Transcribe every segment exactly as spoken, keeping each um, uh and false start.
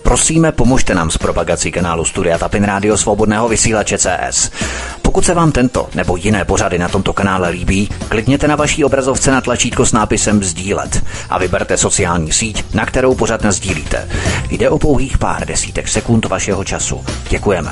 Prosíme, pomožte nám s propagací kanálu Studia Tapin Rádio Svobodného vysílače C S. Pokud se vám tento nebo jiné pořady na tomto kanále líbí, klikněte na vaší obrazovce na tlačítko s nápisem sdílet a vyberte sociální síť, na kterou pořad nasdílíte. Jde o pouhých pár desítek sekund vašeho času. Děkujeme.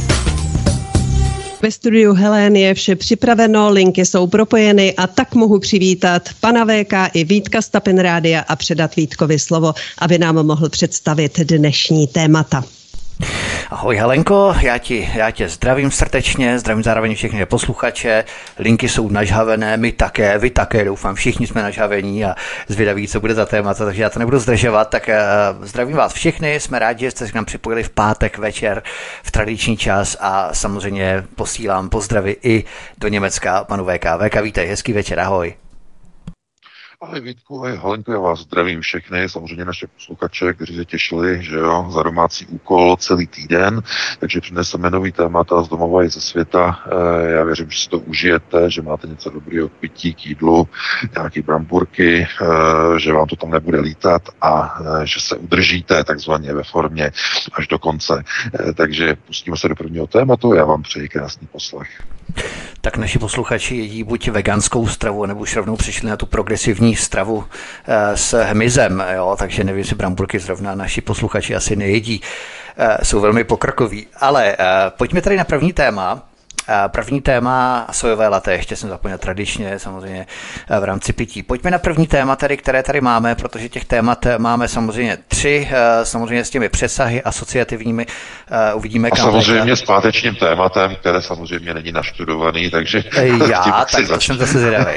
Ve studiu Helén je vše připraveno, linky jsou propojeny a tak mohu přivítat pana V K i Vítka z Tapin Rádia a předat Vítkovi slovo, aby nám mohl představit dnešní témata. Ahoj Helenko, já, ti, já tě zdravím srdečně, zdravím zároveň všechny posluchače, linky jsou nažhavené, my také, vy také, doufám, všichni jsme nažhavení a zvědaví, co bude za témata, takže já to nebudu zdržovat, tak uh, zdravím vás všechny, jsme rádi, že jste se k nám připojili v pátek večer v tradiční čas a samozřejmě posílám pozdravy i do Německa panu V K. V K, vítej, hezký večer, ahoj. Ahoj Vítku, ahoj Helenko, já vás zdravím všechny, samozřejmě naše posluchače, kteří se těšili, že jo, za domácí úkol celý týden, takže přineseme nový témata z domova i ze světa. Já věřím, že si to užijete, že máte něco dobrého k pití, k jídlu, nějaký bramburky, že vám to tam nebude lítat a že se udržíte takzvaně ve formě až do konce. Takže pustíme se do prvního tématu, já vám přeji krásný poslech. Tak naši posluchači jedí buď veganskou stravu, nebo už rovnou přišli na tu progresivní stravu e, s hmyzem, jo? Takže nevím, jestli bramburky zrovna naši posluchači asi nejedí. E, jsou velmi pokrokoví. Ale e, pojďme tady na první téma. První téma sojové latte, ještě jsem zapomněl tradičně, samozřejmě v rámci pití. Pojďme na první téma, tady, které tady máme, protože těch témat máme samozřejmě tři, samozřejmě s těmi přesahy asociativními. Uvidíme, a kam samozřejmě tak... s pátečním tématem, které samozřejmě není naštudovaný, takže... Já, tak to jsem zase zvědavej.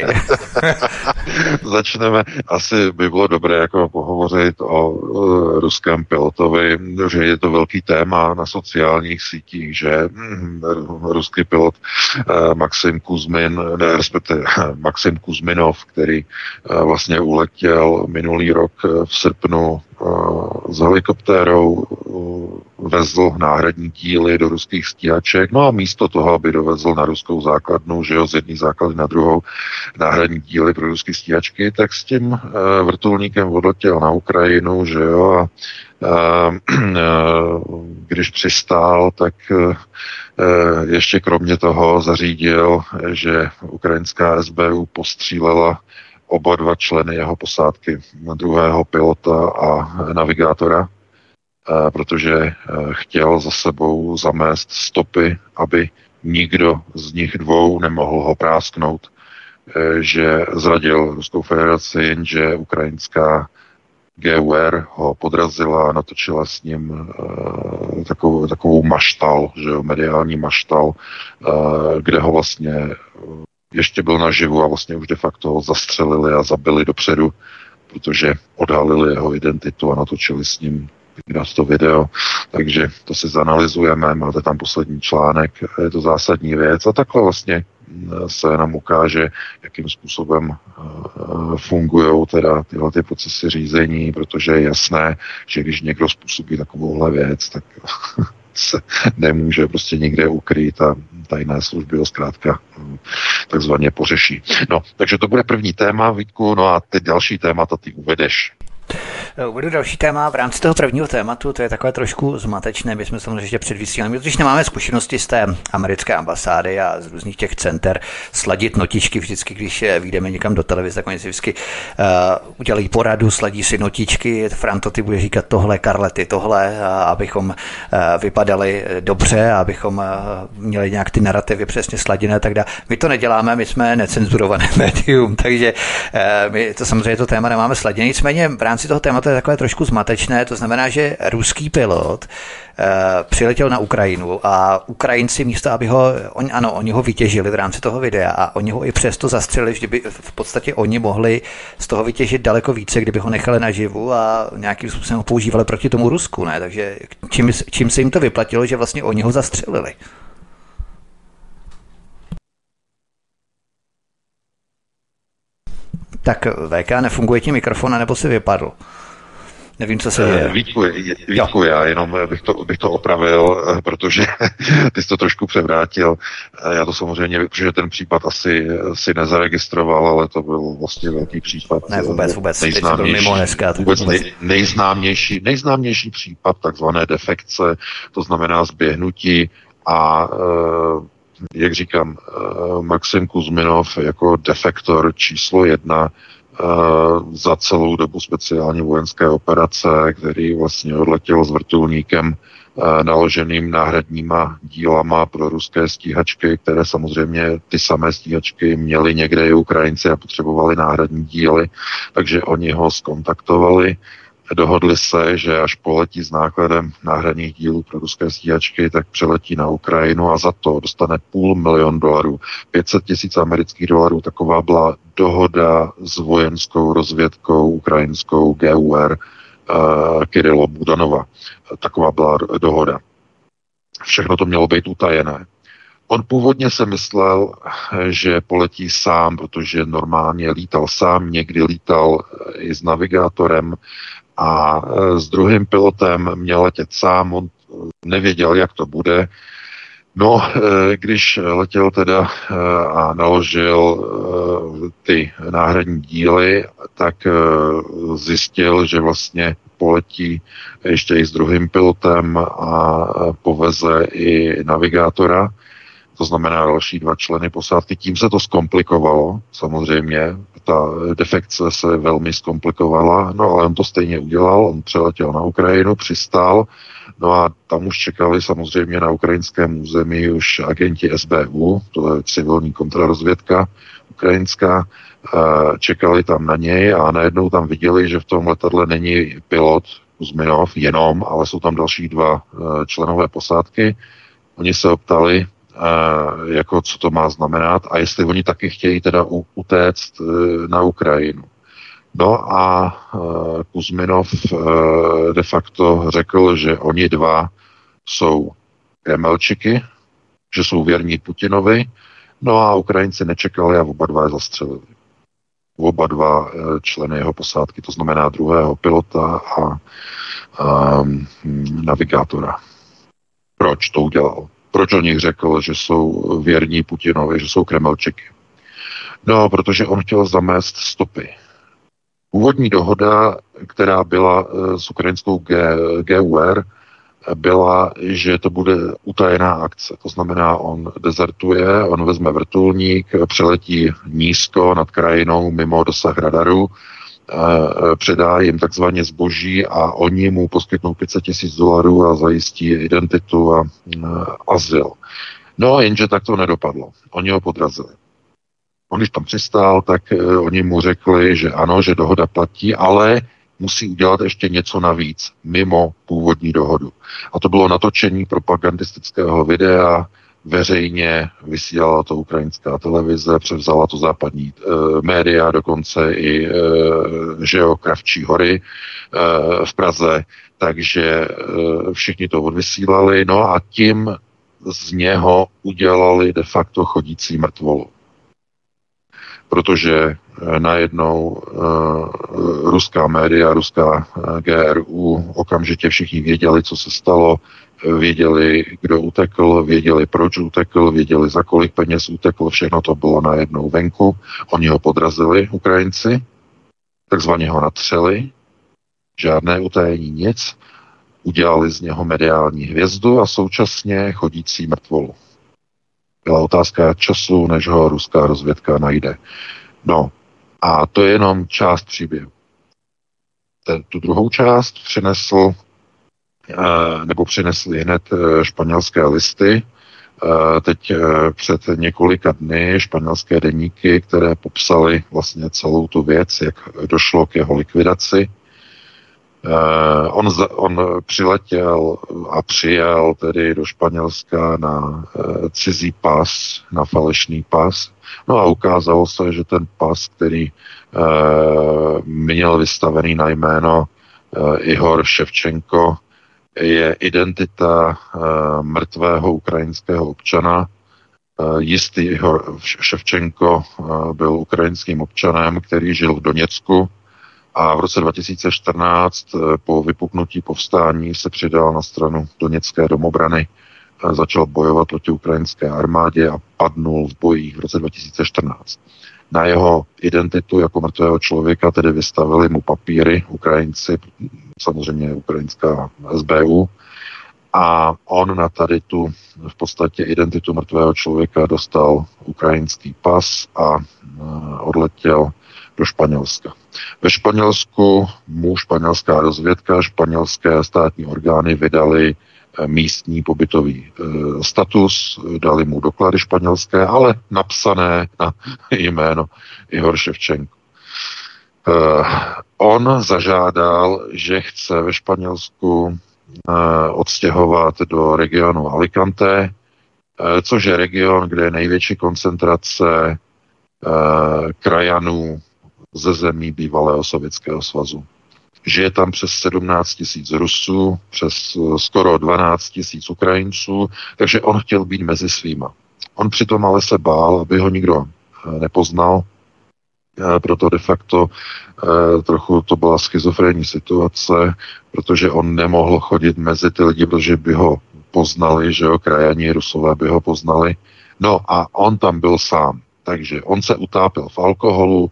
Začneme. Asi by bylo dobré jako pohovořit o uh, ruském pilotovi, že je to velký téma na sociálních sítích, že hm, ruský pilot uh, Maxim Kuzmin, ne, respektive Maxim Kuzminov, který uh, vlastně uletěl minulý rok uh, v srpnu uh, s helikoptérou, uh, vezl náhradní díly do ruských stíhaček, no a místo toho, aby dovezl na ruskou základnu, že jo, z jedné základny na druhou náhradní díly pro ruské stíhačky, tak s tím uh, vrtulníkem odletěl na Ukrajinu, že jo, a uh, uh, když přistál, tak uh, ještě kromě toho zařídil, že ukrajinská S B U postřílela oba dva členy jeho posádky, druhého pilota a navigátora, protože chtěl za sebou zamést stopy, aby nikdo z nich dvou nemohl ho prásknout, že zradil Ruskou federaci, jenže ukrajinská G U R ho podrazila a natočila s ním uh, takovou, takovou maštal, že jo, mediální maštal, uh, kde ho vlastně uh, ještě byl naživu a vlastně už de facto ho zastřelili a zabili dopředu, protože odhalili jeho identitu a natočili s ním to video. Takže to si zanalyzujeme, máte tam poslední článek, je to zásadní věc a takhle vlastně se nám ukáže, jakým způsobem fungují teda tyhle ty procesy řízení, protože je jasné, že když někdo způsobí takovouhle věc, tak se nemůže prostě nikde ukrýt a tajné služby ho zkrátka takzvaně pořeší. No, takže to bude první téma, Vítku, no a teď další témata ty uvedeš. Uvedu další téma v rámci toho prvního tématu, to je takové trošku zmatečné, my jsme samozřejmě ještě před vysíláním, protože nemáme zkušenosti z té americké ambasády a z různých těch center sladit notičky vždycky, když vyjdeme někam do televize, tak oni si vždycky uh, udělají poradu, sladí si notičky, Franto, ty bude říkat tohle, Karle, ty tohle, a abychom uh, vypadali dobře, abychom uh, měli nějak ty narrativy přesně sladěné, tak dále. My to neděláme, my jsme necenzurované médium, takže uh, my to samozřejmě to téma nemáme sladěné, nicméně v rámci toho tématu je takové trošku zmatečné, to znamená, že ruský pilot uh, přiletěl na Ukrajinu a Ukrajinci místo, aby ho, on, ano, oni ho vytěžili v rámci toho videa a oni ho i přesto zastřelili, že by v podstatě oni mohli z toho vytěžit daleko více, kdyby ho nechali naživu a nějakým způsobem ho používali proti tomu Rusku, ne? Takže čím, čím se jim to vyplatilo, že vlastně oni ho zastřelili? Tak V K, nefunguje ti mikrofon, nebo si vypadl? Nevím, co se děje. Vítku, Vítku já jenom bych to, bych to opravil, protože ty jsi to trošku převrátil. Já to samozřejmě, protože ten případ asi si nezaregistroval, ale to byl vlastně velký případ. Ne, vůbec, vůbec. Nejznámější, mimo dneska, vůbec nej, nejznámější, nejznámější případ takzvané defekce, to znamená zběhnutí a jak říkám, Maxim Kuzminov jako defektor číslo jedna za celou dobu speciální vojenské operace, který vlastně odletěl s vrtulníkem naloženým náhradníma dílama pro ruské stíhačky, které samozřejmě ty samé stíhačky měly někde i Ukrajinci a potřebovali náhradní díly, takže oni ho skontaktovali. Dohodli se, že až poletí s nákladem náhradních dílů pro ruské stíhačky, tak přeletí na Ukrajinu a za to dostane půl milion dolarů. pět set tisíc amerických dolarů, taková byla dohoda s vojenskou rozvědkou ukrajinskou G U R uh, Kirilo Budanova. Taková byla dohoda. Všechno to mělo být utajené. On původně se myslel, že poletí sám, protože normálně lítal sám, někdy lítal i s navigátorem, a s druhým pilotem měl letět sám, on nevěděl, jak to bude. No, když letěl teda a naložil ty náhradní díly, tak zjistil, že vlastně poletí ještě i s druhým pilotem a poveze i navigátora, to znamená další dva členy posádky. Tím se to zkomplikovalo, samozřejmě. Ta defekce se velmi zkomplikovala, no ale on to stejně udělal, on přeletěl na Ukrajinu, přistál, no a tam už čekali samozřejmě na ukrajinském území už agenti S B U, to je civilní kontrarozvědka ukrajinská, čekali tam na něj a najednou tam viděli, že v tom letadle není pilot Kuzminov jenom, ale jsou tam další dva členové posádky. Oni se optali, jako co to má znamenat a jestli oni taky chtějí teda utéct na Ukrajinu. No a Kuzminov de facto řekl, že oni dva jsou Kremelčiky, že jsou věrní Putinovi, no a Ukrajinci nečekali a oba dva je zastřelili. Oba dva členy jeho posádky, to znamená druhého pilota a um, navigátora. Proč to udělal? Proč o nich řekl, že jsou věrní Putinovi, že jsou Kremelčiky? No, protože on chtěl zamést stopy. Původní dohoda, která byla s ukrajinskou G U R, byla, že to bude utajená akce. To znamená, on dezertuje, on vezme vrtulník, přeletí nízko nad krajinou, mimo dosah radaru, předá jim takzvaně zboží a oni mu poskytnou pět set tisíc dolarů a zajistí identitu a azyl. No, jenže tak to nedopadlo. Oni ho podrazili. On, když tam přistál, tak oni mu řekli, že ano, že dohoda platí, ale musí udělat ještě něco navíc, mimo původní dohodu. A to bylo natočení propagandistického videa, veřejně vysílala to ukrajinská televize, převzala to západní e, média, dokonce i e, že jo, Kravčí hory e, v Praze, takže e, všichni to odvysílali, no a tím z něho udělali de facto chodící mrtvolu. Protože najednou uh, ruská média, ruská uh, G R U, okamžitě všichni věděli, co se stalo, věděli, kdo utekl, věděli, proč utekl, věděli, za kolik peněz utekl, všechno to bylo najednou venku. Oni ho podrazili, Ukrajinci, takzvaně ho natřeli, žádné utajení, nic, udělali z něho mediální hvězdu a současně chodící mrtvolu. Byla otázka času, než ho ruská rozvědka najde. No, a to je jenom část příběhu. Ten, tu druhou část přinesl, nebo přinesli hned španělské listy. Teď před několika dny španělské deníky, které popsaly vlastně celou tu věc, jak došlo k jeho likvidaci. Uh, on, on přiletěl a přijel tedy do Španělska na uh, cizí pas, na falešný pas. No a ukázalo se, že ten pas, který uh, měl vystavený na jméno uh, Ihor Ševčenko, je identita uh, mrtvého ukrajinského občana. Uh, jistý Ihor Ševčenko uh, byl ukrajinským občanem, který žil v Doněcku, A v roce dva tisíce čtrnáct po vypuknutí povstání se přidal na stranu Doněcké domobrany, začal bojovat proti ukrajinské armádě a padnul v bojích v roce dva tisíce čtrnáct. Na jeho identitu jako mrtvého člověka tedy vystavili mu papíry Ukrajinci, samozřejmě ukrajinská S B U, a on na tady tu v podstatě identitu mrtvého člověka dostal ukrajinský pas a odletěl do Španělska. Ve Španělsku mu španělská rozvědka, španělské státní orgány vydali místní pobytový status, dali mu doklady španělské, ale napsané na jméno Ihor Ševčenko. On zažádal, že chce ve Španělsku odstěhovat do regionu Alicante, což je region, kde je největší koncentrace krajanů ze zemí bývalého Sovětského svazu. Žije tam přes sedmnáct tisíc Rusů, přes skoro dvanáct tisíc Ukrajinců, takže on chtěl být mezi svýma. On přitom ale se bál, aby ho nikdo nepoznal, proto de facto trochu to byla schizofrenní situace, protože on nemohl chodit mezi ty lidi, protože by ho poznali, že jo, krajani Rusové by ho poznali. No a on tam byl sám. Takže on se utápil v alkoholu,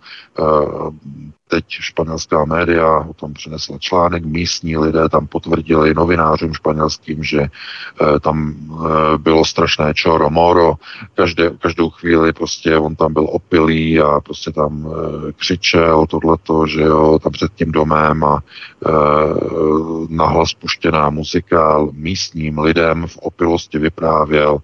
teď španělská média o tom přinesla článek, místní lidé tam potvrdili novinářům španělským, že tam bylo strašné čoro moro, každé, každou chvíli prostě on tam byl opilý a prostě tam křičel tohleto, že jo, tam před tím domem a nahlas puštěná muzika místním lidem v opilosti vyprávěl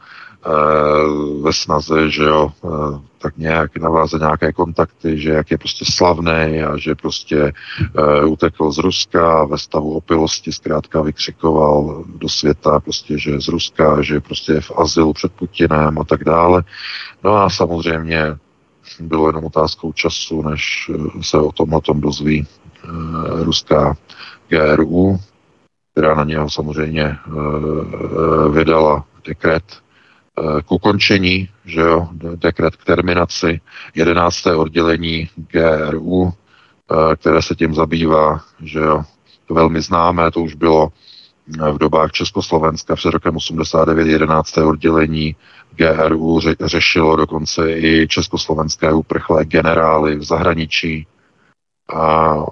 ve snaze, že jo, tak nějak navázat nějaké kontakty, že jak je prostě slavný a že prostě uh, utekl z Ruska ve stavu opilosti, zkrátka vykřikoval do světa prostě, že je z Ruska, že prostě je v azylu před Putinem a tak dále. No a samozřejmě bylo jenom otázkou času, než se o tom o tom dozví uh, ruská G R U, která na něho samozřejmě uh, vydala dekret k ukončení, že jo, dekret k terminaci, jedenácté oddělení G R U, které se tím zabývá, že jo, to velmi známé, to už bylo v dobách Československa před rokem osmdesát devět, jedenácté oddělení G R U ře- řešilo dokonce i československé uprchlé generály v zahraničí a, a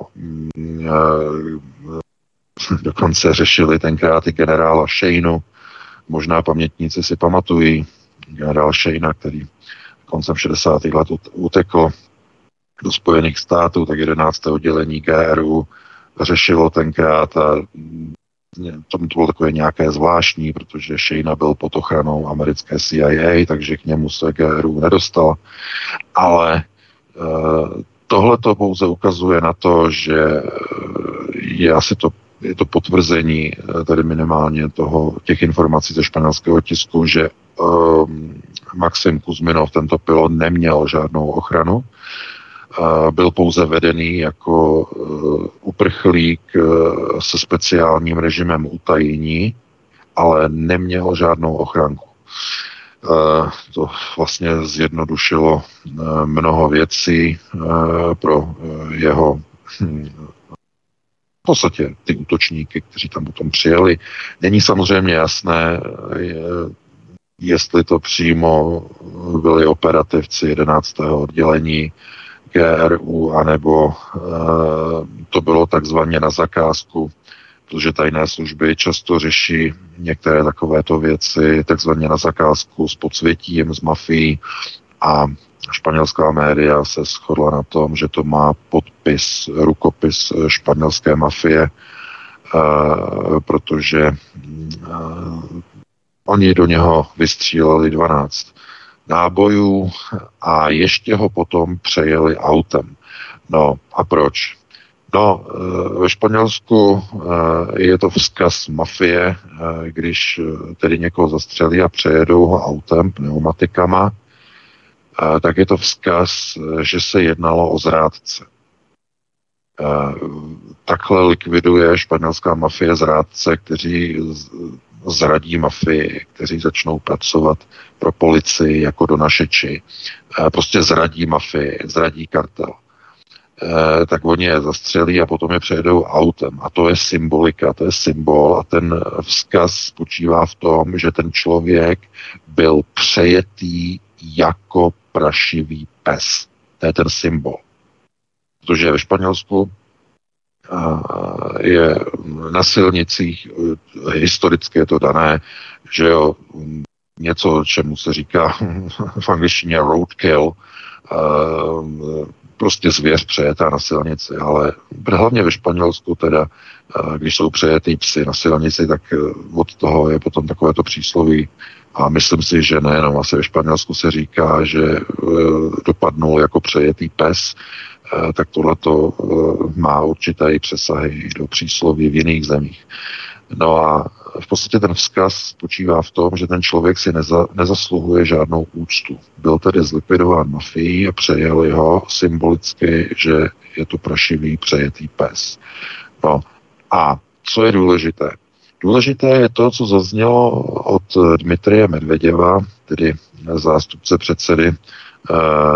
dokonce řešili tenkrát i generála Šejnu. Možná pamětníci si pamatují generál Šejna, který koncem šedesátých let utekl do Spojených států, tak jedenácté oddělení G R U řešilo tenkrát a to bylo takové nějaké zvláštní, protože Šejna byl pod ochranou americké C I A, takže k němu se G R U nedostal. Ale tohle to pouze ukazuje na to, že je asi to je to potvrzení tady minimálně toho, těch informací ze španělského tisku, že um, Maxim Kuzminov, tento pilot, neměl žádnou ochranu. Uh, byl pouze vedený jako uh, uprchlík uh, se speciálním režimem utajení, ale neměl žádnou ochranku. Uh, to vlastně zjednodušilo uh, mnoho věcí uh, pro uh, jeho hm, v podstatě ty útočníky, kteří tam potom přijeli. Není samozřejmě jasné, jestli to přímo byli operativci jedenáctého oddělení G R U, anebo to bylo takzvaně na zakázku, protože tajné služby často řeší některé takovéto věci takzvaně na zakázku s podsvětím, s mafií, a španělská média se shodla na tom, že to má podpis, rukopis španělské mafie, uh, protože uh, oni do něho vystříleli dvanáct nábojů a ještě ho potom přejeli autem. No a proč? No, uh, ve Španělsku uh, je to vzkaz mafie, uh, když uh, tedy někoho zastřelí a přejedou ho autem, pneumatikama, tak je to vzkaz, že se jednalo o zrádce. Takhle likviduje španělská mafie zrádce, kteří zradí mafii, kteří začnou pracovat pro policii jako donašeči. Prostě zradí mafii, zradí kartel. tak oni je zastřelí a potom je přejedou autem. A to je symbolika, to je symbol a ten vzkaz spočívá v tom, že ten člověk byl přejetý jako prašivý pes. To je ten symbol. Protože ve Španělsku je na silnicích, historicky je to dané, že jo, něco, čemu se říká v angličtině roadkill, prostě zvěř přejetá na silnici, ale hlavně ve Španělsku teda, když jsou přejetý psy na silnici, tak od toho je potom takovéto přísloví a myslím si, že nejenom asi ve Španělsku se říká, že dopadnul jako přejetý pes, tak tohleto má určité přesahy do přísloví v jiných zemích. No a v podstatě ten vzkaz spočívá v tom, že ten člověk si neza, nezasluhuje žádnou úctu. Byl tedy zlikvidován mafií a přejeli ho symbolicky, že je to prašivý přejetý pes. No a co je důležité? Důležité je to, co zaznělo od Dmitrije Medveděva, tedy zástupce předsedy eh,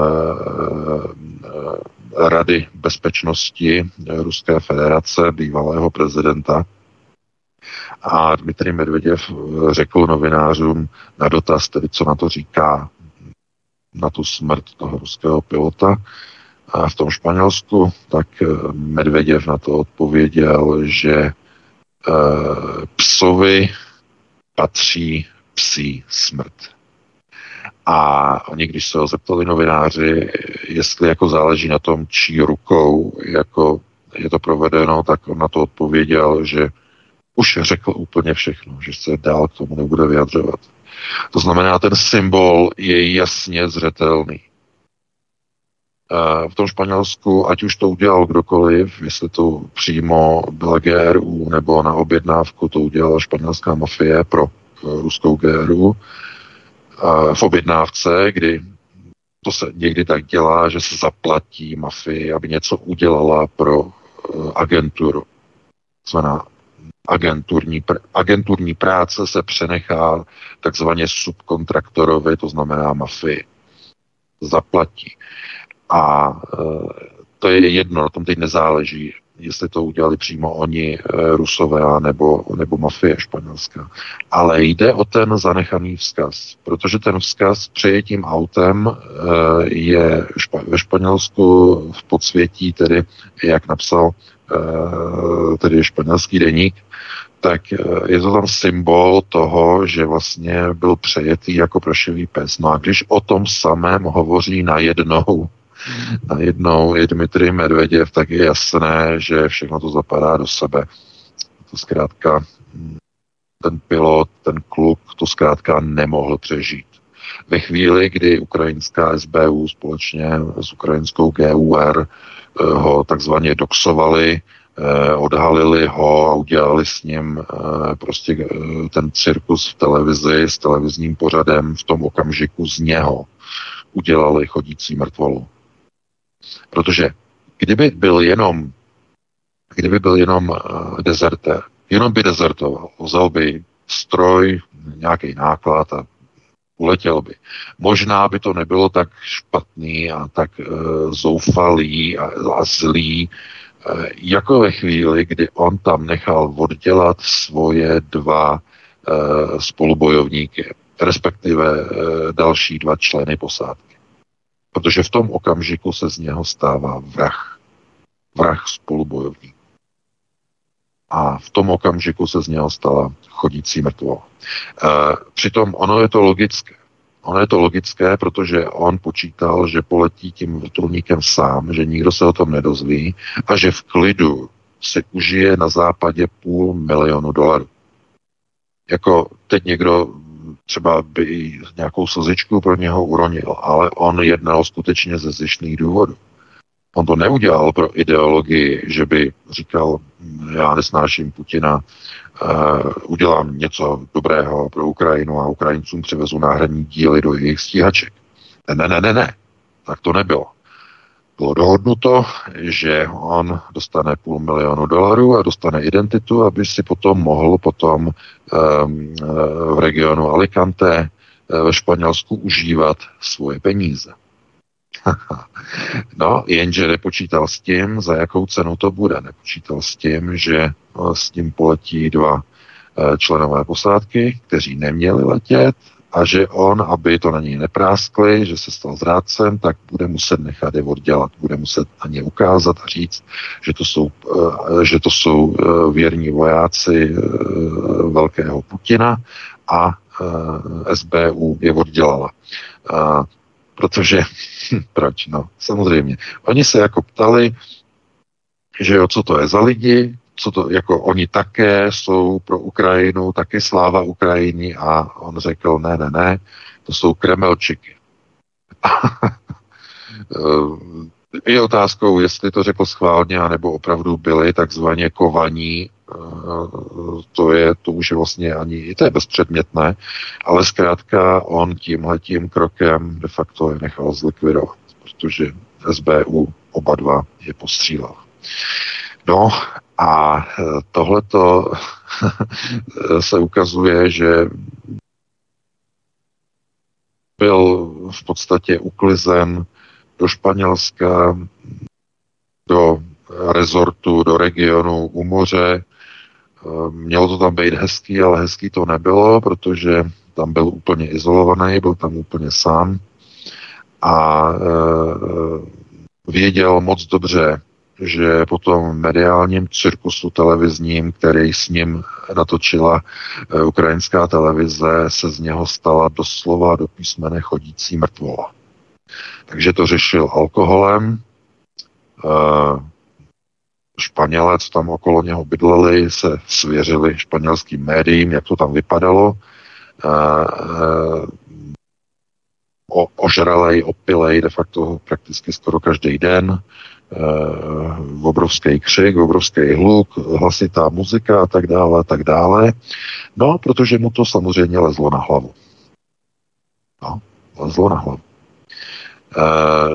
Rady bezpečnosti Ruské federace, bývalého prezidenta. A Dmitrij Medveděv řekl novinářům na dotaz, tedy co na to říká, na tu smrt toho ruského pilota a v tom Španělsku, tak Medveděv na to odpověděl, že e, psovi patří psí smrt. A oni, když se ho zeptali novináři, jestli jako záleží na tom, čí rukou jako je to provedeno, tak on na to odpověděl, že už řekl úplně všechno, že se dál k tomu nebude vyjadřovat. To znamená, ten symbol je jasně zřetelný. V tom Španělsku, ať už to udělal kdokoliv, jestli to přímo byla G R U nebo na objednávku to udělala španělská mafie pro ruskou G R U, v objednávce, kdy to se někdy tak dělá, že se zaplatí mafii, aby něco udělala pro agenturu. Znamená, agenturní, agenturní práce se přenechá takzvaně subkontraktorovi, to znamená mafii. Zaplatí. A e, to je jedno, na tom teď nezáleží, jestli to udělali přímo oni, e, Rusové, nebo, nebo mafie španělská. Ale jde o ten zanechaný vzkaz, protože ten vzkaz přejetím autem e, je špa, ve Španělsku v podsvětí, tedy jak napsal e, tedy španělský deník, tak je to tam symbol toho, že vlastně byl přejetý jako prašivý pes. No a když o tom samém hovoří najednou, najednou je Dmitrij Medveděv, tak je jasné, že všechno to zapadá do sebe. To zkrátka, ten pilot, ten kluk, to zkrátka nemohl přežít. Ve chvíli, kdy ukrajinská S B U společně s ukrajinskou G U R ho takzvaně doxovali, odhalili ho a udělali s ním prostě ten cirkus v televizi s televizním pořadem, v tom okamžiku z něho udělali chodící mrtvolu. Protože kdyby byl jenom kdyby byl jenom dezertér, jenom by dezertoval, vzal by stroj, nějaký náklad a uletěl by. Možná by to nebylo tak špatný a tak uh, zoufalý a, a zlý, uh, jako ve chvíli, kdy on tam nechal oddělat svoje dva uh, spolubojovníky, respektive uh, další dva členy posádky. Protože v tom okamžiku se z něho stává vrah. Vrah spolubojovník. A v tom okamžiku se z něho stala chodící mrtvola. E, přitom ono je to logické. Ono je to logické, protože on počítal, že poletí tím vrtulníkem sám, že nikdo se o tom nedozví a že v klidu si užije na západě půl milionu dolarů. Jako teď někdo třeba by nějakou slzičku pro něho uronil, ale on jednal skutečně ze zištných důvodů. On to neudělal pro ideologii, že by říkal, já nesnáším Putina, uh, udělám něco dobrého pro Ukrajinu a Ukrajincům přivezu náhradní díly do jejich stíhaček. Ne, ne, ne, ne, ne. Tak to nebylo. Bylo dohodnuto, že on dostane půl milionu dolarů a dostane identitu, aby si potom mohl potom um, v regionu Alicante ve Španělsku užívat svoje peníze. No, jenže nepočítal s tím, za jakou cenu to bude. Nepočítal s tím, že s tím poletí dva členové posádky, kteří neměli letět, a že on, aby to na něj nepráskli, že se stal zrádcem, tak bude muset nechat je oddělat. Bude muset na ně ukázat a říct, že to jsou, že to jsou věrní vojáci velkého Putina a S B U je oddělala. Protože, proč? No, samozřejmě. Oni se jako ptali, že jo, co to je za lidi, co to, jako oni také jsou pro Ukrajinu, taky sláva Ukrajině, a on řekl, ne, ne, ne, to jsou Kremelčiky. Je otázkou, jestli to řekl schválně, anebo opravdu byli takzvaně kovaní, to je, to už je vlastně ani, to je bezpředmětné, ale zkrátka on tímhletím krokem de facto je nechal zlikvidovat, protože S B U oba dva je postřílel. No a tohleto se ukazuje, že byl v podstatě uklizen do Španělska, do rezortu, do regionu u moře. Mělo to tam být hezký, ale hezký to nebylo, protože tam byl úplně izolovaný, byl tam úplně sám a věděl moc dobře, že po tom mediálním cirkusu televizním, který s ním natočila ukrajinská televize, se z něho stala doslova do písmene chodící mrtvola. Takže to řešil alkoholem. Španělé, co tam okolo něho bydleli, se svěřili španělským médiím, jak to tam vypadalo. O, ožralej, opilej, de facto prakticky skoro každý den. V obrovský křik, obrovský hluk, hlasitá muzika a tak dále, a tak dále. No, protože mu to samozřejmě lezlo na hlavu. No, lezlo na hlavu. E,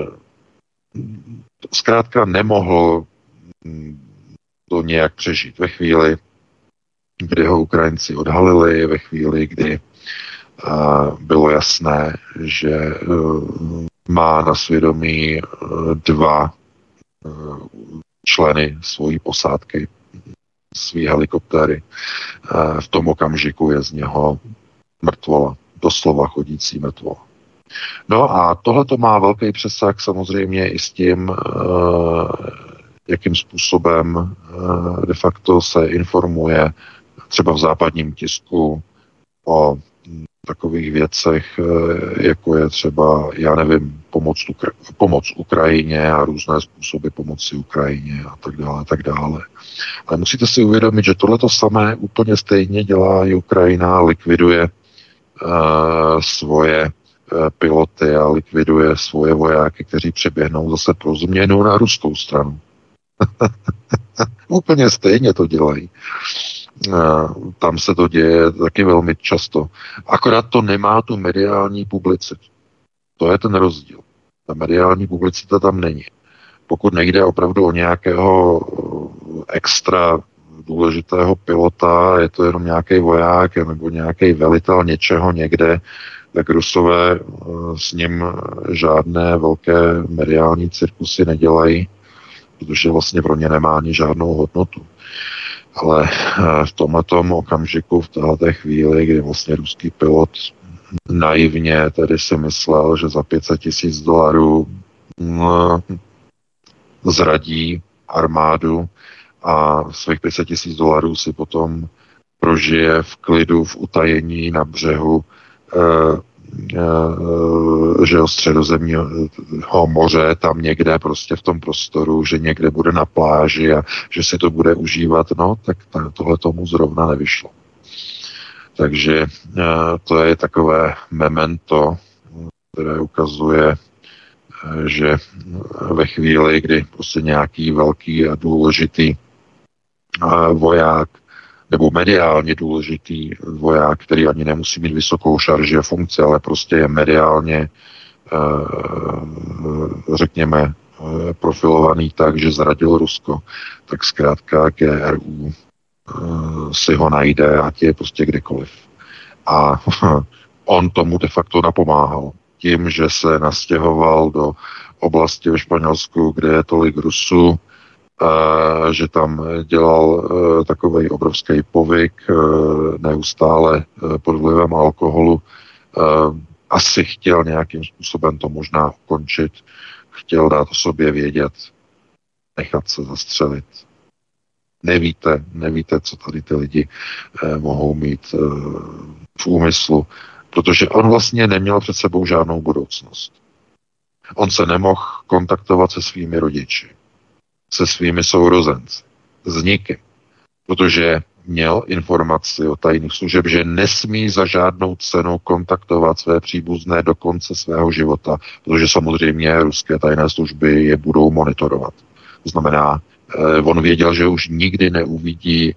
zkrátka nemohl to nějak přežít. Ve chvíli, kdy ho Ukrajinci odhalili, ve chvíli, kdy uh, bylo jasné, že uh, má na svědomí uh, dva uh, členy svojí posádky, svý helikoptéry. Uh, v tom okamžiku je z něho mrtvola, doslova chodící mrtvola. No a tohle to má velký přesah samozřejmě i s tím, uh, jakým způsobem de facto se informuje třeba v západním tisku o takových věcech, jako je třeba, já nevím, pomoc, Ukra- pomoc Ukrajině a různé způsoby pomoci Ukrajině a tak dále, tak dále. Ale musíte si uvědomit, že tohleto samé úplně stejně dělá i Ukrajina, likviduje uh, svoje uh, piloty a likviduje svoje vojáky, kteří přeběhnou zase pro změnu na ruskou stranu. Úplně stejně to dělají. Tam se to děje taky velmi často. Akorát to nemá tu mediální publicitu. To je ten rozdíl. Ta mediální publicita tam není. Pokud nejde opravdu o nějakého extra důležitého pilota, je to jenom nějaký voják nebo nějaký velitel něčeho někde, tak Rusové s ním žádné velké mediální cirkusy nedělají, protože vlastně pro ně nemá ani žádnou hodnotu. Ale v tomhletom okamžiku, v této chvíli, kdy vlastně ruský pilot naivně tedy si myslel, že za pět set tisíc dolarů zradí armádu a svých pět set tisíc dolarů si potom prožije v klidu, v utajení na břehu že o středozemního moře, tam někde prostě v tom prostoru, že někde bude na pláži a že si to bude užívat, no, tak tohle tomu zrovna nevyšlo. Takže to je takové memento, které ukazuje, že ve chvíli, kdy prostě nějaký velký a důležitý voják nebo mediálně důležitý voják, který ani nemusí mít vysokou šarži a funkci, ale prostě je mediálně, řekněme, profilovaný tak, že zradil Rusko, tak zkrátka G R U si ho najde, ať je prostě kdekoliv. A on tomu de facto napomáhal tím, že se nastěhoval do oblasti ve Španělsku, kde je tolik Rusů, že tam dělal takovej obrovský povyk, neustále pod vlivem alkoholu. Asi chtěl nějakým způsobem to možná ukončit, chtěl dát o sobě vědět, nechat se zastřelit. Nevíte, nevíte, co tady ty lidi mohou mít v úmyslu, protože on vlastně neměl před sebou žádnou budoucnost. On se nemohl kontaktovat se svými rodiči, se svými sourozenci, s nikým, protože měl informaci od tajných služeb, že nesmí za žádnou cenu kontaktovat své příbuzné do konce svého života, protože samozřejmě ruské tajné služby je budou monitorovat. To znamená, on věděl, že už nikdy neuvidí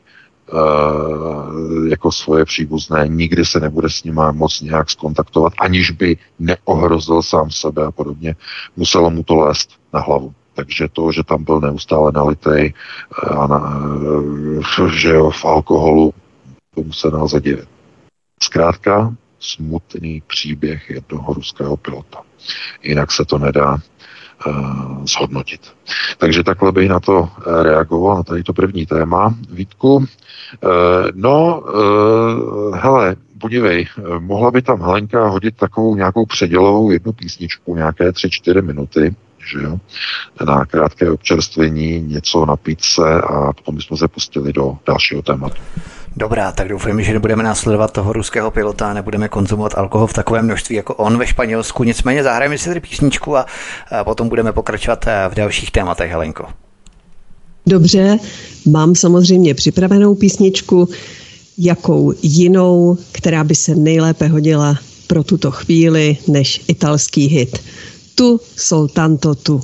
jako svoje příbuzné, nikdy se nebude s nima moc nějak skontaktovat, aniž by neohrozil sám sebe a podobně. Muselo mu to lézt na hlavu. Takže to, že tam byl neustále nalitej a na, že jo, v alkoholu, tomu se nelze divit. Zkrátka smutný příběh jednoho ruského pilota. Jinak se to nedá uh, zhodnotit. Takže takhle bych na to reagoval, na tady to první téma. Vítku, uh, no, uh, hele, podívej, mohla by tam Helenka hodit takovou nějakou předělovou jednu písničku, nějaké tři, čtyři minuty, že jo, na krátké občerstvení, něco napít se a potom bychom se pustili do dalšího tématu. Dobrá, tak doufujeme, že nebudeme následovat toho ruského pilota, nebudeme konzumovat alkohol v takovém množství jako on ve Španělsku. Nicméně zahrajeme si tady písničku a potom budeme pokračovat v dalších tématech, Helenko. Dobře, mám samozřejmě připravenou písničku, jakou jinou, která by se nejlépe hodila pro tuto chvíli než italský hit. Tu soltanto tu.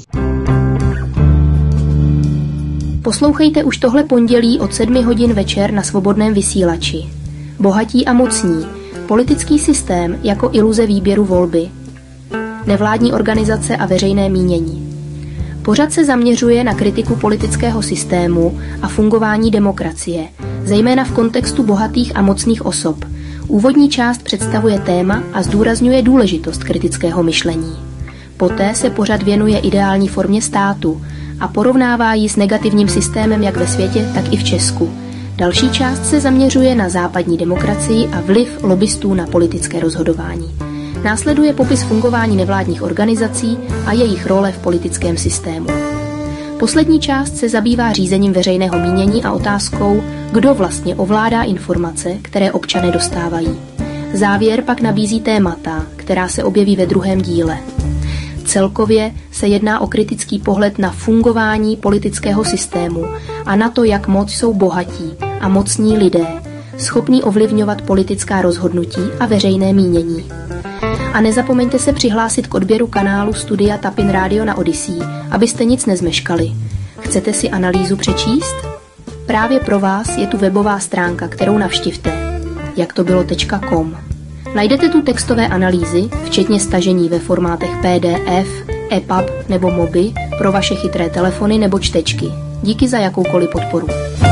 Poslouchejte už tohle pondělí od sedmi hodin večer na Svobodném vysílači. Bohatí a mocní. Politický systém jako iluze výběru volby. Nevládní organizace a veřejné mínění. Pořad se zaměřuje na kritiku politického systému a fungování demokracie, zejména v kontextu bohatých a mocných osob. Úvodní část představuje téma a zdůrazňuje důležitost kritického myšlení. Poté se pořad věnuje ideální formě státu a porovnává ji s negativním systémem jak ve světě, tak i v Česku. Další část se zaměřuje na západní demokracii a vliv lobbystů na politické rozhodování. Následuje popis fungování nevládních organizací a jejich role v politickém systému. Poslední část se zabývá řízením veřejného mínění a otázkou, kdo vlastně ovládá informace, které občané dostávají. Závěr pak nabízí témata, která se objeví ve druhém díle. Celkově se jedná o kritický pohled na fungování politického systému a na to, jak moc jsou bohatí a mocní lidé, schopní ovlivňovat politická rozhodnutí a veřejné mínění. A nezapomeňte se přihlásit k odběru kanálu Studia Tapin Radio na Odyssey, abyste nic nezmeškali. Chcete si analýzu přečíst? Právě pro vás je tu webová stránka, kterou navštivte. jak to bylo tečka com. Najdete tu textové analýzy, včetně stažení ve formátech P D F, E P U B nebo Mobi pro vaše chytré telefony nebo čtečky. Díky za jakoukoliv podporu.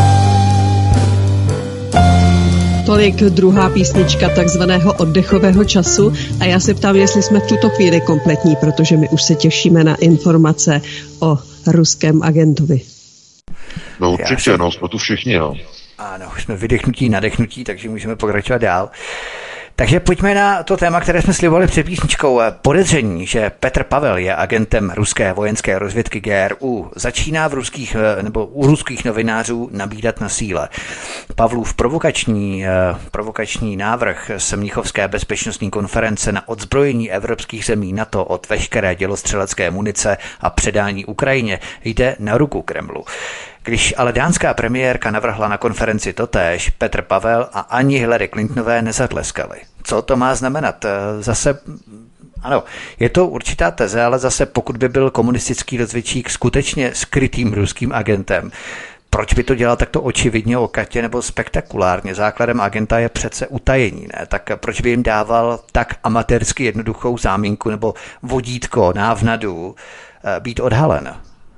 Tolik druhá písnička takzvaného oddechového času a já se ptám, jestli jsme v tuto chvíli kompletní, protože my už se těšíme na informace o ruském agentovi. No určitě, jsem... no, jsme tu všichni, no. Ano, už jsme vydechnutí, nadechnutí, takže můžeme pokračovat dál. Takže pojďme na to téma, které jsme slibovali před písničkou. Podezření, že Petr Pavel je agentem ruské vojenské rozvědky G R U, začíná v ruských nebo u ruských novinářů nabídat na síle. Pavlův provokační, provokační návrh z Mnichovské bezpečnostní konference na odzbrojení evropských zemí NATO od veškeré dělostřelecké munice a předání Ukrajině jde na ruku Kremlu. Když ale dánská premiérka navrhla na konferenci totéž, Petr Pavel a ani Hillary Clintonové nezatleskali. Co to má znamenat? Zase, ano, je to určitá teze, ale zase pokud by byl komunistický rozvědčík skutečně skrytým ruským agentem, proč by to dělal takto očividně, okatě nebo spektakulárně? Základem agenta je přece utajení, ne? Tak proč by jim dával tak amatérsky jednoduchou záminku nebo vodítko, návnadu být odhalen?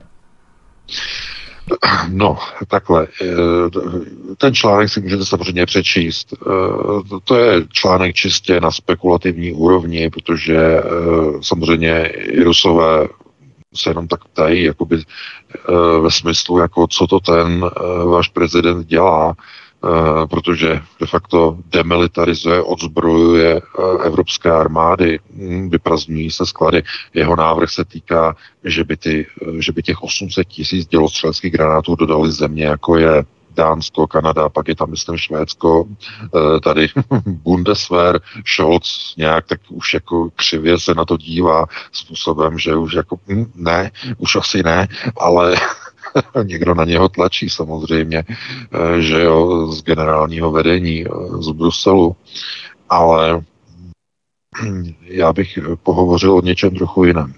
No, takhle. Ten článek si můžete samozřejmě přečíst. To je článek čistě na spekulativní úrovni, protože samozřejmě i Rusové se jenom tak ptají, jakoby ve smyslu, jako co to ten váš prezident dělá, protože de facto demilitarizuje, odzbrojuje evropské armády, vyprazňují se sklady. Jeho návrh se týká, že by, ty, že by těch osm set tisíc dělostřeleckých granátů dodali země, jako je Dánsko, Kanada, pak je tam, myslím, Švédsko, tady Bundeswehr, Scholz nějak tak už jako křivě se na to dívá způsobem, že už jako ne, už asi ne, ale někdo na něho tlačí samozřejmě, že jo, z generálního vedení z Bruselu, ale já bych pohovořil o něčem trochu jiném.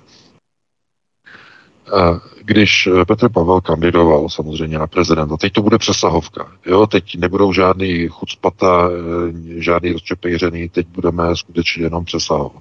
Když Petr Pavel kandidoval samozřejmě na prezidenta, teď to bude přesahovka, jo, teď nebudou žádný chucpata, žádný rozčepejřený, teď budeme skutečně jenom přesahovat.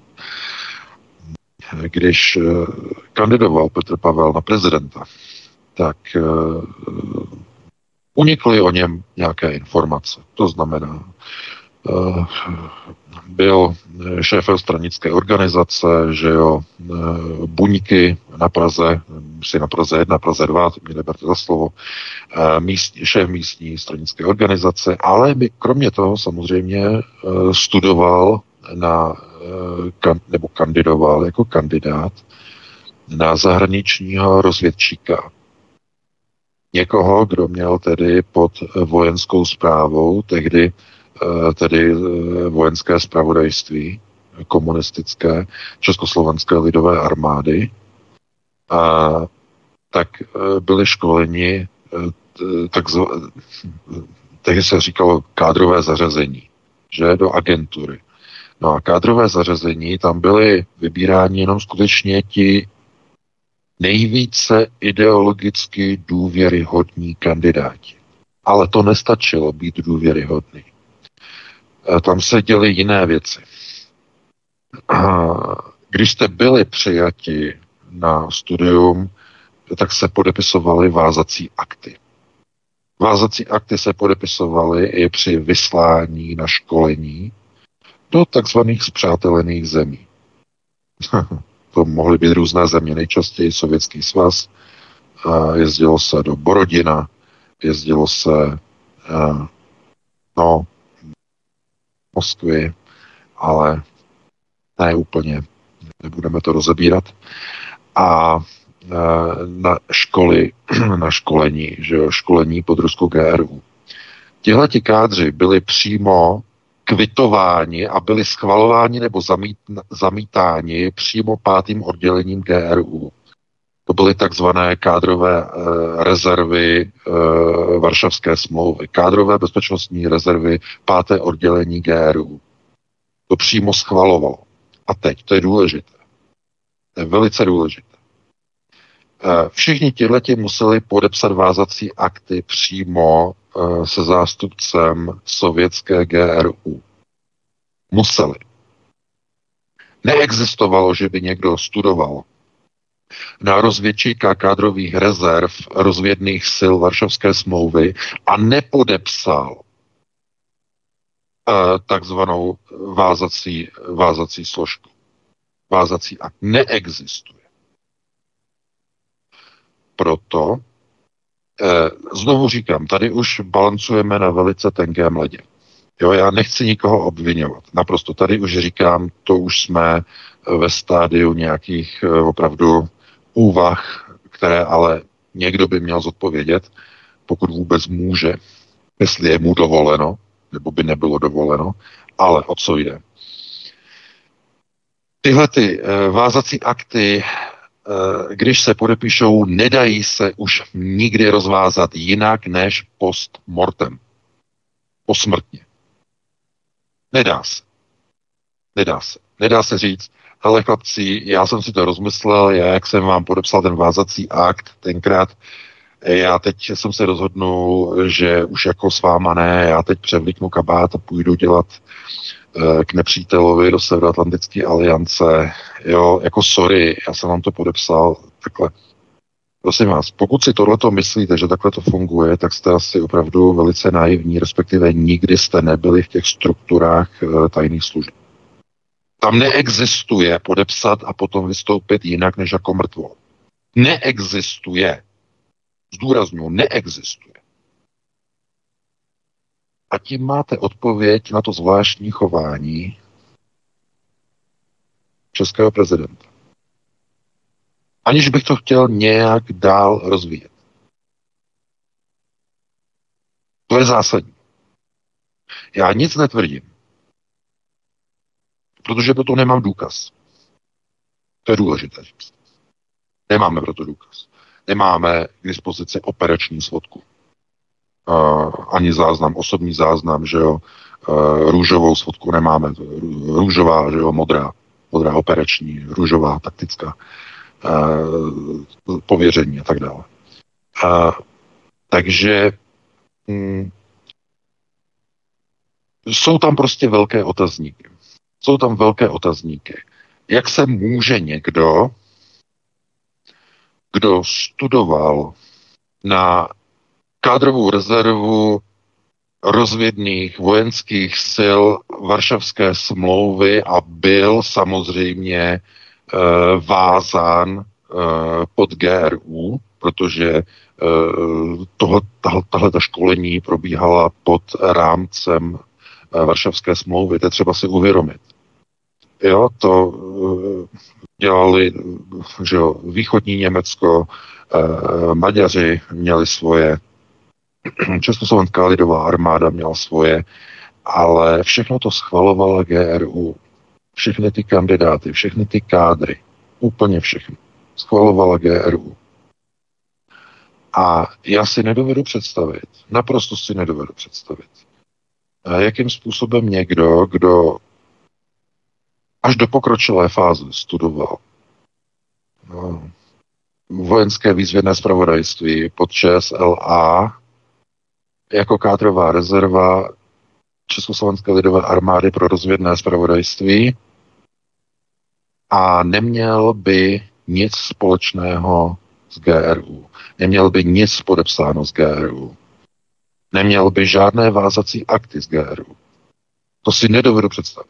Když kandidoval Petr Pavel na prezidenta, tak uh, unikly o něm nějaké informace. To znamená, uh, byl šéfem stranické organizace, že jo, uh, buňky na Praze, si na Praze jedna, Praze dva, to mě neberte za slovo, uh, míst, šéf místní stranické organizace, ale by kromě toho samozřejmě uh, studoval na, uh, kan, nebo kandidoval jako kandidát na zahraničního rozvědčíka. Někoho, kdo měl tedy pod vojenskou správou, tehdy tedy vojenské zpravodajství komunistické Československé lidové armády, a tak byli školeni, takzvané, tehdy se říkalo kádrové zařazení, že do agentury. No a kádrové zařazení, tam byli vybíráni jenom skutečně ti nejvíce ideologicky důvěryhodní kandidáti. Ale to nestačilo být důvěryhodný. Tam se děly jiné věci. Když jste byli přijati na studium, tak se podepisovaly vázací akty. Vázací akty se podepisovaly i při vyslání na školení do takzvaných spřátelených zemí. To mohly být různé země, nejčastěji Sovětský svaz, jezdilo se do Borodina, jezdilo se no, Moskvy, ale ne úplně, nebudeme to rozebírat. A na školy, na školení, že jo, školení pod ruskou G R U. Tihleti kádři byli přímo kvitováni a byli schvalováni nebo zamít, zamítáni přímo pátým oddělením G R U. To byly takzvané kádrové e, rezervy e, Varšavské smlouvy. Kádrové bezpečnostní rezervy páté oddělení G R U. To přímo schvalovalo. A teď, to je důležité. To je velice důležité. E, všichni tihleti museli podepsat vázací akty přímo e, se zástupcem sovětské G R U. Museli. Neexistovalo, že by někdo studoval na rozvědčíka kádrových rezerv rozvědných sil Varšavské smlouvy a nepodepsal uh, takzvanou vázací, vázací složku. Vázací akt neexistuje. Proto, uh, znovu říkám, tady už balancujeme na velice tenkém ledě. Jo, já nechci nikoho obvinovat. Naprosto tady už říkám, to už jsme ve stádiu nějakých uh, opravdu úvah, které ale někdo by měl zodpovědět, pokud vůbec může, jestli je mu dovoleno, nebo by nebylo dovoleno, ale o co jde. Tyhle ty e, vázací akty, e, když se podepíšou, nedají se už nikdy rozvázat jinak než post mortem. Posmrtně. Nedá se. Nedá se. Nedá se říct, hele chlapci, já jsem si to rozmyslel, já jak jsem vám podepsal ten vázací akt tenkrát, já teď jsem se rozhodnul, že už jako s váma ne, já teď převlíknu kabát a půjdu dělat uh, k nepřítelovi do Severoatlantické aliance, jo, jako sorry, já jsem vám to podepsal, takhle. Prosím vás, pokud si tohleto myslíte, že takhle to funguje, tak jste asi opravdu velice naivní, respektive nikdy jste nebyli v těch strukturách uh, tajných služeb. Tam neexistuje podepsat a potom vystoupit jinak než jako mrtvol. neexistuje. Zdůrazňuji, neexistuje. A tím máte odpověď na to zvláštní chování českého prezidenta. Aniž bych to chtěl nějak dál rozvíjet. To je zásadní. Já nic netvrdím, protože proto nemám důkaz. To je důležité říct. Nemáme proto důkaz. Nemáme k dispozici operační svodku. Uh, ani záznam, osobní záznam, že jo, uh, růžovou svodku nemáme, růžová, že jo, modrá, modrá operační, růžová, taktická, uh, pověření a tak dále. Uh, takže um, jsou tam prostě velké otazníky. Jsou tam velké otazníky. Jak se může někdo, kdo studoval na kádrovou rezervu rozvědných vojenských sil Varšavské smlouvy a byl samozřejmě e, vázán e, pod G R U, protože e, toho, tahle, tahle ta školení probíhala pod rámcem e, Varšavské smlouvy. To je třeba si uvědomit. Jo, to e, dělali, že jo, východní Německo, e, Maďaři měli svoje, Československá lidová armáda měla svoje, ale všechno to schvalovala G R U. Všechny ty kandidáty, všechny ty kádry, úplně všechny schvalovala G R U. A já si nedovedu představit, naprosto si nedovedu představit, jakým způsobem někdo, kdo až do pokročilé fáze studoval no, vojenské výzvědné zpravodajství pod Č S L A jako kádrová rezerva Československé lidové armády pro rozvědné zpravodajství a neměl by nic společného s G R U. Neměl by nic podepsáno s G R U. Neměl by žádné vázací akty s G R U. To si nedovedu představit.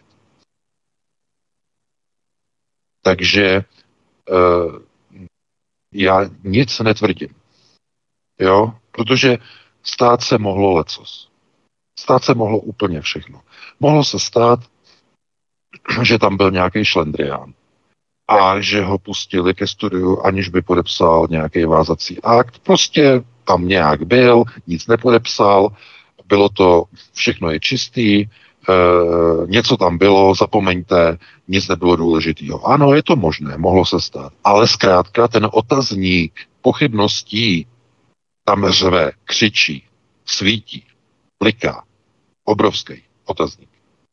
Takže uh, já nic netvrdím. Jo? Protože stát se mohlo lecos. Stát se mohlo úplně všechno. Mohlo se stát, že tam byl nějaký šlendrián a že ho pustili ke studiu, aniž by podepsal nějaký vázací akt. Prostě tam nějak byl, nic nepodepsal, bylo to, všechno je čistý, e, něco tam bylo, zapomeňte, nic nebylo důležitého. Ano, je to možné, mohlo se stát. Ale zkrátka ten otazník pochybností tam řve, křičí, svítí, bliká. Obrovský otazník.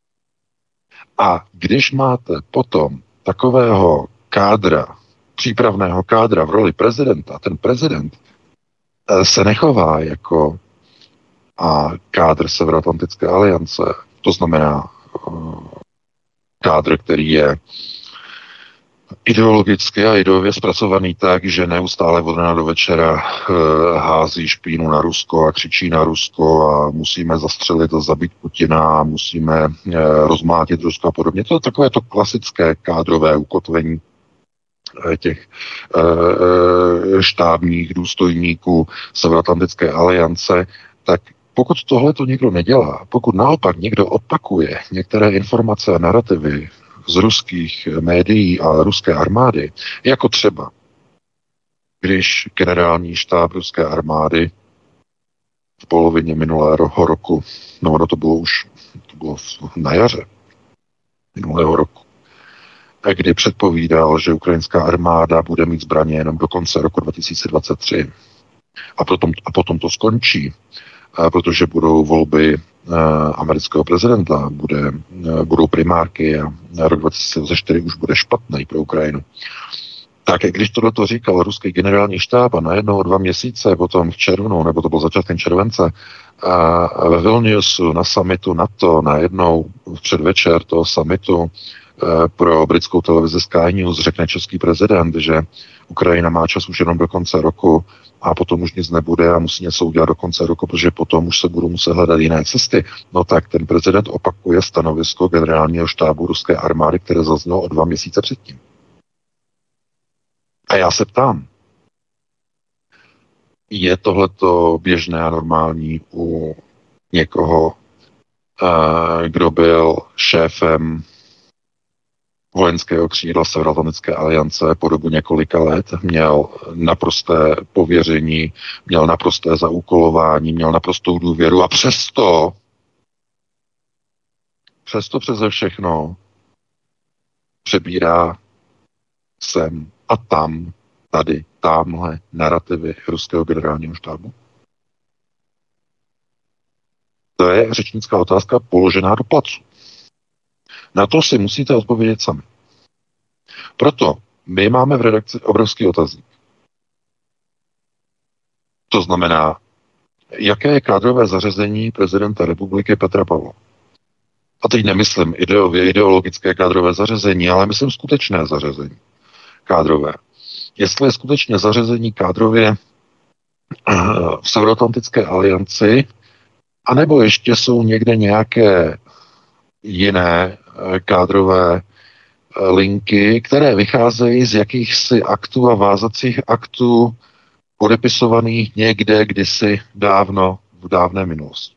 A když máte potom takového kádra, přípravného kádra v roli prezidenta, ten prezident se nechová jako a kádr Severoatlantické aliance, to znamená kádr, který je ideologicky a ideově zpracovaný tak, že neustále od rána do večera e, hází špínu na Rusko a křičí na Rusko a musíme zastřelit a zabít Putina a musíme e, rozmlátit Rusko a podobně. To je takové to klasické kádrové ukotvení e, těch e, štábních důstojníků Severoatlantické aliance, tak pokud tohle to někdo nedělá, pokud naopak někdo opakuje některé informace a narrativy z ruských médií a ruské armády, jako třeba, když generální štáb ruské armády v polovině minulého roku, no ono to bylo už to bylo na jaře minulého roku, kdy předpovídal, že ukrajinská armáda bude mít zbraně jenom do konce roku dva tisíce dvacet tři a potom, a potom to skončí, protože budou volby amerického prezidenta, bude, budou primárky a rok dva tisíce dvacet čtyři už bude špatný pro Ukrajinu. Tak když tohleto říkal ruský generální štáb a najednou dva měsíce potom v červnu, nebo to byl začátkem července, a ve Vilniusu na summitu NATO, najednou v předvečer toho summitu pro britskou televizi Sky News řekne český prezident, že Ukrajina má čas už jenom do konce roku a potom už nic nebude a musí něco udělat do konce roku, protože potom už se budou muset hledat jiné cesty. No tak ten prezident opakuje stanovisko generálního štábu ruské armády, které zaznělo o dva měsíce předtím. A já se ptám, je tohleto běžné a normální u někoho, kdo byl šéfem vojenského křídla Severoatlantické aliance po dobu několika let, měl naprosté pověření, měl naprosté zaúkolování, měl naprostou důvěru a přesto, přesto přeze všechno přebírá sem a tam, tady, támhle narrativy ruského generálního štábu? To je řečnická otázka položená do placu. Na to si musíte odpovědět sami. Proto my máme v redakci obrovský otazník. To znamená, jaké je kádrové zařazení prezidenta republiky Petra Pavla. A teď nemyslím ideově, ideologické kádrové zařazení, ale myslím skutečné zařazení kádrové. Jestli je skutečně zařazení kádrově v Severoatlantické alianci, anebo ještě jsou někde nějaké jiné kádrové linky, které vycházejí z jakýchsi aktů a vázacích aktů podepisovaných někde kdysi dávno v dávné minulosti.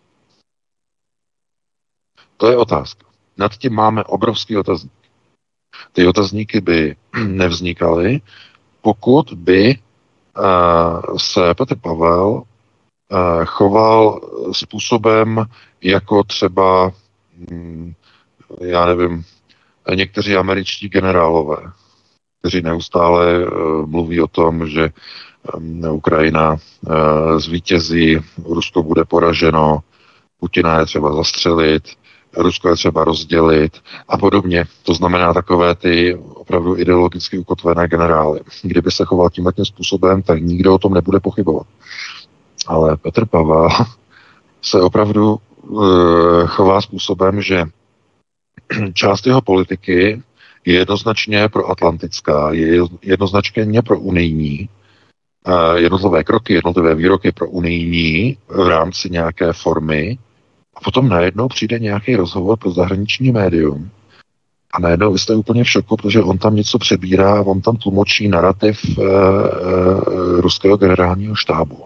To je otázka. Nad tím máme obrovský otazník. Ty otazníky by nevznikaly, pokud by uh, se Petr Pavel uh, choval způsobem jako třeba, um, já nevím, někteří američtí generálové, kteří neustále uh, mluví o tom, že um, Ukrajina uh, zvítězí, Rusko bude poraženo, Putina je třeba zastřelit, Rusko je třeba rozdělit a podobně. To znamená takové ty opravdu ideologicky ukotvené generály. Kdyby se choval tímhle způsobem, tak nikdo o tom nebude pochybovat. Ale Petr Pavel se opravdu uh, chová způsobem, že část jeho politiky je jednoznačně proatlantická, je jednoznačně pro unijní, uh, jednotlivé kroky, jednotlivé výroky pro unijní v rámci nějaké formy. A potom najednou přijde nějaký rozhovor pro zahraniční médium a najednou vy jste úplně v šoku, protože on tam něco přebírá a on tam tlumočí narrativ e, e, ruského generálního štábu.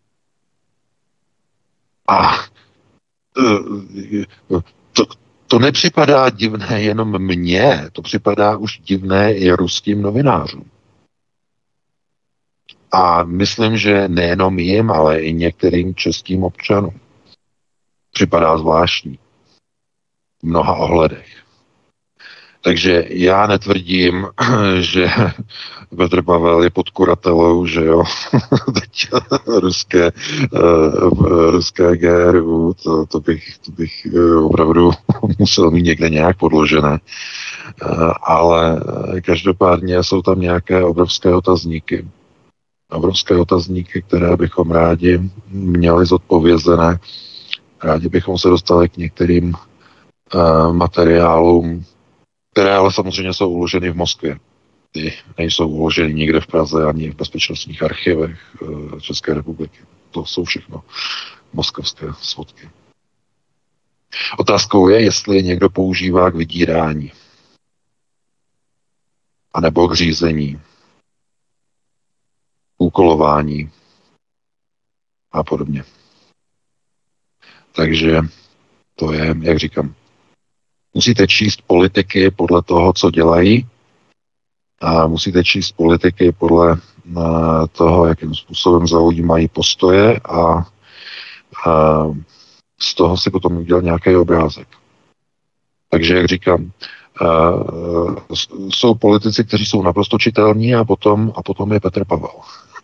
A e, to, to nepřipadá divné jenom mně, to připadá už divné i ruským novinářům. A myslím, že nejenom jim, ale i některým českým občanům. Připadá zvláštní v mnoha ohledech. Takže já netvrdím, že Petr Pavel je pod kuratelou, že jo, teď ruské, uh, ruské G R U, to, to, bych, to bych opravdu musel mít někde nějak podložené. Uh, ale každopádně jsou tam nějaké obrovské otazníky. Obrovské otazníky, které bychom rádi měli zodpovězené. Rádi bychom se dostali k některým uh, materiálům, které ale samozřejmě jsou uloženy v Moskvě. Ty nejsou uloženy nikde v Praze ani v bezpečnostních archivech uh, České republiky. To jsou všechno moskovské svodky. Otázkou je, jestli je někdo používá k vydírání anebo k řízení, úkolování a podobně. Takže to je, jak říkám, musíte číst politiky podle toho, co dělají a musíte číst politiky podle uh, toho, jakým způsobem zaujímají postoje a uh, z toho si potom udělat nějaký obrázek. Takže, jak říkám, uh, jsou politici, kteří jsou naprosto čitelní a potom, a potom je Petr Pavel.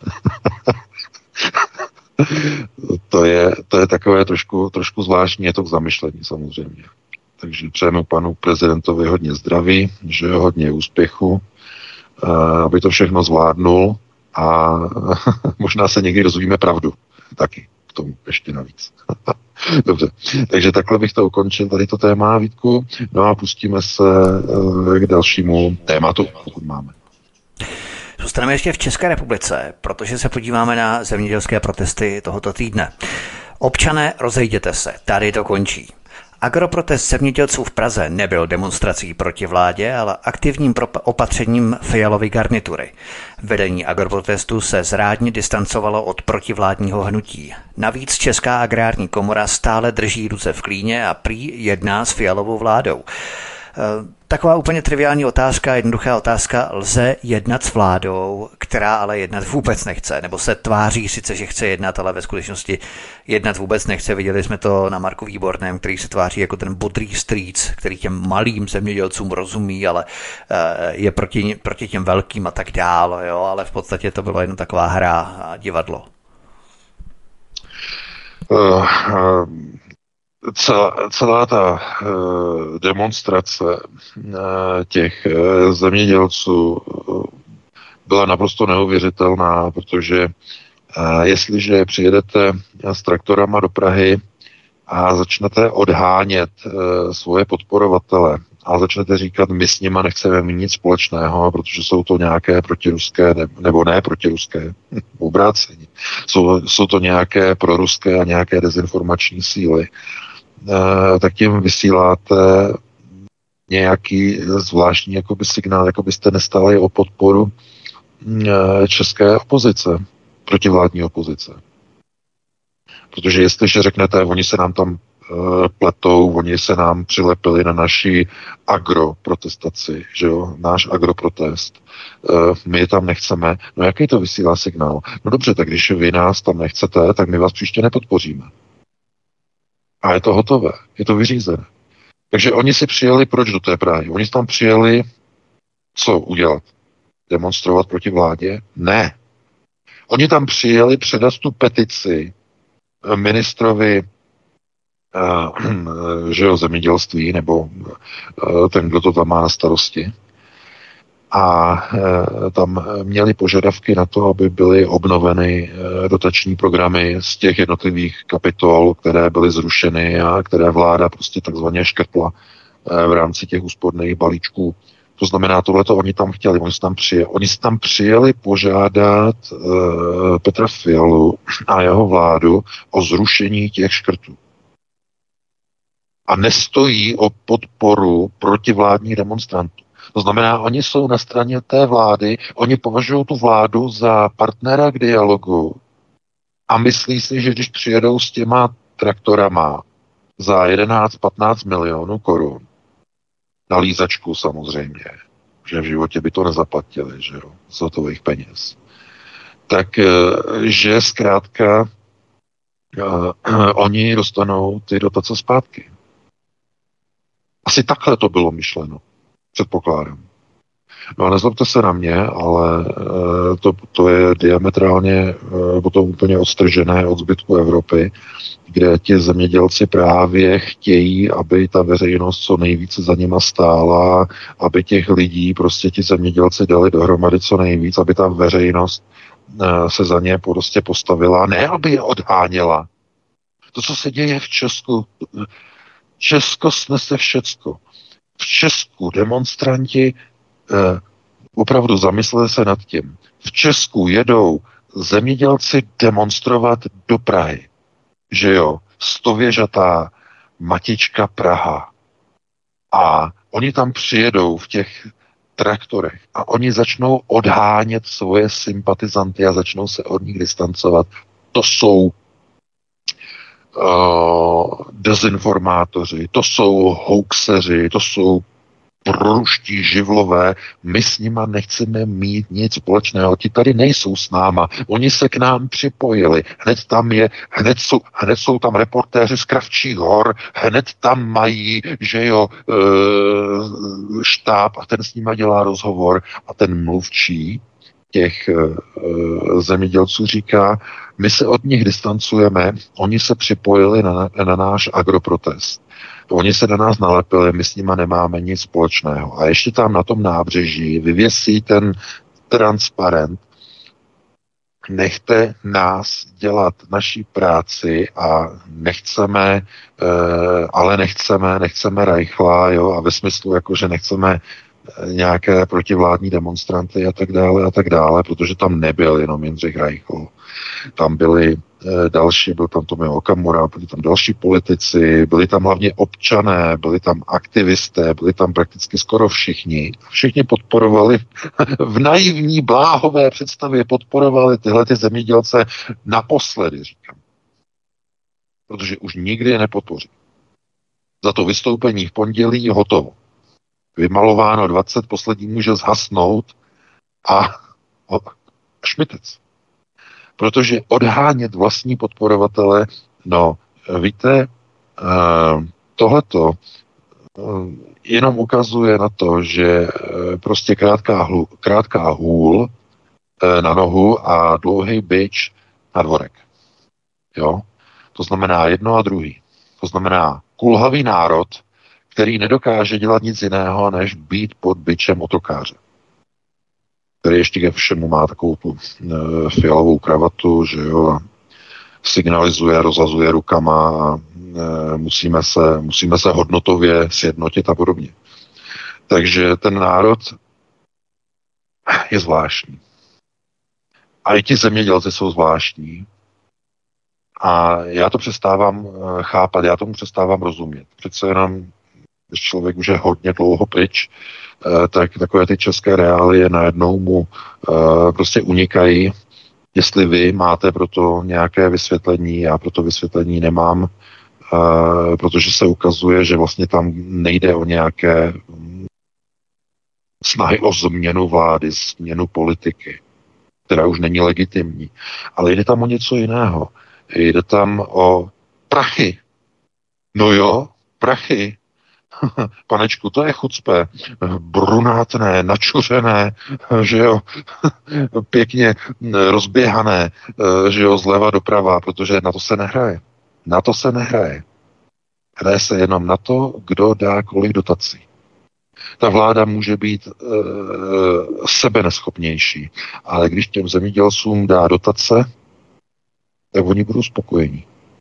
To je, to je takové trošku, trošku zvláštní, je to k zamyšlení samozřejmě. Takže přejeme panu prezidentovi hodně zdraví, že hodně úspěchu, aby to všechno zvládnul a možná se někdy dozvíme pravdu. Taky k tomu ještě navíc. Dobře, takže takhle bych to ukončil, tady to téma, Vítku. No a pustíme se k dalšímu tématu, pokud máme. Zůstaneme ještě v České republice, protože se podíváme na zemědělské protesty tohoto týdne. Občané, rozejděte se, tady to končí. Agroprotest zemědělců v Praze nebyl demonstrací proti vládě, ale aktivním opatřením Fialovy garnitury. Vedení agroprotestu se zrádně distancovalo od protivládního hnutí. Navíc Česká agrární komora stále drží ruce v klíně a prý jedná s Fialovou vládou. Taková úplně triviální otázka, jednoduchá otázka, lze jednat s vládou, která ale jednat vůbec nechce, nebo se tváří sice, že chce jednat, ale ve skutečnosti jednat vůbec nechce. Viděli jsme to na Marku Výborném, který se tváří jako ten bodrý strýc, který těm malým zemědělcům rozumí, ale je proti, proti těm velkým a tak dál, jo, ale v podstatě to bylo jenom taková hra a divadlo. Uh, uh... Celá, celá ta uh, demonstrace uh, těch uh, zemědělců uh, byla naprosto neuvěřitelná, protože uh, jestliže přijedete s traktorama do Prahy a začnete odhánět uh, svoje podporovatele a začnete říkat, my s nima nechceme mít nic společného, protože jsou to nějaké protiruské, nebo ne protiruské, obrácení. Jsou, jsou to nějaké proruské a nějaké dezinformační síly, tak tím vysíláte nějaký zvláštní jakoby signál, jako byste nestáli o podporu české opozice, protivládní opozice. Protože jestliže řeknete, oni se nám tam pletou, oni se nám přilepili na naši agroprotestaci, že jo, náš agroprotest, my je tam nechceme, no jaký to vysílá signál? No dobře, tak když vy nás tam nechcete, tak my vás příště nepodpoříme. A je to hotové, je to vyřízené. Takže oni si přijeli proč do té Prahy? Oni tam přijeli co udělat? Demonstrovat proti vládě? Ne. Oni tam přijeli předat tu petici ministrovi uh, že jo, zemědělství, nebo uh, ten, kdo to tam má na starosti. A e, tam měli požadavky na to, aby byly obnoveny e, dotační programy z těch jednotlivých kapitol, které byly zrušeny a které vláda prostě takzvaně škrtla e, v rámci těch úsporných balíčků. To znamená, tohleto oni tam chtěli, oni se tam přijeli, oni se tam přijeli požádat e, Petra Fialu a jeho vládu o zrušení těch škrtů. A nestojí o podporu protivládních demonstrantů. To znamená, oni jsou na straně té vlády, oni považují tu vládu za partnera k dialogu a myslí si, že když přijedou s těma traktorama za jedenáct patnáct milionů korun, na lízačku samozřejmě, že v životě by to nezaplatili, že jo, z hotových peněz, tak že zkrátka uh, oni dostanou ty dotace zpátky. Asi takhle to bylo myšleno. Předpokládám. No a nezlobte se na mě, ale to, to je diametrálně potom úplně odstržené od zbytku Evropy, kde ti zemědělci právě chtějí, aby ta veřejnost co nejvíce za nima stála, aby těch lidí prostě ti zemědělci dali dohromady co nejvíc, aby ta veřejnost se za ně prostě postavila, ne aby je odháněla. To, co se děje v Česku, Česko snese všecko. V Česku demonstranti eh, opravdu zamysleli se nad tím. V Česku jedou zemědělci demonstrovat do Prahy. Že jo, stověžatá Matička Praha. A oni tam přijedou v těch traktorech a oni začnou odhánět svoje sympatizanty a začnou se od nich distancovat. To jsou Uh, dezinformátoři, to jsou hoaxeři, to jsou proruští živlové, my s nima nechceme mít nic společného, ti tady nejsou s náma, oni se k nám připojili, hned tam je, hned jsou, hned jsou tam reportéři z Kravčích hor, hned tam mají, že jo, uh, štáb a ten s nima dělá rozhovor a ten mluvčí těch uh, zemědělců říká, my se od nich distancujeme, oni se připojili na, na náš agroprotest. Oni se na nás nalepili, my s nima nemáme nic společného. A ještě tam na tom nábřeží vyvěsí ten transparent, nechte nás dělat naší práci a nechceme, uh, ale nechceme, nechceme Reichla, jo, a ve smyslu jako, že nechceme nějaké protivládní demonstranty a tak dále a tak dále, protože tam nebyl jenom Jindřich Reichl. Tam byli další, byl tam Tomio Okamura, byli tam další politici, byli tam hlavně občané, byli tam aktivisté, byli tam prakticky skoro všichni. Všichni podporovali v naivní bláhové představě, podporovali tyhle ty zemědělce naposledy, říkám. Protože už nikdy je nepodpoří. Za to vystoupení v pondělí hotovo. Vymalováno dvacet, poslední může zhasnout a šmitec. Protože odhánět vlastní podporovatele, no víte, tohleto jenom ukazuje na to, že prostě krátká, hlu, krátká hůl na nohu a dlouhý bič na dvorek. Jo? To znamená jedno a druhý. To znamená kulhavý národ, který nedokáže dělat nic jiného, než být pod bičem otrokáře. Který ještě ke všemu má takovou tu e, fialovou kravatu, že jo, signalizuje, rozhazuje rukama a e, musíme, se, musíme se hodnotově sjednotit a podobně. Takže ten národ je zvláštní. A i ti zemědělci jsou zvláštní. A já to přestávám chápat, já tomu přestávám rozumět. Přece jenom, když člověk už je hodně dlouho pryč, tak takové ty české reálie najednou mu prostě unikají. Jestli vy máte pro to nějaké vysvětlení, já pro to vysvětlení nemám, protože se ukazuje, že vlastně tam nejde o nějaké snahy o změnu vlády, změnu politiky, která už není legitimní, ale jde tam o něco jiného. Jde tam o prachy. No jo, prachy. Panečku, to je chucpe. Brunátné, načuřené, že jo, pěkně rozběhané, že jo, zleva doprava, protože na to se nehraje. Na to se nehraje. Hraje se jenom na to, kdo dá kolik dotací. Ta vláda může být e, sebeneschopnější, ale když těm zemědělcům dá dotace, tak oni budou spokojení.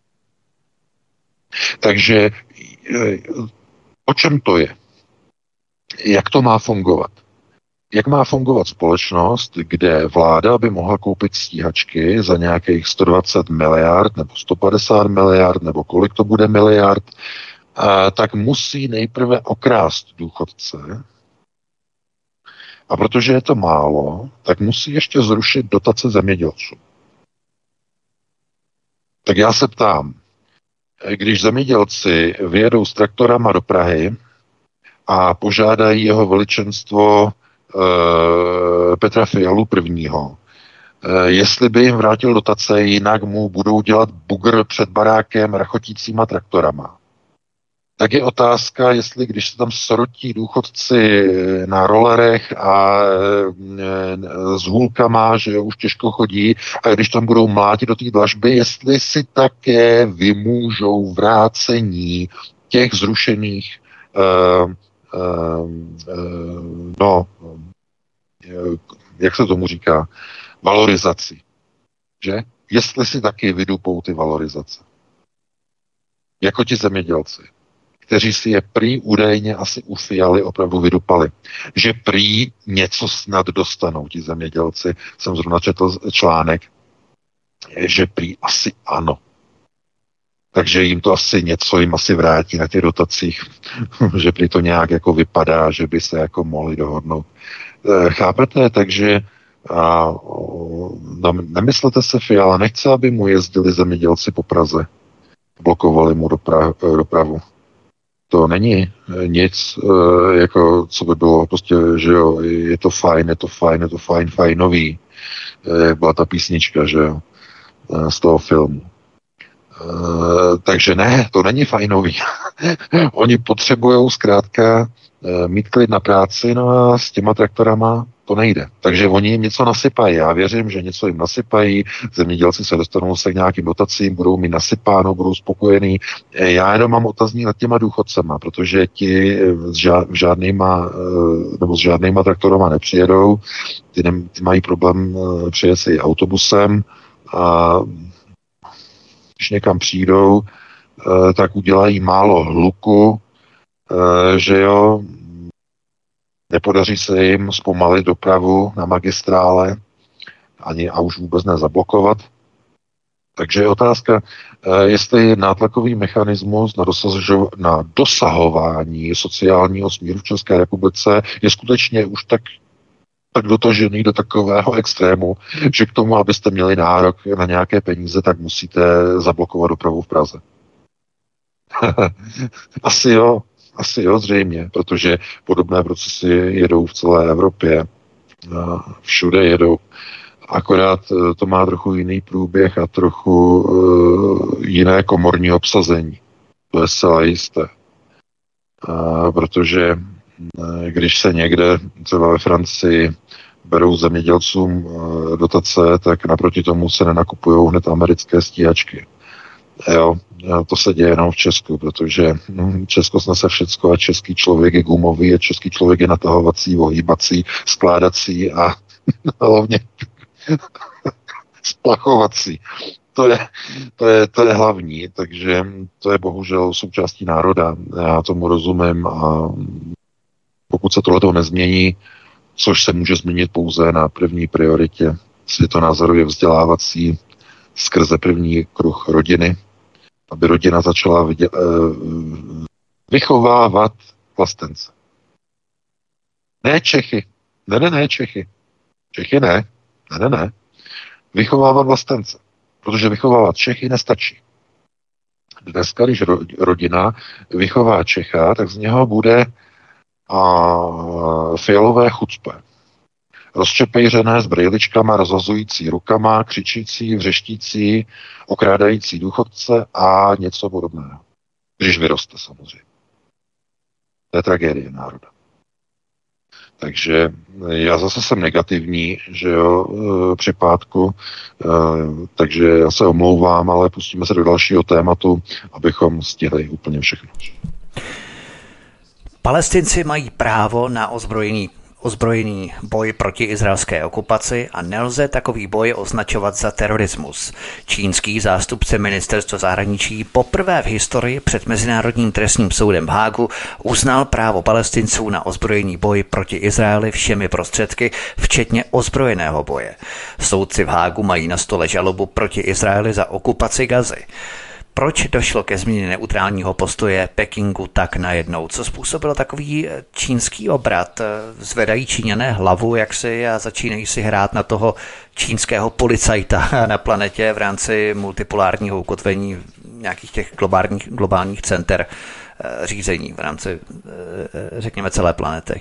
Takže o čem to je? Jak to má fungovat? Jak má fungovat společnost, kde vláda by mohla koupit stíhačky za nějakých sto dvacet miliard nebo sto padesát miliard nebo kolik to bude miliard, a tak musí nejprve okrást důchodce a protože je to málo, tak musí ještě zrušit dotace zemědělců. Tak já se ptám, když zemědělci vyjedou s traktorama do Prahy a požádají jeho veličenstvo e, Petra Fialu prvního, e, jestli by jim vrátil dotace, jinak mu budou dělat bugr před barákem rachotícíma traktorama. Tak je otázka, jestli když se tam srotí důchodci na rolerech a e, s hůlkama, že jo, už těžko chodí, a když tam budou mlátit do té dlažby, jestli si také vymůžou vrácení těch zrušených e, e, e, no, jak se tomu říká, valorizací. Že? Jestli si taky vydupou ty valorizace. Jako ti zemědělci, kteří si je prý údajně asi u Fialy opravdu vydupali. Že prý něco snad dostanou ti zemědělci. Jsem zrovna četl článek, že prý asi ano. Takže jim to asi něco jim asi vrátí na těch dotacích, že prý to nějak jako vypadá, že by se jako mohli dohodnout. Chápete? Takže a, no, nemyslete se, Fiala nechce, aby mu jezdili zemědělci po Praze. Blokovali mu dopra- dopravu. To není nic, jako co by bylo prostě, že jo, je to fajn, je to fajn, je to fajn, fajnový, jak byla ta písnička, že jo, z toho filmu. Takže ne, to není fajnový. Oni potřebují zkrátka mít klid na práci, no a s těma traktorama to nejde. Takže oni jim něco nasypají. Já věřím, že něco jim nasypají, zemědělci se dostanou se k nějakým dotacím, budou mít nasypáno, budou spokojení. Já jenom mám otazní nad těma důchodcema, protože ti s žádnýma, nebo s žádnýma traktorama nepřijedou, ty, ne, ty mají problém přijet si autobusem a když někam přijdou, tak udělají málo hluku, že jo, nepodaří se jim zpomalit dopravu na magistrále, ani a už vůbec nezablokovat. Takže je otázka, jestli nátlakový mechanismus na, dosažo- na dosahování sociálního smíru v České republice je skutečně už tak, tak dotažený do takového extrému, že k tomu, abyste měli nárok na nějaké peníze, tak musíte zablokovat dopravu v Praze. Asi jo, asi jo, zřejmě, protože podobné procesy jedou v celé Evropě. Všude jedou. Akorát to má trochu jiný průběh a trochu uh, jiné komorní obsazení. To je zcela jisté. Uh, protože uh, když se někde, třeba ve Francii, berou zemědělcům uh, dotace, tak naproti tomu se nenakupují hned americké stíhačky. Jo, to se děje jenom v Česku, protože hm, Česko snese všecko a český člověk je gumový a český člověk je natahovací, ohýbací, skládací a hlavně splachovací. To je, to, je, to je hlavní, takže to je bohužel součástí národa. Já tomu rozumím a pokud se tohleto nezmění, což se může změnit pouze na první prioritě světonázorově vzdělávací skrze první kruh rodiny, aby rodina začala vydě- vychovávat vlastence. Ne Čechy. Ne, ne, ne, Čechy. Čechy ne. Ne, ne, ne. Vychovávat vlastence. Protože vychovávat Čechy nestačí. Dneska, když rodina vychová Čecha, tak z něho bude a, fialové chucpe. Rozčepejřené s brejličkama, rozhazující rukama, křičící, vřeštící, okrádající důchodce a něco podobného. Když vyroste samozřejmě. To je tragédie národa. Takže já zase jsem negativní, že jo, při pátku, takže já se omlouvám, ale pustíme se do dalšího tématu, abychom stihli úplně všechno. Palestinci mají právo na ozbrojený ozbrojený boj proti izraelské okupaci a nelze takový boj označovat za terorismus. Čínský zástupce ministerstva zahraničí poprvé v historii před Mezinárodním trestním soudem v Hágu uznal právo Palestinců na ozbrojený boj proti Izraeli všemi prostředky, včetně ozbrojeného boje. Soudci v Hágu mají na stole žalobu proti Izraeli za okupaci Gazy. Proč došlo ke změně neutrálního postoje Pekingu tak najednou? Co způsobilo takový čínský obrat? Zvedají Číňané hlavu jaksi a začínají si hrát na toho čínského policajta na planetě v rámci multipolárního ukotvení nějakých těch globálních, globálních center řízení v rámci, řekněme, celé planety.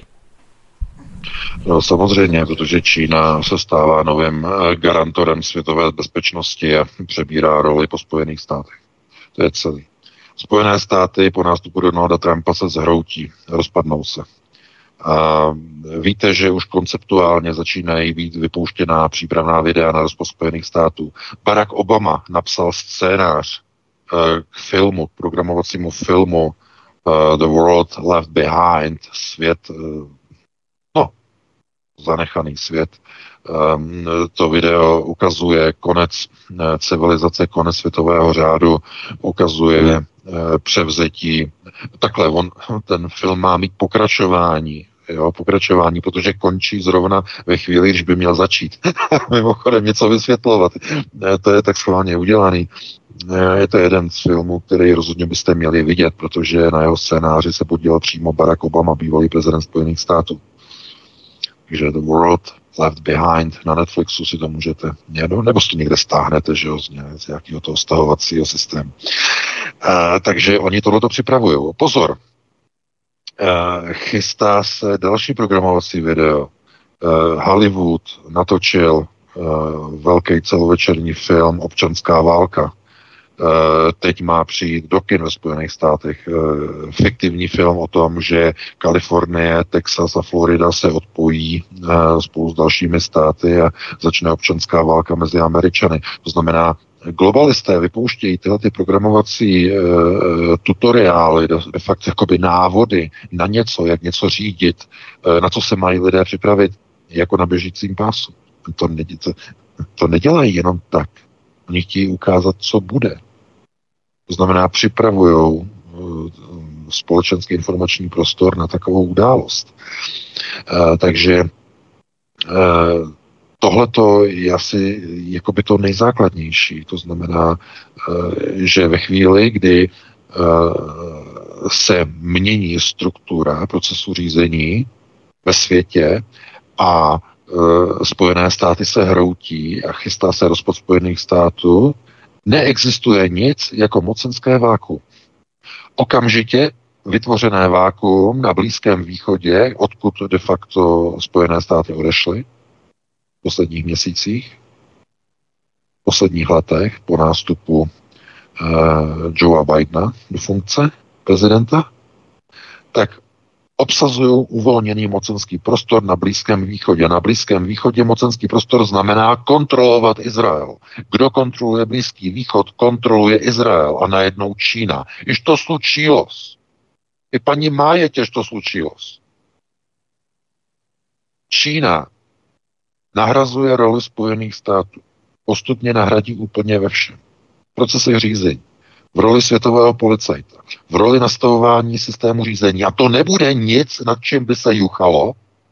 No, samozřejmě, protože Čína se stává novým garantorem světové bezpečnosti a přebírá roli po Spojených státech. To je celý. Spojené státy po nástupu Donalda Trumpa se zhroutí, rozpadnou se. A víte, že už konceptuálně začínají být vypouštěná přípravná videa na rozpad Spojených států. Barack Obama napsal scénář k filmu, k programovacímu filmu The World Left Behind, svět, no, zanechaný svět. To video ukazuje konec civilizace, konec světového řádu, ukazuje převzetí. Takhle, on, ten film má mít pokračování, jo, pokračování, protože končí zrovna ve chvíli, když by měl začít. Mimochodem něco vysvětlovat. To je tak schválně udělaný. Je to jeden z filmů, který rozhodně byste měli vidět, protože na jeho scénáři se podílel přímo Barack Obama, bývalý prezident Spojených států. Takže The World Left Behind na Netflixu si to můžete, nebo si to někde stáhnete, že jo, z nějakého toho stahovacího systému. Uh, takže oni tohleto připravují. Pozor, uh, chystá se další programovací video. Uh, Hollywood natočil uh, velký celovečerní film Občanská válka. Uh, teď má přijít do kin ve Spojených státech uh, fiktivní film o tom, že Kalifornie, Texas a Florida se odpojí uh, spolu s dalšími státy a začne občanská válka mezi Američany. To znamená, globalisté vypouštějí tyhle ty programovací uh, tutoriály, de facto jakoby návody na něco, jak něco řídit, uh, na co se mají lidé připravit, jako na běžícím pásu. To, ne, to, to nedělají jenom tak. Oni chtějí ukázat, co bude. To znamená, připravují společenský informační prostor na takovou událost. Takže tohleto je asi jakoby to nejzákladnější. To znamená, že ve chvíli, kdy se mění struktura procesu řízení ve světě a Spojené státy se hroutí a chystá se rozpad Spojených států, neexistuje nic jako mocenské vákuum. Okamžitě vytvořené vákuum na Blízkém východě, odkud de facto Spojené státy odešly v posledních měsících, v posledních letech po nástupu uh, Joea Bidena do funkce prezidenta, tak obsazují uvolněný mocenský prostor na Blízkém východě. Na Blízkém východě mocenský prostor znamená kontrolovat Izrael. Kdo kontroluje Blízký východ, kontroluje Izrael a najednou Čína. Iž to slučilo. I paní Máje těž to slučilo. Čína nahrazuje roli Spojených států. Postupně nahradí úplně ve všem. Procesy řízení. V roli světového policajta, v roli nastavování systému řízení. A to nebude nic, nad čím by se juchalo,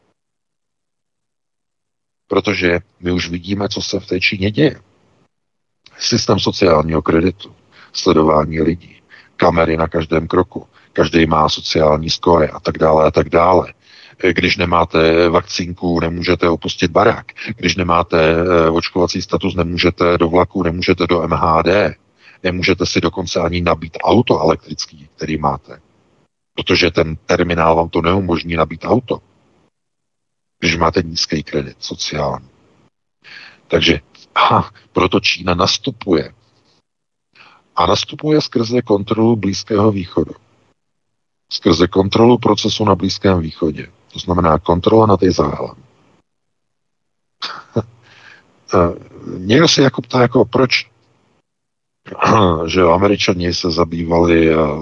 protože my už vidíme, co se v té Číně děje. Systém sociálního kreditu, sledování lidí, kamery na každém kroku, každý má sociální skóre a tak dále a tak dále. Když nemáte vakcínku, nemůžete opustit barák. Když nemáte očkovací status, nemůžete do vlaku, nemůžete do M H D. Nemůžete si dokonce ani nabít auto elektrický, který máte. Protože ten terminál vám to neumožní nabít auto. Když máte nízký kredit sociální. Takže aha, proto Čína nastupuje. A nastupuje skrze kontrolu Blízkého východu. Skrze kontrolu procesu na Blízkém východě. To znamená kontrola nad Izraelem. Někdo si jako ptá, jako proč že Američani se zabývali uh,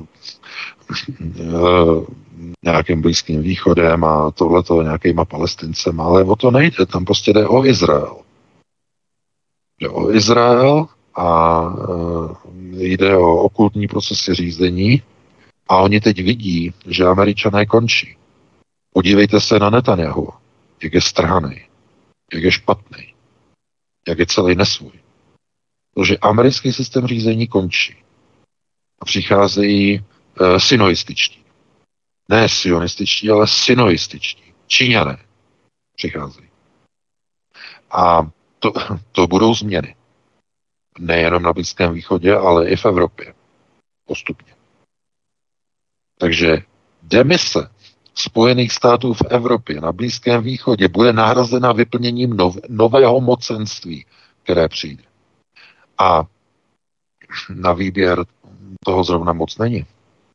uh, nějakým Blízkým východem a tohleto nějakýma Palestincem, ale o to nejde, tam prostě jde o Izrael. Jde o Izrael a uh, jde o okultní procesy řízení a oni teď vidí, že Američané končí. Podívejte se na Netanyahu, jak je strhaný, jak je špatný, jak je celý nesvůj. Protože americký systém řízení končí. A přicházejí e, synoističtí. Ne sionističtí, ale synoističtí. Číňané přicházejí. A to, to budou změny. Nejenom na Blízkém východě, ale i v Evropě. Postupně. Takže demise Spojených států v Evropě na Blízkém východě bude nahrazena vyplněním nov, nového mocenství, které přijde. A na výběr toho zrovna moc není.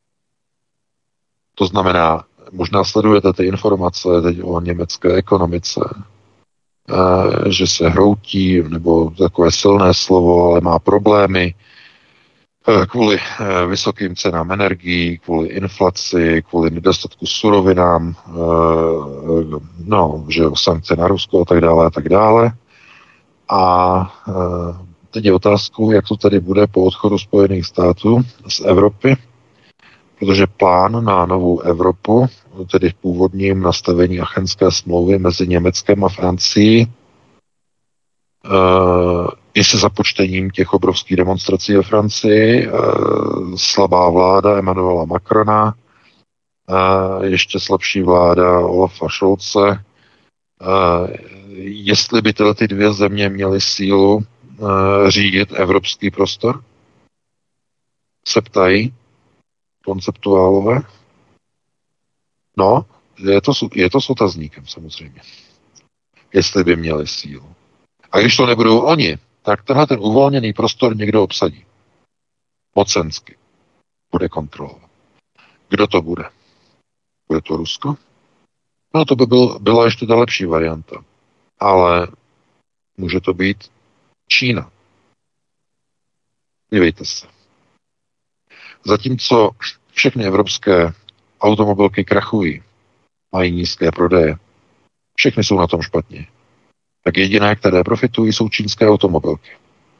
To znamená, možná sledujete ty informace teď o německé ekonomice, že se hroutí, nebo takové silné slovo, ale má problémy kvůli vysokým cenám energií, kvůli inflaci, kvůli nedostatku surovinám, no, že sankce na Rusko a tak dále a tak dále. A teď je otázkou, jak to tady bude po odchodu Spojených států z Evropy, protože plán na novou Evropu, tedy v původním nastavení Achenské smlouvy mezi Německem a Francií, i se započtením těch obrovských demonstrací ve Francii, slabá vláda Emmanuela Macrona, ještě slabší vláda Olafa Scholze, jestli by tyhle ty dvě země měly sílu řídit evropský prostor, se ptají konceptuálové. No, je to, je to s otazníkem samozřejmě. Jestli by měli sílu. A když to nebudou oni, tak tenhle ten uvolněný prostor někdo obsadí. Mocensky. Bude kontrolovat. Kdo to bude? Bude to Rusko? No to by byl, byla ještě ta lepší varianta. Ale může to být Čína. Dívejte se. Zatímco všechny evropské automobilky krachují, mají nízké prodeje, všechny jsou na tom špatně, tak jediné, které profitují, jsou čínské automobilky.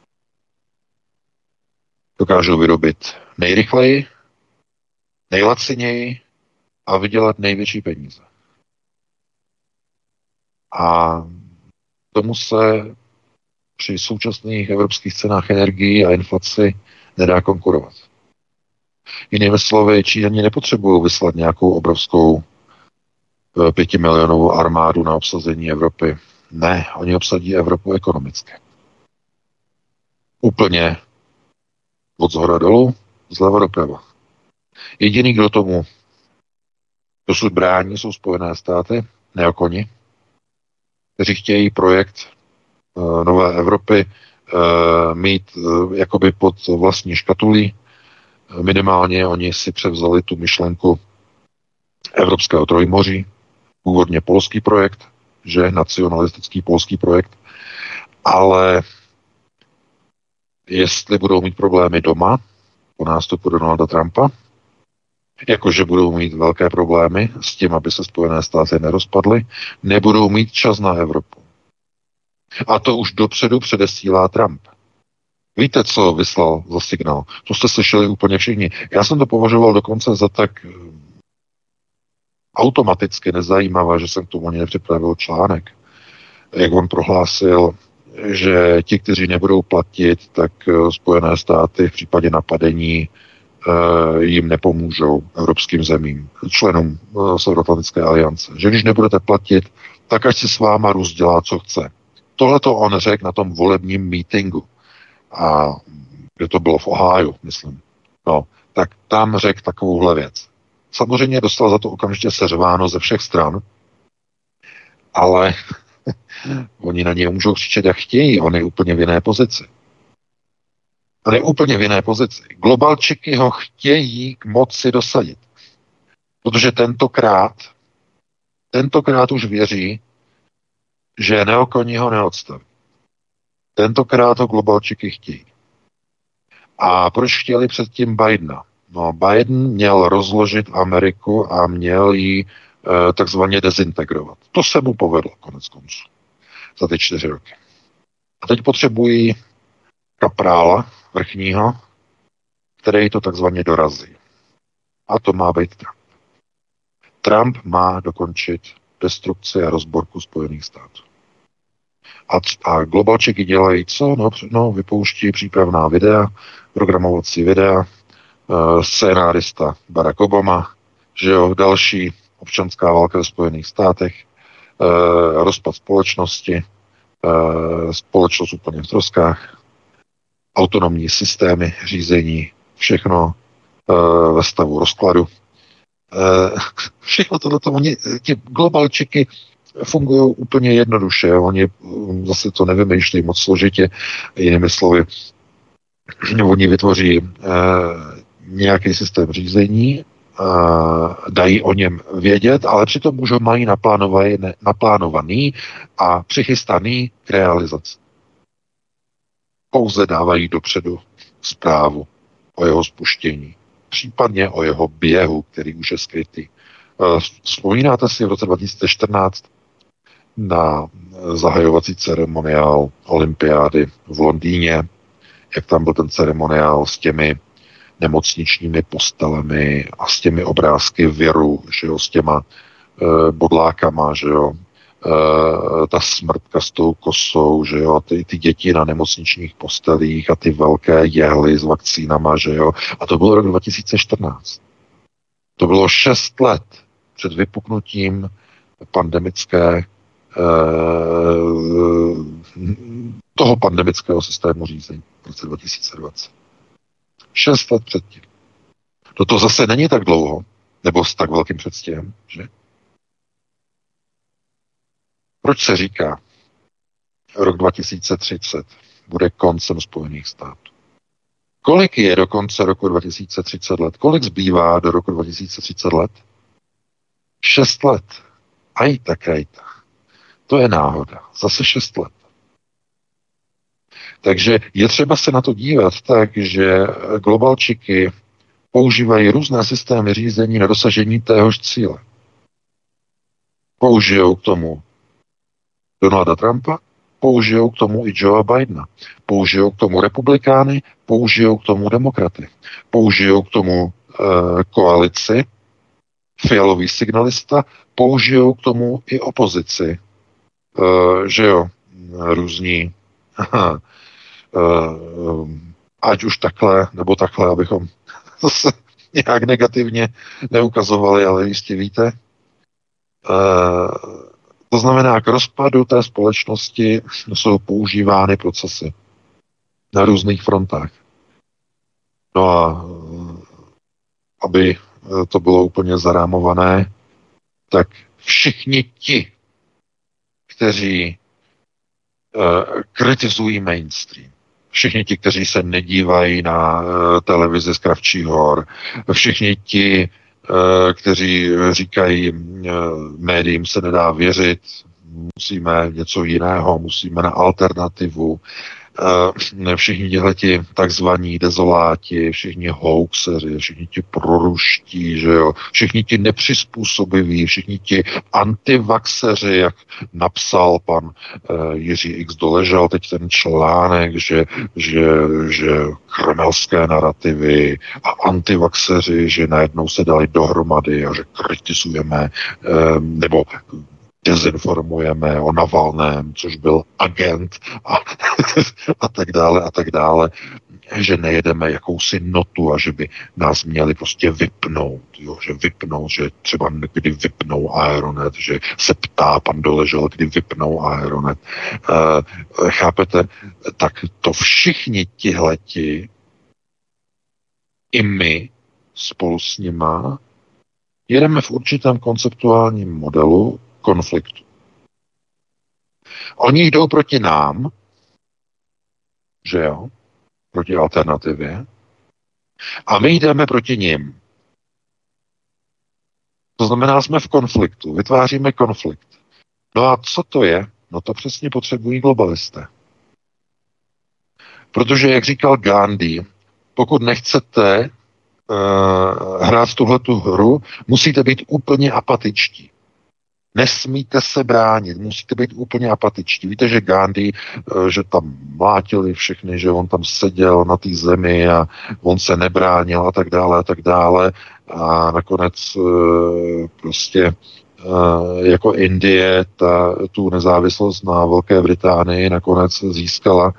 Dokážou vyrobit nejrychleji, nejlaciněji a vydělat největší peníze. A tomu se při současných evropských cenách energií a inflaci nedá konkurovat. Jinými slovy, Číňani nepotřebují vyslat nějakou obrovskou pětimilionovou armádu na obsazení Evropy. Ne, oni obsadí Evropu ekonomicky. Úplně od zhora dolů, zleva doprava. Jediný, kdo tomu dosud brání, jsou Spojené státy, neokoni, kteří chtějí projekt uh, nové Evropy uh, mít uh, jakoby pod vlastní škatulí. Minimálně oni si převzali tu myšlenku Evropského trojmoří, původně polský projekt, že nacionalistický polský projekt, ale jestli budou mít problémy doma po nástupu Donalda Trumpa, jakože budou mít velké problémy s tím, aby se Spojené státy nerozpadly, nebudou mít čas na Evropu. A to už dopředu předesílá Trump. Víte, co vyslal za signál? To jste slyšeli úplně všichni. Já jsem to považoval dokonce za tak automaticky nezajímavé, že jsem k tomu ani nepřipravil článek. Jak on prohlásil, že ti, kteří nebudou platit, tak Spojené státy v případě napadení jim nepomůžou evropským zemím, členům Severoatlantické aliance. Že když nebudete platit, tak ať si s váma Rus dělá, co chce. Tohle to on řekl na tom volebním meetingu. A kde to bylo v Ohio, myslím. No, tak tam řekl takovouhle věc. Samozřejmě dostal za to okamžitě seřváno ze všech stran, ale oni na něj můžou křičet, jak chtějí, on je úplně v jiné pozici. On je úplně v jiné pozici. Globalčiky ho chtějí k moci dosadit. Protože tentokrát, tentokrát už věří, že neokoní ho neodstaví. Tentokrát ho globalčiky chtějí. A proč chtěli předtím Bidena? No, Biden měl rozložit Ameriku a měl ji e, takzvaně dezintegrovat. To se mu povedlo konec konců za ty čtyři roky. A teď potřebují kaprála vrchního, který to takzvaně dorazí. A to má být Trump. Trump má dokončit destrukci a rozborku Spojených států. A, a globalčiky dělají co? No, no, vypouští přípravná videa, programovací videa, e, scénárista Barack Obama, že jo, další občanská válka ve Spojených státech, e, rozpad společnosti, e, společnost úplně v troskách, autonomní systémy řízení, všechno e, ve stavu rozkladu. E, všechno tohleto, oni, ti globalčiky fungují úplně jednoduše. Oni zase to nevymýšlejí moc složitě. Jinými slovy, oni vytvoří eh, nějaký systém řízení, eh, dají o něm vědět, ale přitom můžou mají naplánovaný, naplánovaný a přichystaný k realizaci. Pouze dávají dopředu zprávu o jeho spuštění, případně o jeho běhu, který už je skrytý. Eh, vzpomínáte si v roce dva tisíce čtrnáct na zahajovací ceremoniál olympiády v Londýně, jak tam byl ten ceremoniál s těmi nemocničními postelemi a s těmi obrázky viru, že jo, s těma e, bodlákama, že jo, e, ta smrtka s tou kosou, že jo, ty, ty děti na nemocničních postelích a ty velké jehly s vakcínama, že jo, a to bylo rok dva tisíce čtrnáct. To bylo šest let před vypuknutím pandemické toho pandemického systému řízení v roce dva tisíce dvacet. Šest let předtím. To, to zase není tak dlouho, nebo s tak velkým předstihem, že? Proč se říká, rok dva tisíce třicet bude koncem Spojených států? Kolik je do konce roku dva tisíce třicet let? Kolik zbývá do roku dva tisíce třicet let? Šest let. Ajta krajta. To je náhoda. Zase šest let. Takže je třeba se na to dívat tak, že globalčiky používají různé systémy řízení na dosažení téhož cíle. Použijou k tomu Donalda Trumpa, použijou k tomu i Joea Bidena, použijou k tomu republikány, použijou k tomu demokraty, použijou k tomu e, koalici, fialový signalista, použijou k tomu i opozici, e, že jo, různí, ať už takhle, nebo takhle, abychom zase nějak negativně neukazovali, ale jistě víte. To znamená, k rozpadu té společnosti jsou používány procesy na různých frontách. No a aby to bylo úplně zarámované, tak všichni ti, kteří uh, kritizují mainstream, všichni ti, kteří se nedívají na uh, televizi z Kravčích hor, všichni ti, uh, kteří říkají, uh, médiím se nedá věřit, musíme něco jiného, musíme na alternativu, Uh, všichni tihleti takzvaní dezoláti, všichni hoaxeři, všichni ti proruští, že jo, všichni ti nepřizpůsobiví, všichni ti antivaxeři, jak napsal pan uh, Jiří X. Doležal teď ten článek, že, že, že kremelské narrativy a antivaxeři, že najednou se dali dohromady a že kritizujeme uh, nebo dezinformujeme o Navalném, což byl agent a, a tak dále a tak dále, že nejedeme jakousi notu a že by nás měli prostě vypnout, jo, že vypnout, že třeba kdy vypnou Aeronet, že se ptá pan Doležal, kdy vypnou Aeronet. E, chápete? Tak to všichni tihleti i my spolu s nima jedeme v určitém konceptuálním modelu konfliktu. Oni jdou proti nám, že jo, proti alternativě, a my jdeme proti nim. To znamená, jsme v konfliktu, vytváříme konflikt. No a co to je? No to přesně potřebují globalisté. Protože, jak říkal Gandhi, pokud nechcete uh, hrát tuhletu hru, musíte být úplně apatičtí. Nesmíte se bránit, musíte být úplně apatičtí. Víte, že Gandhi, že tam mlátili všechny, že on tam seděl na té zemi a on se nebránil a tak dále a tak dále. A nakonec prostě jako Indie ta, tu nezávislost na Velké Británii nakonec získala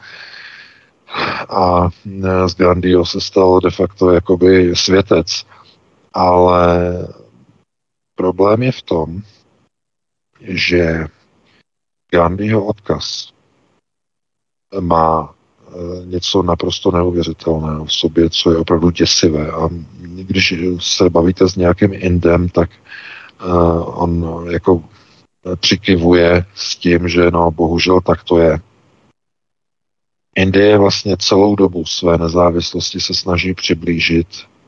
a z Gandhiho se stal de facto jakoby světec. Ale problém je v tom, že Gandhiho odkaz má něco naprosto neuvěřitelného v sobě, co je opravdu děsivé. A když se bavíte s nějakým Indem, tak uh, on jako přikivuje s tím, že no, bohužel tak to je. Indie vlastně celou dobu své nezávislosti se snaží přiblížit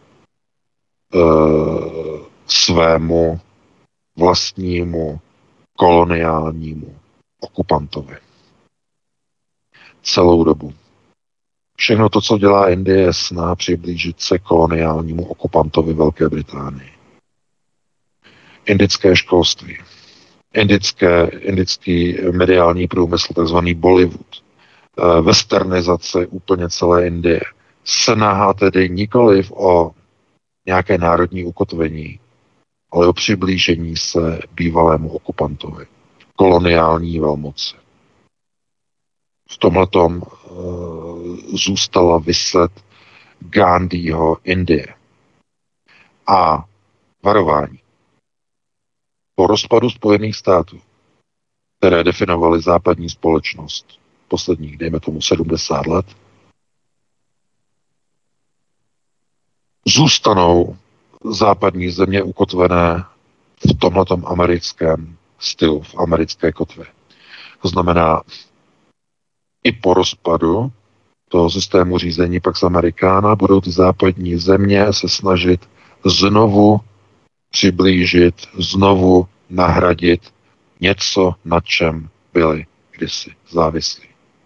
uh, svému vlastnímu koloniálnímu okupantovi. Celou dobu. Všechno to, co dělá Indie, je snaha přiblížit se koloniálnímu okupantovi Velké Británii. Indické školství, indické, indický mediální průmysl, takzvaný Bollywood, westernizace úplně celé Indie, snaha tedy nikoliv o nějaké národní ukotvení, ale o přiblížení se bývalému okupantovi, koloniální velmoci. V tomhletom uh, zůstala viset Gandhiho Indie. A varování. Po rozpadu Spojených států, které definovaly západní společnost posledních, dejme tomu, sedmdesát let, zůstanou západní země ukotvené v tomhletom americkém stylu, v americké kotvě. To znamená, i po rozpadu toho systému řízení Pax Americana budou ty západní země se snažit znovu přiblížit, znovu nahradit něco, na čem byli kdysi závislí.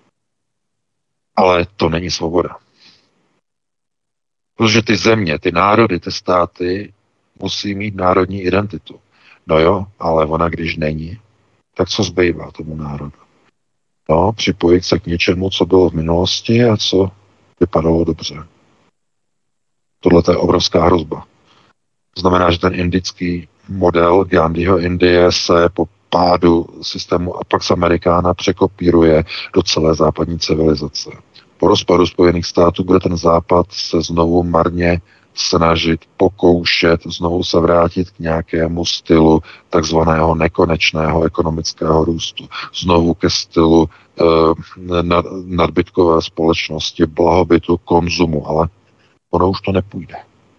Ale to není svoboda. Protože ty země, ty národy, ty státy musí mít národní identitu. No jo, ale ona když není, tak co zbývá tomu národu? No, připojit se k něčemu, co bylo v minulosti a co vypadalo dobře. Tohle je obrovská hrozba. To znamená, že ten indický model Gandhiho Indie se po pádu systému a Pax Americana překopíruje do celé západní civilizace. Po rozpadu Spojených států bude ten západ se znovu marně snažit, pokoušet, znovu se vrátit k nějakému stylu takzvaného nekonečného ekonomického růstu. Znovu ke stylu eh, nad, nadbytkové společnosti, blahobytu, konzumu, ale ono už to nepůjde.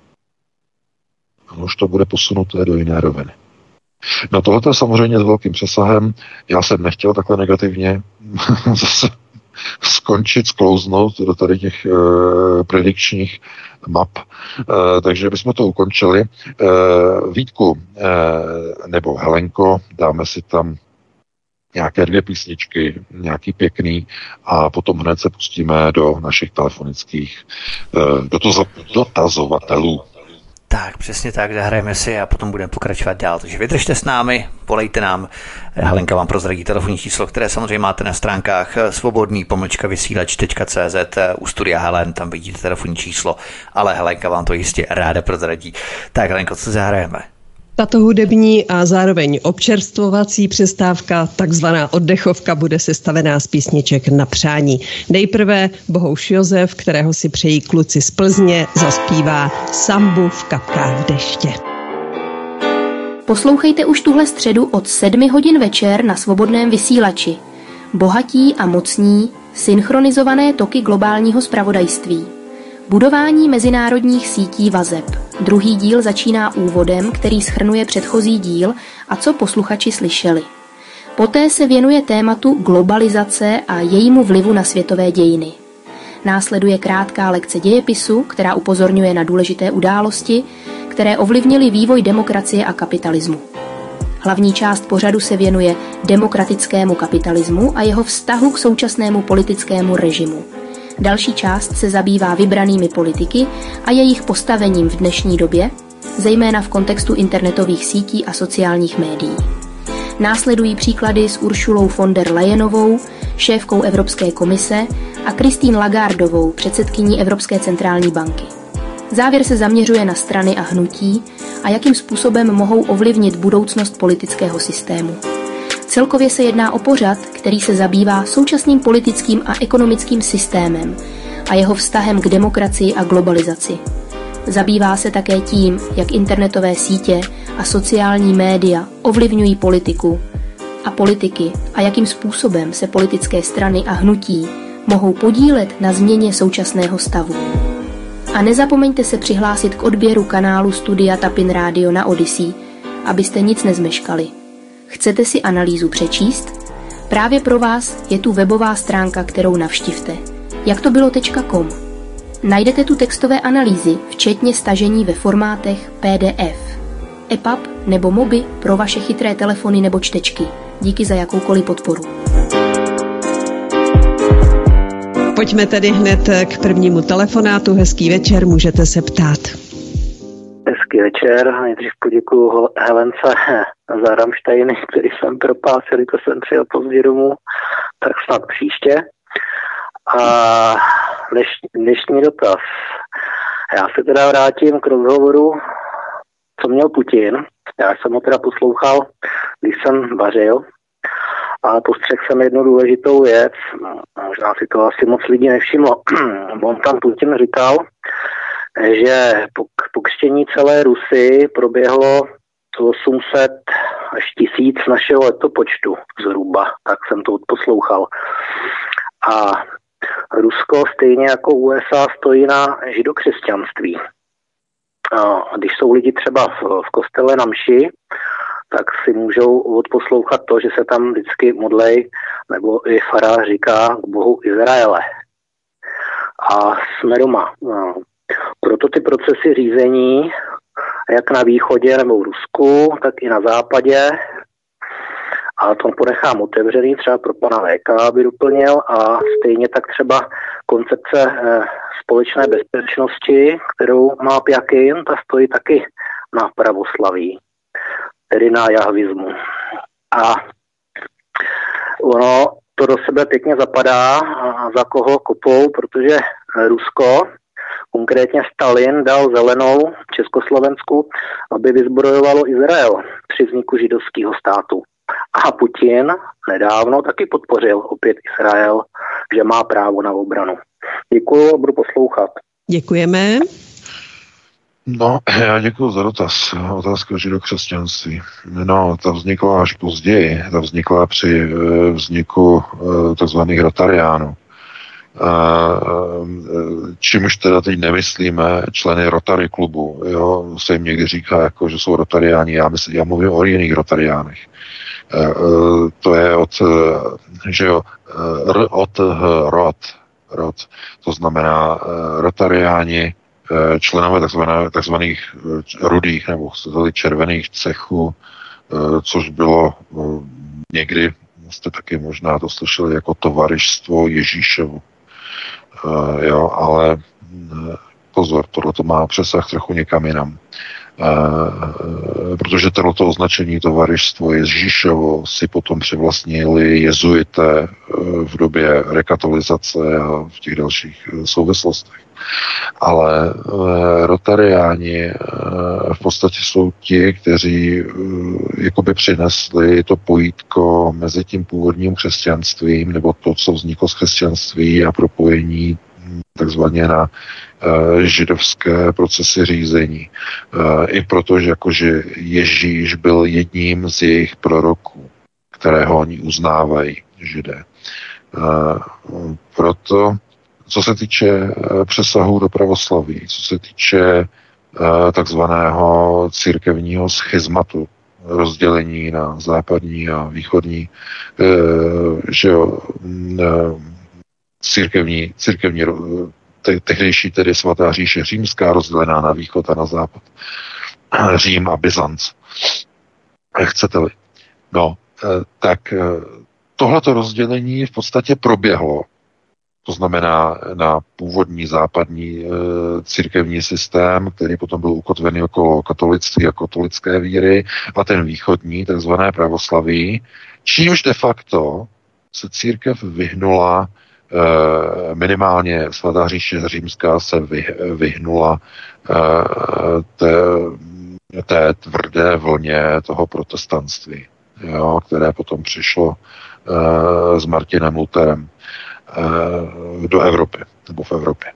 Ono už to bude posunuté do jiné roviny. No tohle je samozřejmě s velkým přesahem. Já jsem nechtěl takhle negativně zase skončit, sklouznout do tady těch e, predikčních map. E, takže bychom to ukončili. E, Vítku e, nebo Helenko, dáme si tam nějaké dvě písničky, nějaký pěkný a potom hned se pustíme do našich telefonických e, dotazo, dotazovatelů. Tak, přesně tak, zahrajeme si a potom budeme pokračovat dál. Takže vydržte s námi, volejte nám. Helenka vám prozradí telefonní číslo, které samozřejmě máte na stránkách svobodný pomlčka vysílač tečka cé zet u studia Helen, tam vidíte telefonní číslo, ale Helenka vám to jistě ráda prozradí. Tak, Helenko, co zahrajeme? Tato hudební a zároveň občerstvovací přestávka, takzvaná oddechovka, bude sestavená z písniček na přání. Nejprve Bohouš Josef, kterého si přejí kluci z Plzně, zaspívá Sambu v kapkách deště. Poslouchejte už tuhle středu od sedmi hodin večer na svobodném vysílači. Bohatí a mocní, synchronizované toky globálního zpravodajství. Budování mezinárodních sítí vazeb. Druhý díl začíná úvodem, který shrnuje předchozí díl a co posluchači slyšeli. Poté se věnuje tématu globalizace a jejímu vlivu na světové dějiny. Následuje krátká lekce dějepisu, která upozorňuje na důležité události, které ovlivnily vývoj demokracie a kapitalismu. Hlavní část pořadu se věnuje demokratickému kapitalismu a jeho vztahu k současnému politickému režimu. Další část se zabývá vybranými politiky a jejich postavením v dnešní době, zejména v kontextu internetových sítí a sociálních médií. Následují příklady s Uršulou von der Leyenovou, šéfkou Evropské komise, a Christine Lagardovou, předsedkyní Evropské centrální banky. Závěr se zaměřuje na strany a hnutí a jakým způsobem mohou ovlivnit budoucnost politického systému. Celkově se jedná o pořad, který se zabývá současným politickým a ekonomickým systémem a jeho vztahem k demokracii a globalizaci. Zabývá se také tím, jak internetové sítě a sociální média ovlivňují politiku a politiky a jakým způsobem se politické strany a hnutí mohou podílet na změně současného stavu. A nezapomeňte se přihlásit k odběru kanálu Studia Tapin Radio na Odyssey, abyste nic nezmeškali. Chcete si analýzu přečíst? Právě pro vás je tu webová stránka, kterou navštivte. jak to bylo tečka com. Najdete tu textové analýzy, včetně stažení ve formátech P D F, E P U B nebo Mobi pro vaše chytré telefony nebo čtečky. Díky za jakoukoliv podporu. Pojďme tedy hned k prvnímu telefonátu. Hezký večer, můžete se ptát. Hezký večer, nejdřív poděkuju Helence za Rammsteiny, který jsem propásil, to jsem přijel pozdě domů, tak snad příště. A dneš, dnešní dotaz. Já se teda vrátím k rozhovoru, co měl Putin. Já jsem ho teda poslouchal, když jsem vařil. A postřehl jsem jednu důležitou věc, možná si to asi moc lidí nevšimlo. On tam Putin říkal, že po, po křtění celé Rusy proběhlo osm set až tisíc našeho letopočtu zhruba, tak jsem to odposlouchal. A Rusko stejně jako U S A stojí na židokřesťanství. A když jsou lidi třeba v, v kostele na mši, tak si můžou odposlouchat to, že se tam vždycky modlej, nebo i farář říká k Bohu Izraele. A jsme doma. No. Proto ty procesy řízení, jak na východě nebo v Rusku, tak i na západě, a to ponechám otevřený třeba pro pana V K, aby doplnil, a stejně tak třeba koncepce eh, společné bezpečnosti, kterou má Pjakin, ta stojí taky na pravoslaví, tedy na jahvismu. A ono to do sebe pěkně zapadá, a za koho kopou, protože Rusko, konkrétně Stalin, dal zelenou Československu, aby vyzbrojovalo Izrael při vzniku židovského státu. A Putin nedávno taky podpořil opět Izrael, že má právo na obranu. Děkuju a budu poslouchat. Děkujeme. No, já děkuji za dotaz. Otázka o židokřesťanství. No, ta vznikla až později. Ta vznikla při vzniku takzvaných rotariánů. Čímž teda teď nemyslíme členy Rotary klubu. Jo? Se jim někdy říká, jako, že jsou rotariáni. Já, myslím, já mluvím o jiných rotariánech. To je od, že jo, od rod, rod. To znamená rotariáni, členové takzvané, takzvaných rudých nebo červených cechů, což bylo někdy, jste taky možná to slyšeli, jako tovarištvo Ježíšovo. Jo, ale pozor, tohle to má přesah trochu někam jinam. Protože tohleto označení tovarištvo Ježíšovo si potom přivlastnili jezuité v době rekatolizace a v těch dalších souvislostech. Ale rotariáni v podstatě jsou ti, kteří jakoby přinesli to pojítko mezi tím původním křesťanstvím, nebo to, co vzniklo z křesťanství a propojení takzvaně na židovské procesy řízení. I proto, že jakože Ježíš byl jedním z jejich proroků, kterého oni uznávají, Židé. Proto co se týče přesahu do pravoslaví, co se týče takzvaného církevního schizmatu, rozdělení na západní a východní, že jo, církevní, církevní tehdejší tedy svatá říše římská rozdělená na východ a na západ. Řím a Byzanc. Chcete-li. No, tak tohleto rozdělení v podstatě proběhlo. To znamená na původní západní e, církevní systém, který potom byl ukotvený okolo katolictví a katolické víry, a ten východní, takzvané pravoslaví, čímž de facto se církev vyhnula, e, minimálně svatá říše římská se vy, vyhnula e, té, té tvrdé vlně toho protestantství, jo, které potom přišlo e, s Martinem Lutherem do Evropy, nebo v Evropě.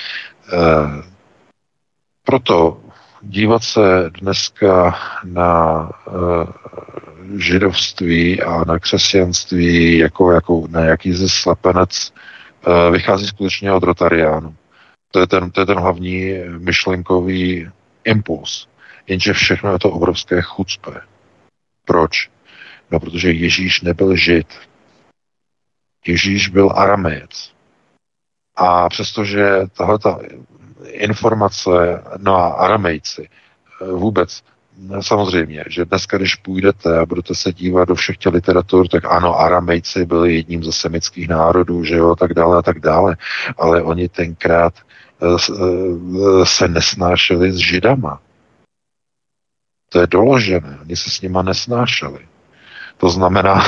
Proto dívat se dneska na židovství a na křesťanství jako, jako na jakýsi slepenec vychází skutečně od rotariánu. To je ten, to je ten hlavní myšlenkový impuls. Jenže všechno je to obrovské chucpe. Proč? No, protože Ježíš nebyl žid. Ježíš byl Aramejec. A přestože tahleta informace, no a Aramejci vůbec, samozřejmě, že dneska, když půjdete a budete se dívat do všech těch literatur, tak ano, Aramejci byli jedním ze semických národů, že jo, tak dále a tak dále, ale oni tenkrát se nesnášeli s Židama. To je doložené, oni se s nima nesnášeli. To znamená,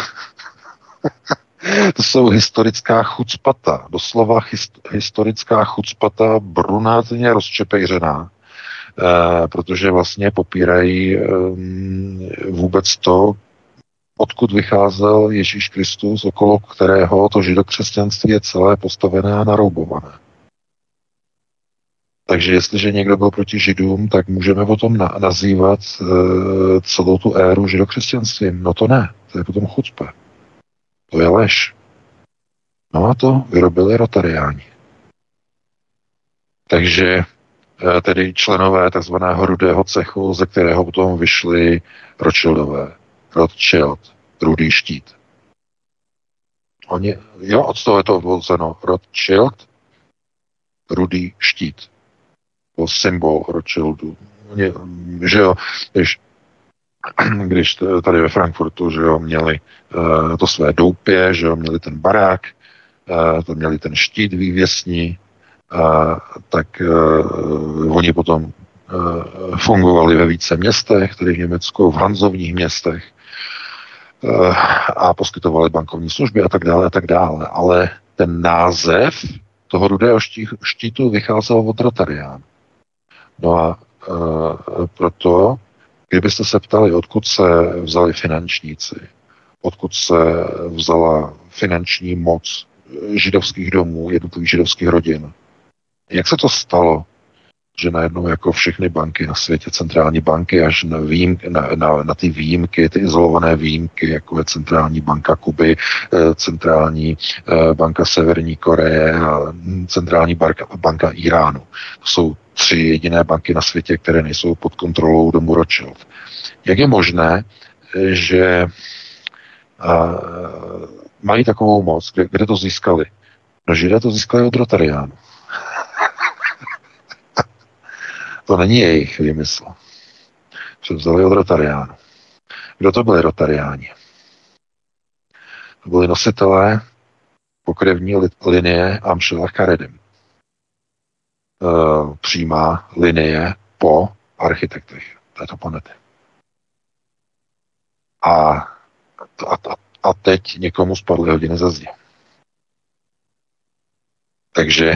to jsou historická chucpata, doslova hist, historická chucpata brunátně rozčepejřená, eh, protože vlastně popírají eh, vůbec to, odkud vycházel Ježíš Kristus, okolo kterého to židokřesťanství je celé postavené a naroubované. Takže jestliže někdo byl proti židům, tak můžeme potom na, nazývat e, celou tu éru židokřesťanstvím. No to ne, to je potom chucpe. To je lež. No a to vyrobili rotariáni. Takže e, tedy členové takzvaného rudého cechu, ze kterého potom vyšli Rothschildové. Rothschild, rudý štít. Oni, jo, od toho je to odvozeno. Rothschild, rudý štít. Symbol Rothschildu. Že jo, když, když tady ve Frankfurtu, že jo, měli uh, to své doupě, že jo, měli ten barák, uh, to měli ten štít vývěsní, uh, tak uh, oni potom uh, fungovali ve více městech, tedy v Německu, v hanzovních městech, uh, a poskytovali bankovní služby a tak dále a tak dále. Ale ten název toho rudého štítu vycházel od rotariánů. No a e, proto, kdybyste se ptali, odkud se vzali finančníci, odkud se vzala finanční moc židovských domů, jednotlivých židovských rodin. Jak se to stalo, že najednou jako všechny banky na světě, centrální banky, až na, výjimky, na, na, na ty výjimky, ty izolované výjimky, jako je centrální banka Kuby, centrální banka Severní Koreje a centrální banka, banka Iránu. To jsou tři jediné banky na světě, které nejsou pod kontrolou domu Rothschild. Jak je možné, že a, mají takovou moc, kde, kde to získali? No, Židé to získali od Rotariánů. To není jejich výmysl. Převzali od Rotariánů. Kdo to byli Rotariáni? To byli nositelé pokrevní linie Amšelach Karedim. E, přímá linie po architektech této planety. A, a, a teď někomu spadly hodiny ze zdi. Takže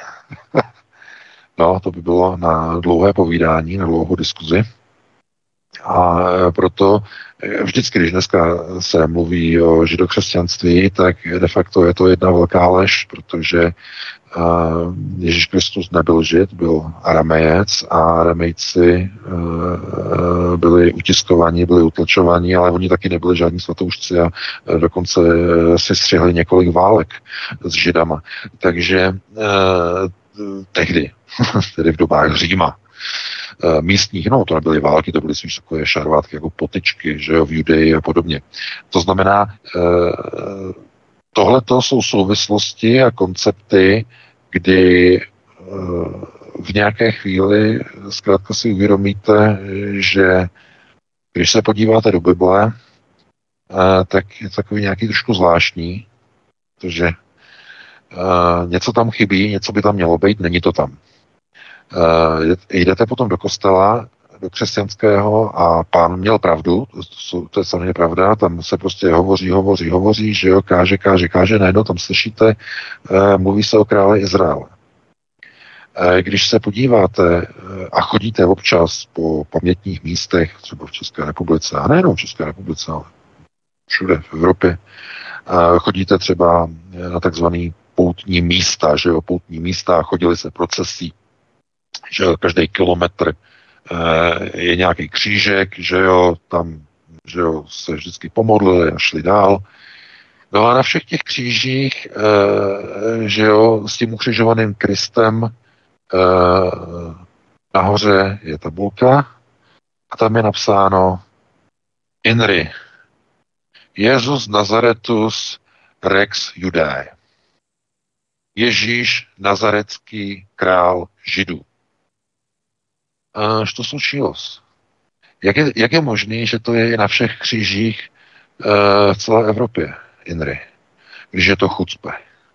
no, to by bylo na dlouhé povídání, na dlouhou diskuzi. A proto vždycky, když dneska se mluví o židokřesťanství, tak de facto je to jedna velká lež, protože Ježíš Kristus nebyl žid, byl aramejec a aramejci byli utiskovaní, byli utlačovaní, ale oni taky nebyli žádní svatoušci a dokonce si střihli několik válek s židama. Takže tehdy, tedy v dobách Říma, místních, no to nebyly války, to byly spíš takové šarvátky jako potyčky, že jo, v Judeji a podobně. To znamená, tohleto jsou souvislosti a koncepty, kdy v nějaké chvíli zkrátka si uvědomíte, že když se podíváte do Bible, tak je takový nějaký trošku zvláštní, protože něco tam chybí, něco by tam mělo být, není to tam. Jdete potom do kostela, do křesťanského a pán měl pravdu, to, to je samozřejmě pravda, tam se prostě hovoří, hovoří, hovoří, že jo, káže, káže, káže, najednou tam slyšíte, mluví se o králi Izraele. Když se podíváte a chodíte občas po pamětních místech, třeba v České republice, a nejenom v České republice, ale všude v Evropě, chodíte třeba na takzvaný poutní místa, že jo, poutní místa, chodili se procesí, že jo, každý kilometr je nějaký křížek, že jo, tam, že jo, se vždycky pomodlili a šli dál. No a na všech těch křížích, že jo, s tím ukřižovaným Kristem nahoře je tabulka a tam je napsáno Inri, Jezus Nazaretus Rex Judae. Ježíš Nazarecký král Židů. Što slučilось? Jak je, jak je možné, že to je na všech křížích uh, v celé Evropě, Inri, když je to chucpe?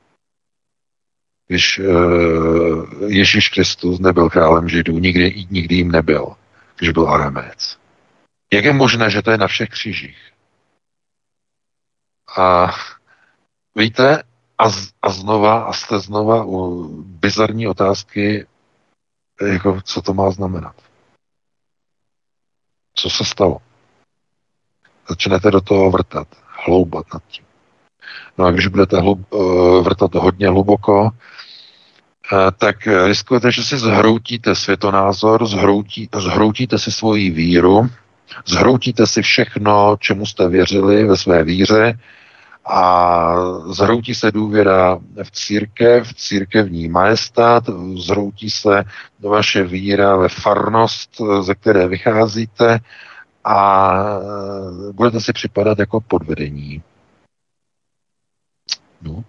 Když uh, Ježíš Kristus nebyl králem Židů, nikdy, nikdy jim nebyl, když byl aramec. Jak je možné, že to je na všech křížích? A víte, a, z, a znova, a jste znova u bizarní otázky, jako, co to má znamenat? Co se stalo? Začnete do toho vrtat, hloubat nad tím. No a když budete hlub, vrtat hodně hluboko, tak riskujete, že si zhroutíte světonázor, zhroutí, zhroutíte si svoji víru, zhroutíte si všechno, čemu jste věřili ve své víře, a zhroutí se důvěra v církev, v církevní majestát, zhroutí se vaše víra ve farnost, ze které vycházíte a budete si připadat jako podvedení. No.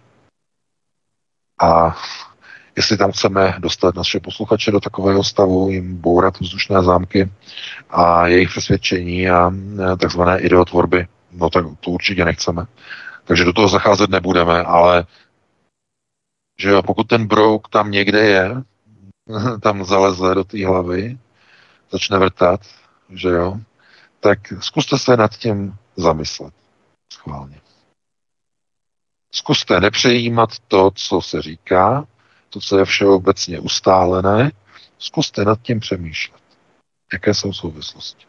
A jestli tam chceme dostat naše posluchače do takového stavu, jim bourat vzdušné zámky a jejich přesvědčení a takzvané ideotvorby, no tak to určitě nechceme. Takže do toho zacházet nebudeme, ale že jo, pokud ten brouk tam někde je, tam zaleze do té hlavy, začne vrtat, že jo, tak zkuste se nad tím zamyslet. Schválně. Zkuste nepřejímat to, co se říká, to, co je všeobecně ustálené, zkuste nad tím přemýšlet. Jaké jsou souvislosti?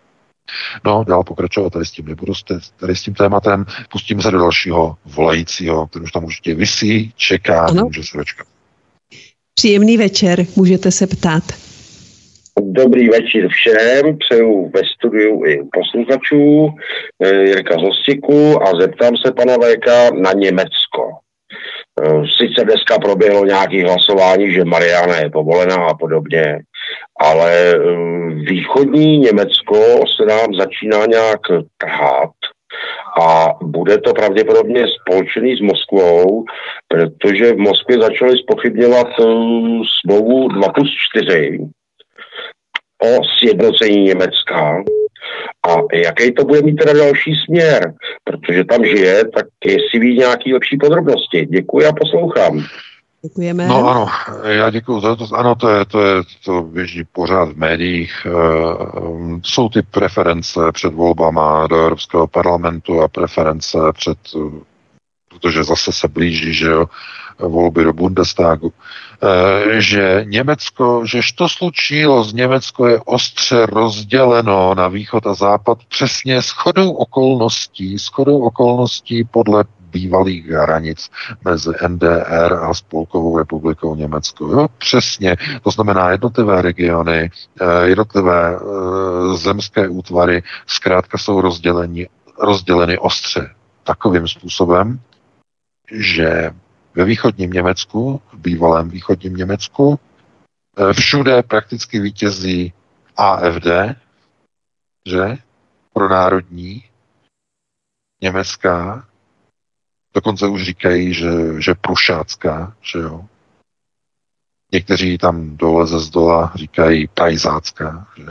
No, dál pokračovat tady s tím nebudu, tady s tím tématem. Pustíme se do dalšího volajícího, který už tam určitě visí, čeká, může se dočkat. Příjemný večer, můžete se ptát. Dobrý večer všem, přeju ve studiu i posluchačů, Jirka z Hostiku, a zeptám se pana V K na Německo. Sice dneska proběhlo nějaké hlasování, že marihuana je povolená a podobně, ale východní Německo se nám začíná nějak trhat a bude to pravděpodobně spolčený s Moskvou, protože v Moskvě začali zpochybňovat smlouvu dva plus čtyři o sjednocení Německa. A jaký to bude mít teda další směr? Protože tam žije, tak jestli ví nějaký lepší podrobnosti. Děkuji a poslouchám. Děkujeme. No ano, já děkuji za to. Ano, to je, to je, to běží pořád v médiích. Uh, jsou ty preference před volbama do Evropského parlamentu a preference před, uh, protože zase se blíží, že jo, volby do Bundestagu, že Německo, že to slučilo z Německo je ostře rozděleno na východ a západ přesně shodou okolností, shodou okolností podle bývalých hranic mezi N D R a Spolkovou republikou Německo. Jo, přesně, to znamená jednotlivé regiony, jednotlivé zemské útvary zkrátka jsou rozděleni, rozděleny ostře takovým způsobem, že ve východním Německu, v bývalém východním Německu, všude prakticky vítězí A F D, že? Pronárodní, německá, dokonce už říkají, že, že prušácká, že jo. Někteří tam dole ze zdola říkají prajzácká, že?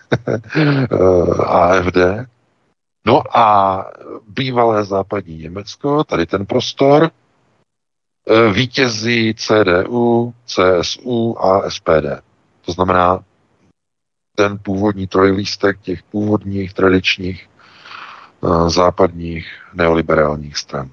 A F D. No a bývalé západní Německo, tady ten prostor, vítězí C D U, C S U a S P D. To znamená ten původní trojlístek těch původních, tradičních, uh, západních, neoliberálních stran.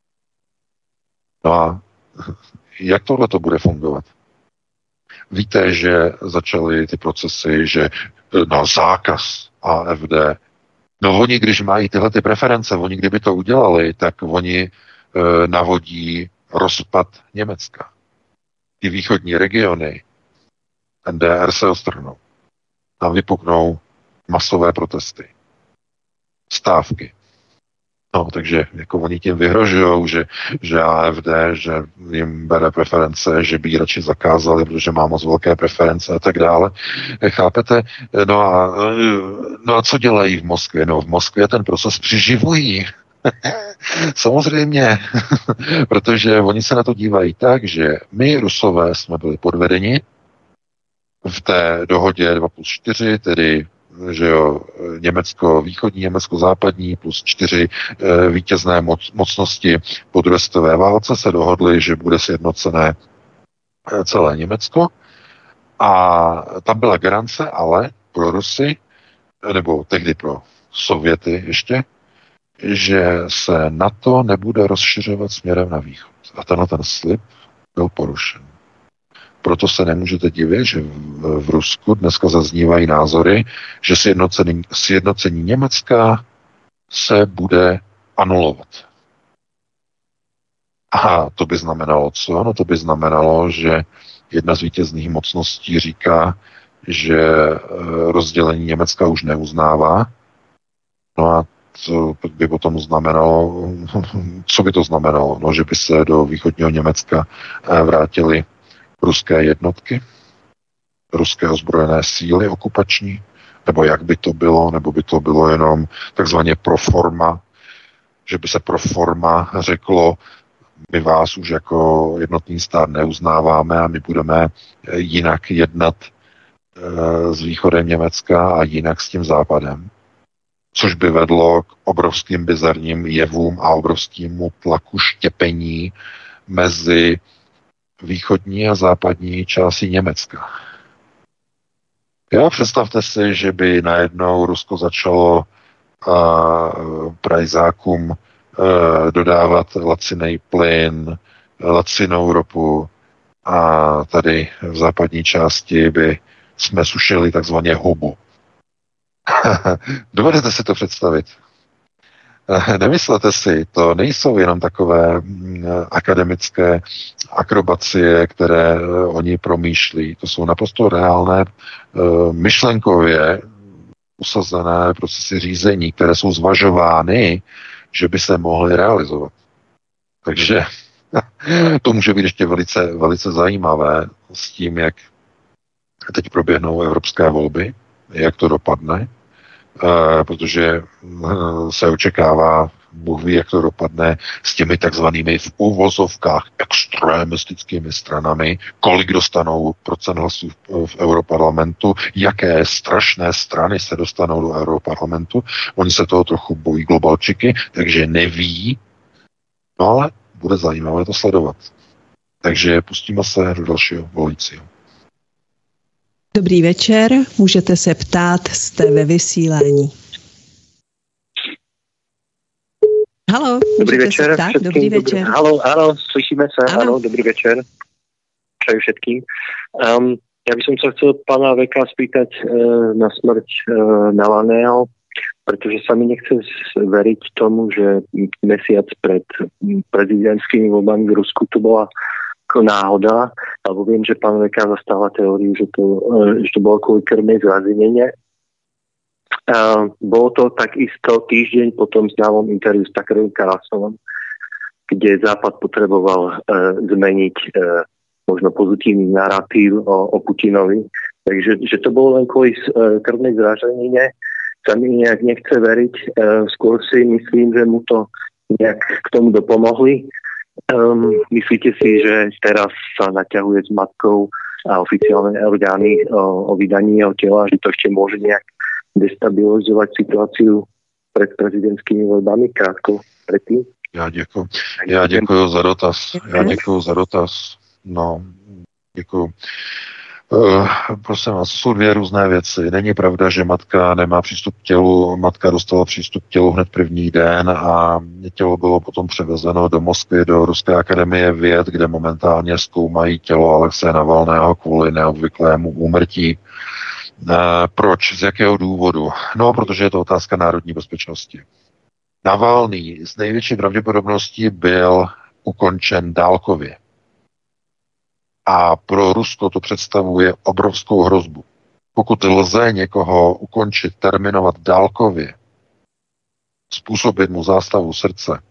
No a jak tohle to bude fungovat? Víte, že začaly ty procesy, že na zákaz A F D, no oni, když mají tyhle ty preference, oni kdyby to udělali, tak oni uh, navodí rozpad Německa. Ty východní regiony N D R se ostrhnou. Tam vypuknou masové protesty. Stávky. No, takže jako oni tím vyhrožujou, že, že A F D, že jim bere preference, že by ji radši zakázali, protože má moc velké preference a tak dále. Chápete? No a, no a co dělají v Moskvě? No v Moskvě ten proces přiživují. Samozřejmě, protože oni se na to dívají tak, že my Rusové jsme byli podvedeni v té dohodě dva plus čtyři, tedy že jo, Německo, východní Německo, západní plus čtyři e, vítězné moc, mocnosti po druhé světové válce se dohodly, že bude sjednocené e, celé Německo a tam byla garance, ale pro Rusy, nebo tehdy pro Sověty ještě, že se NATO nebude rozšiřovat směrem na východ. A tenhle ten slib byl porušen. Proto se nemůžete divit, že v, v Rusku dneska zaznívají názory, že sjednocení, sjednocení Německa se bude anulovat. A to by znamenalo co? No to by znamenalo, že jedna z vítězných mocností říká, že rozdělení Německa už neuznává. No a co by potom znamenalo, co by to znamenalo? No, že by se do východního Německa vrátily ruské jednotky, ruské ozbrojené síly okupační, nebo jak by to bylo, nebo by to bylo jenom takzvaně pro forma, že by se pro forma řeklo, my vás už jako jednotný stát neuznáváme a my budeme jinak jednat e, s východem Německa a jinak s tím západem. Což by vedlo k obrovským bizarním jevům a obrovskému tlaku štěpení mezi východní a západní části Německa. Jo, představte si, že by najednou Rusko začalo uh, prajzákům uh, dodávat lacinej plyn, lacinou ropu a tady v západní části by jsme sušili takzvaně hubu. Dovedete si to představit? Nemyslete si, to nejsou jenom takové akademické akrobacie, které oni promýšlí. To jsou naprosto reálné myšlenkově usazené procesy řízení, které jsou zvažovány, že by se mohly realizovat. Takže to může být ještě velice, velice zajímavé s tím, jak teď proběhnou evropské volby, jak to dopadne, protože se očekává, Bůh ví, jak to dopadne s těmi takzvanými v uvozovkách extremistickými stranami, kolik dostanou procent hlasů v Europarlamentu, jaké strašné strany se dostanou do Europarlamentu. Oni se toho trochu bojí globalčiky, takže neví, no ale bude zajímavé to sledovat. Takže pustíme se do dalšího volícího. Dobrý večer, můžete se ptát, jste ve vysílání. Halo, dobrý večer. Tak, dobrý večer. Halo, ano, slyšíme se, ano, ano dobrý večer. Přeji všetkým. Um, ja by som sa chcel pána Veka spýtať uh, na smrť uh, Navalného, pretože sa mi nechce veriť tomu, že mesiac pred prezidentskými voľbami v Rusku to bola náhoda, alebo viem, že pán Veka zastáva teóriu, že to, uh, že to bolo kvôli krvnej zrazenine. Uh, bolo to takisto týždeň po tom známom interviu s Tuckerom Carlsonom, kde Západ potreboval uh, zmeniť uh, možno pozitívny narratív o, o Putinovi. Takže že to bolo len kvôli uh, krvnej zraženine, sa mi nejak nechce veriť. Uh, skôr si myslím, že mu to nejak k tomu dopomohli. Um, myslíte si, že teraz sa naťahuje s matkou a oficiálne orgány o, o vydaní jeho tela, že to ešte môže nejak destabilizovat situaci před prezidentskými volbami krátko předtím? Já děkuji. Já děkuji za dotaz. Já děkuji za dotaz. No, děkuji. Uh, prosím vás, jsou dvě různé věci. Není pravda, že matka nemá přístup k tělu. Matka dostala přístup k tělu hned první den a tělo bylo potom převezeno do Moskvy, do Ruské akademie věd, kde momentálně zkoumají tělo Alexeje Navalného kvůli neobvyklému úmrtí. Proč? Z jakého důvodu? No, protože je to otázka národní bezpečnosti. Navalný z největší pravděpodobností byl ukončen dálkově. A pro Rusko to představuje obrovskou hrozbu. Pokud lze někoho ukončit, terminovat dálkově, způsobit mu zástavu srdce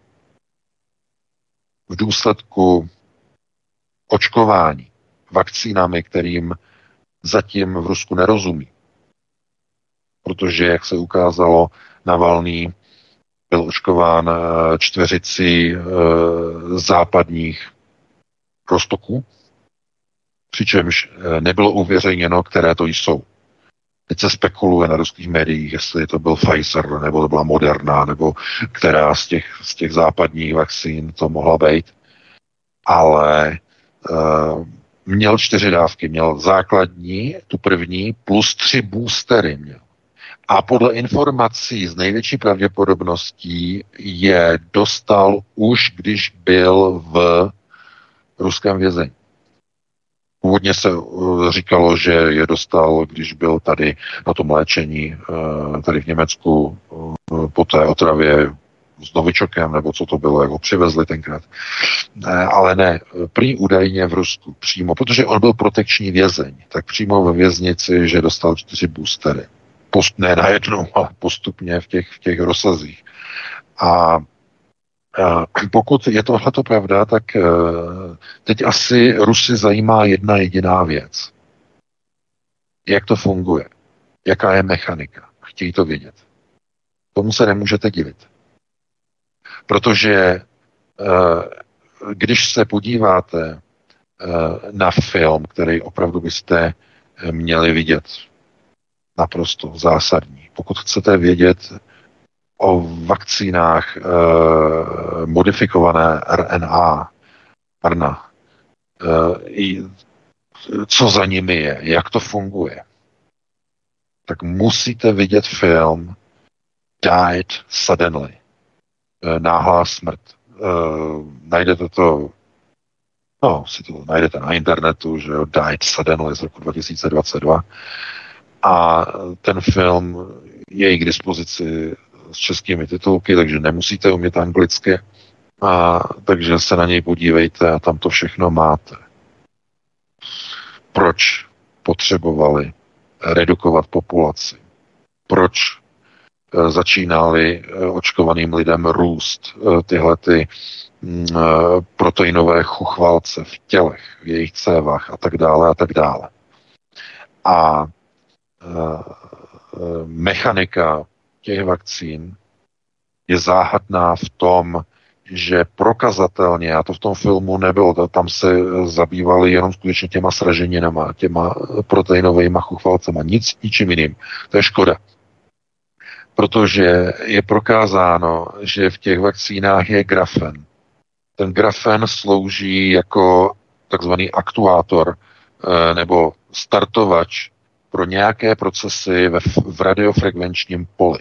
v důsledku očkování vakcínami, kterým zatím v Rusku nerozumí. Protože, jak se ukázalo, Navalný byl očkován čtveřicí e, západních roztoků, přičemž nebylo uvěřejněno, které to jsou. Teď se spekuluje na ruských médiích, jestli to byl Pfizer, nebo to byla Moderna, nebo která z těch, z těch západních vakcín to mohla být. Ale e, měl čtyři dávky, měl základní, tu první, plus tři boostery měl. A podle informací z největší pravděpodobností je dostal už, když byl v ruském vězení. Původně se říkalo, že je dostal, když byl tady na tom léčení, tady v Německu, po té otravě s novičokem, nebo co to bylo, jak ho přivezli tenkrát. Ne, ale ne, prý údajně v Rusku přímo, protože on byl protekční vězeň, tak přímo ve věznici, že dostal čtyři boostery. Post, ne najednou, ale postupně v těch, v těch rozsazích. A, a pokud je tohleto pravda, tak teď asi Rusy zajímá jedna jediná věc. Jak to funguje? Jaká je mechanika? Chtějí to vědět. Tomu se nemůžete divit. Protože když se podíváte na film, který opravdu byste měli vidět, naprosto zásadní. Pokud chcete vědět o vakcínách modifikované R N A, R N A, co za nimi je, jak to funguje, tak musíte vidět film Died Suddenly. Náhlá smrt. Uh, najdete to, no, si to najdete na internetu, že jo, Died Suddenly z roku dva tisíce dvacet dva. A ten film je k dispozici s českými titulky, takže nemusíte umět anglicky, a takže se na něj podívejte a tam to všechno máte. Proč potřebovali redukovat populaci? Proč začínaly očkovaným lidem růst tyhle ty proteinové chuchvalce v tělech, v jejich cévách a tak dále a tak dále. A mechanika těch vakcín je záhadná v tom, že prokazatelně, a to v tom filmu nebylo, tam se zabývali jenom skutečně těma sraženinama, těma proteinovými chuchvalcema, nic, ničím jiným. To je škoda. Protože je prokázáno, že v těch vakcínách je grafen. Ten grafen slouží jako takzvaný aktuátor nebo startovač pro nějaké procesy ve, v radiofrekvenčním poli.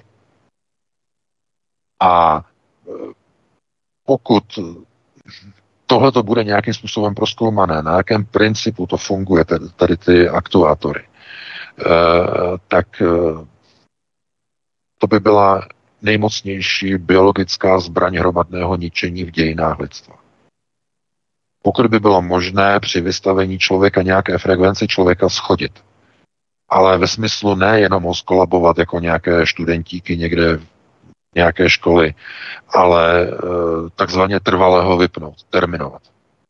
A pokud tohle to bude nějakým způsobem prozkoumané, na jakém principu to funguje, tady, tady ty aktuátory, tak to by byla nejmocnější biologická zbraň hromadného ničení v dějinách lidstva. Pokud by bylo možné při vystavení člověka nějaké frekvenci člověka schodit, ale ve smyslu ne jenom ho skolabovat jako nějaké studentíky někde v nějaké školy, ale e, takzvaně trvale ho vypnout, terminovat.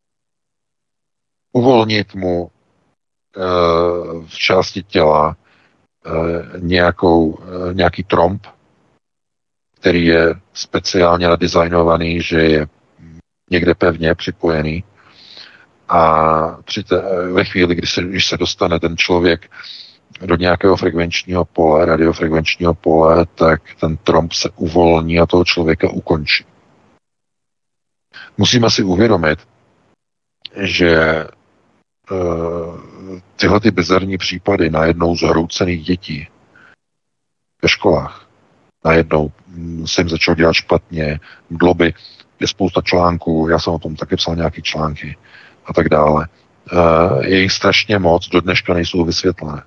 Uvolnit mu e, v části těla e, nějakou, e, nějaký tromb, který je speciálně nadizajnovaný, že je někde pevně připojený, a při te, ve chvíli, kdy se, když se dostane ten člověk do nějakého frekvenčního pole, radiofrekvenčního pole, tak ten tromb se uvolní a toho člověka ukončí. Musíme si uvědomit, že uh, tyhle ty bizarní případy najednou zhroucených dětí ve školách, najednou se jim začalo dělat špatně, globy, je spousta článků, já jsem o tom taky psal nějaký články a tak dále. Uh, je jich strašně moc, do dneška nejsou vysvětlené.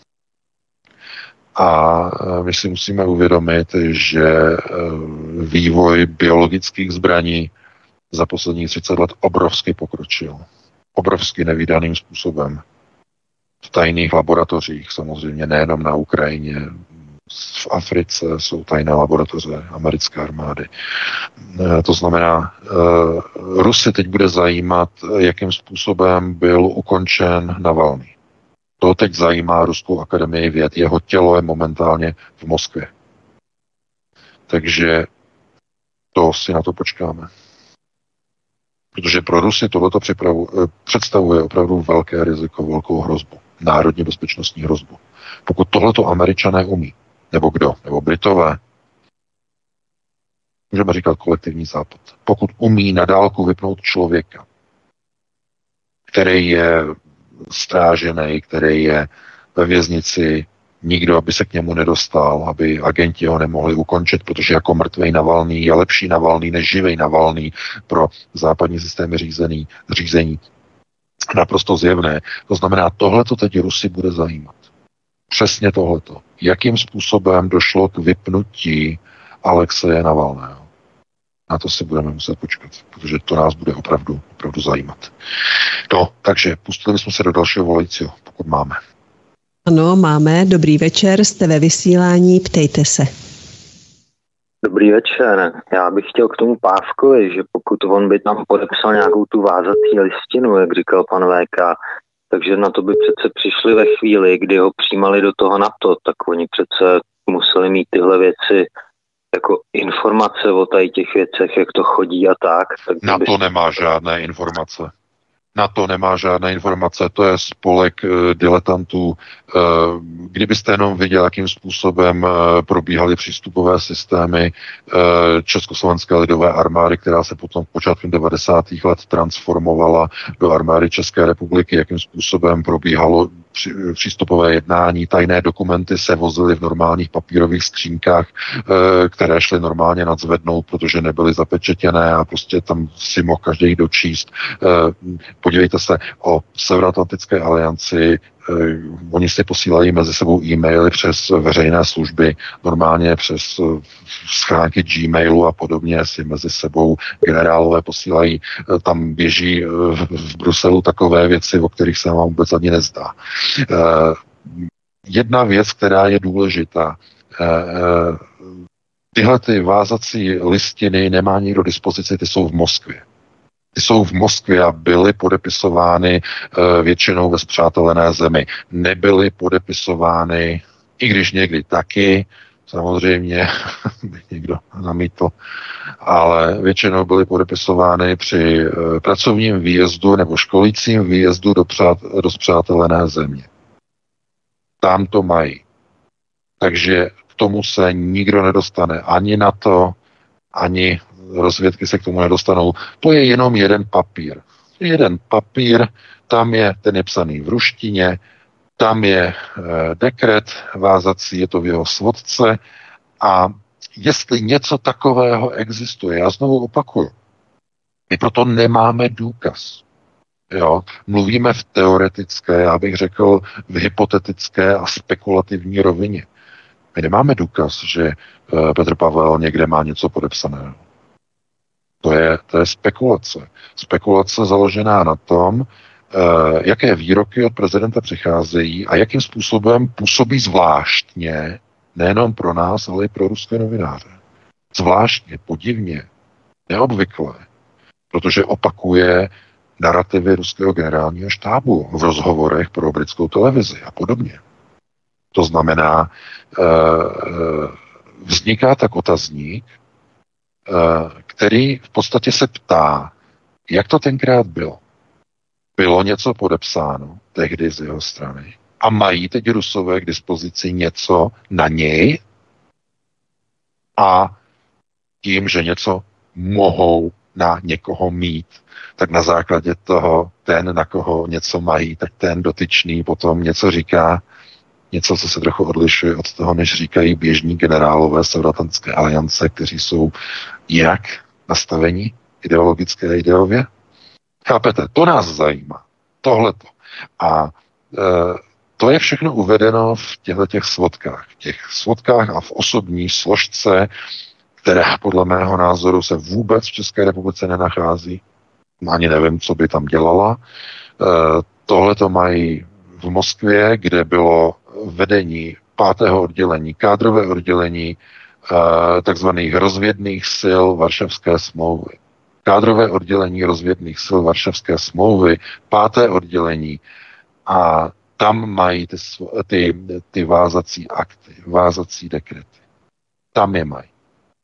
A my si musíme uvědomit, že vývoj biologických zbraní za posledních třicet let obrovsky pokročil. Obrovsky nevídaným způsobem. V tajných laboratořích, samozřejmě nejenom na Ukrajině, v Africe jsou tajné laboratoře americké armády. To znamená, Rusy teď bude zajímat, jakým způsobem byl ukončen Navalný. To teď zajímá Ruskou akademii věd. Jeho tělo je momentálně v Moskvě. Takže to si na to počkáme. Protože pro Rusy tohleto představuje opravdu velké riziko, velkou hrozbu. Národně bezpečnostní hrozbu. Pokud tohleto Američané umí, nebo kdo, nebo Britové, můžeme říkat kolektivní západ. Pokud umí na dálku vypnout člověka, který je strážený, který je ve věznici, nikdo, aby se k němu nedostal, aby agenti ho nemohli ukončit, protože jako mrtvej Navalný je lepší Navalný než živej Navalný pro západní systémy řízení, řízení. Naprosto zjevné. To znamená, tohleto teď Rusy bude zajímat. Přesně tohleto. Jakým způsobem došlo k vypnutí Alexeje Navalného. Na to si budeme muset počkat, protože to nás bude opravdu, opravdu zajímat. No, takže pustili jsme se do dalšího volajícího, pokud máme. Ano, máme. Dobrý večer, jste ve vysílání, ptejte se. Dobrý večer. Já bych chtěl k tomu Pávkovi, že pokud on by tam podepsal nějakou tu vázací listinu, jak říkal pan V K, takže na to by přece přišli ve chvíli, kdy ho přijímali do toho NATO, tak oni přece museli mít tyhle věci jako informace o tady těch věcech, jak to chodí a tak. tak Na to nemá žádné informace. Na to nemá žádné informace, to je spolek e, diletantů. E, kdybyste jenom viděli, jakým způsobem e, probíhaly přístupové systémy e, Československé lidové armády, která se potom počátkem devadesátých let transformovala do armády České republiky, jakým způsobem probíhalo při, přístupové jednání, tajné dokumenty se vozily v normálních papírových skřínkách, e, které šly normálně nadzvednout, protože nebyly zapečetěné a prostě tam si mohl každý dočíst. E, Podívejte se, o Severoatlantické alianci oni si posílají mezi sebou e-maily přes veřejné služby, normálně přes schránky Gmailu a podobně si mezi sebou generálové posílají. Tam běží v Bruselu takové věci, o kterých se vám vůbec ani nezdá. Jedna věc, která je důležitá, tyhle ty vázací listiny nemá nikdo dispozici, ty jsou v Moskvě. Ty jsou v Moskvě a byly podepisovány e, většinou ve spřátelené zemi. Nebyly podepisovány, i když někdy taky, samozřejmě, by někdo namítl, ale většinou byly podepisovány při e, pracovním výjezdu nebo školícím výjezdu do, přát, do spřátelené země. Tam to mají. Takže k tomu se nikdo nedostane. Ani NATO, ani rozvědky se k tomu nedostanou. To je jenom jeden papír. Jeden papír, tam je, ten je psaný v ruštině, tam je e, dekret vázací, je to v jeho svodce a jestli něco takového existuje, já znovu opakuju, my proto nemáme důkaz. Jo? Mluvíme v teoretické, já bych řekl v hypotetické a spekulativní rovině. My nemáme důkaz, že e, Petr Pavel někde má něco podepsaného. To je, to je spekulace. Spekulace založená na tom, eh, jaké výroky od prezidenta přicházejí a jakým způsobem působí zvláštně, nejenom pro nás, ale i pro ruské novináře. Zvláštně, podivně, neobvyklé, protože opakuje narrativy ruského generálního štábu v rozhovorech pro britskou televizi a podobně. To znamená, eh, vzniká tak otazník, který v podstatě se ptá, jak to tenkrát bylo. Bylo něco podepsáno tehdy z jeho strany a mají teď Rusové k dispozici něco na něj a tím, že něco mohou na někoho mít, tak na základě toho ten, na koho něco mají, tak ten dotyčný potom něco říká, něco, co se trochu odlišuje od toho, než říkají běžní generálové Severoatlantické aliance, kteří jsou jinak nastavení ideologické a ideově. Chápete? To nás zajímá. Tohleto. A e, to je všechno uvedeno v těchto těch svodkách. V těch svodkách a v osobní složce, která podle mého názoru se vůbec v České republice nenachází. Ani nevím, co by tam dělala. E, tohleto mají v Moskvě, kde bylo vedení pátého oddělení, kádrové oddělení takzvaných rozvědných sil Varšavské smlouvy. Kádrové oddělení rozvědných sil Varšavské smlouvy, páté oddělení a tam mají ty, ty, ty vázací akty, vázací dekrety. Tam je mají.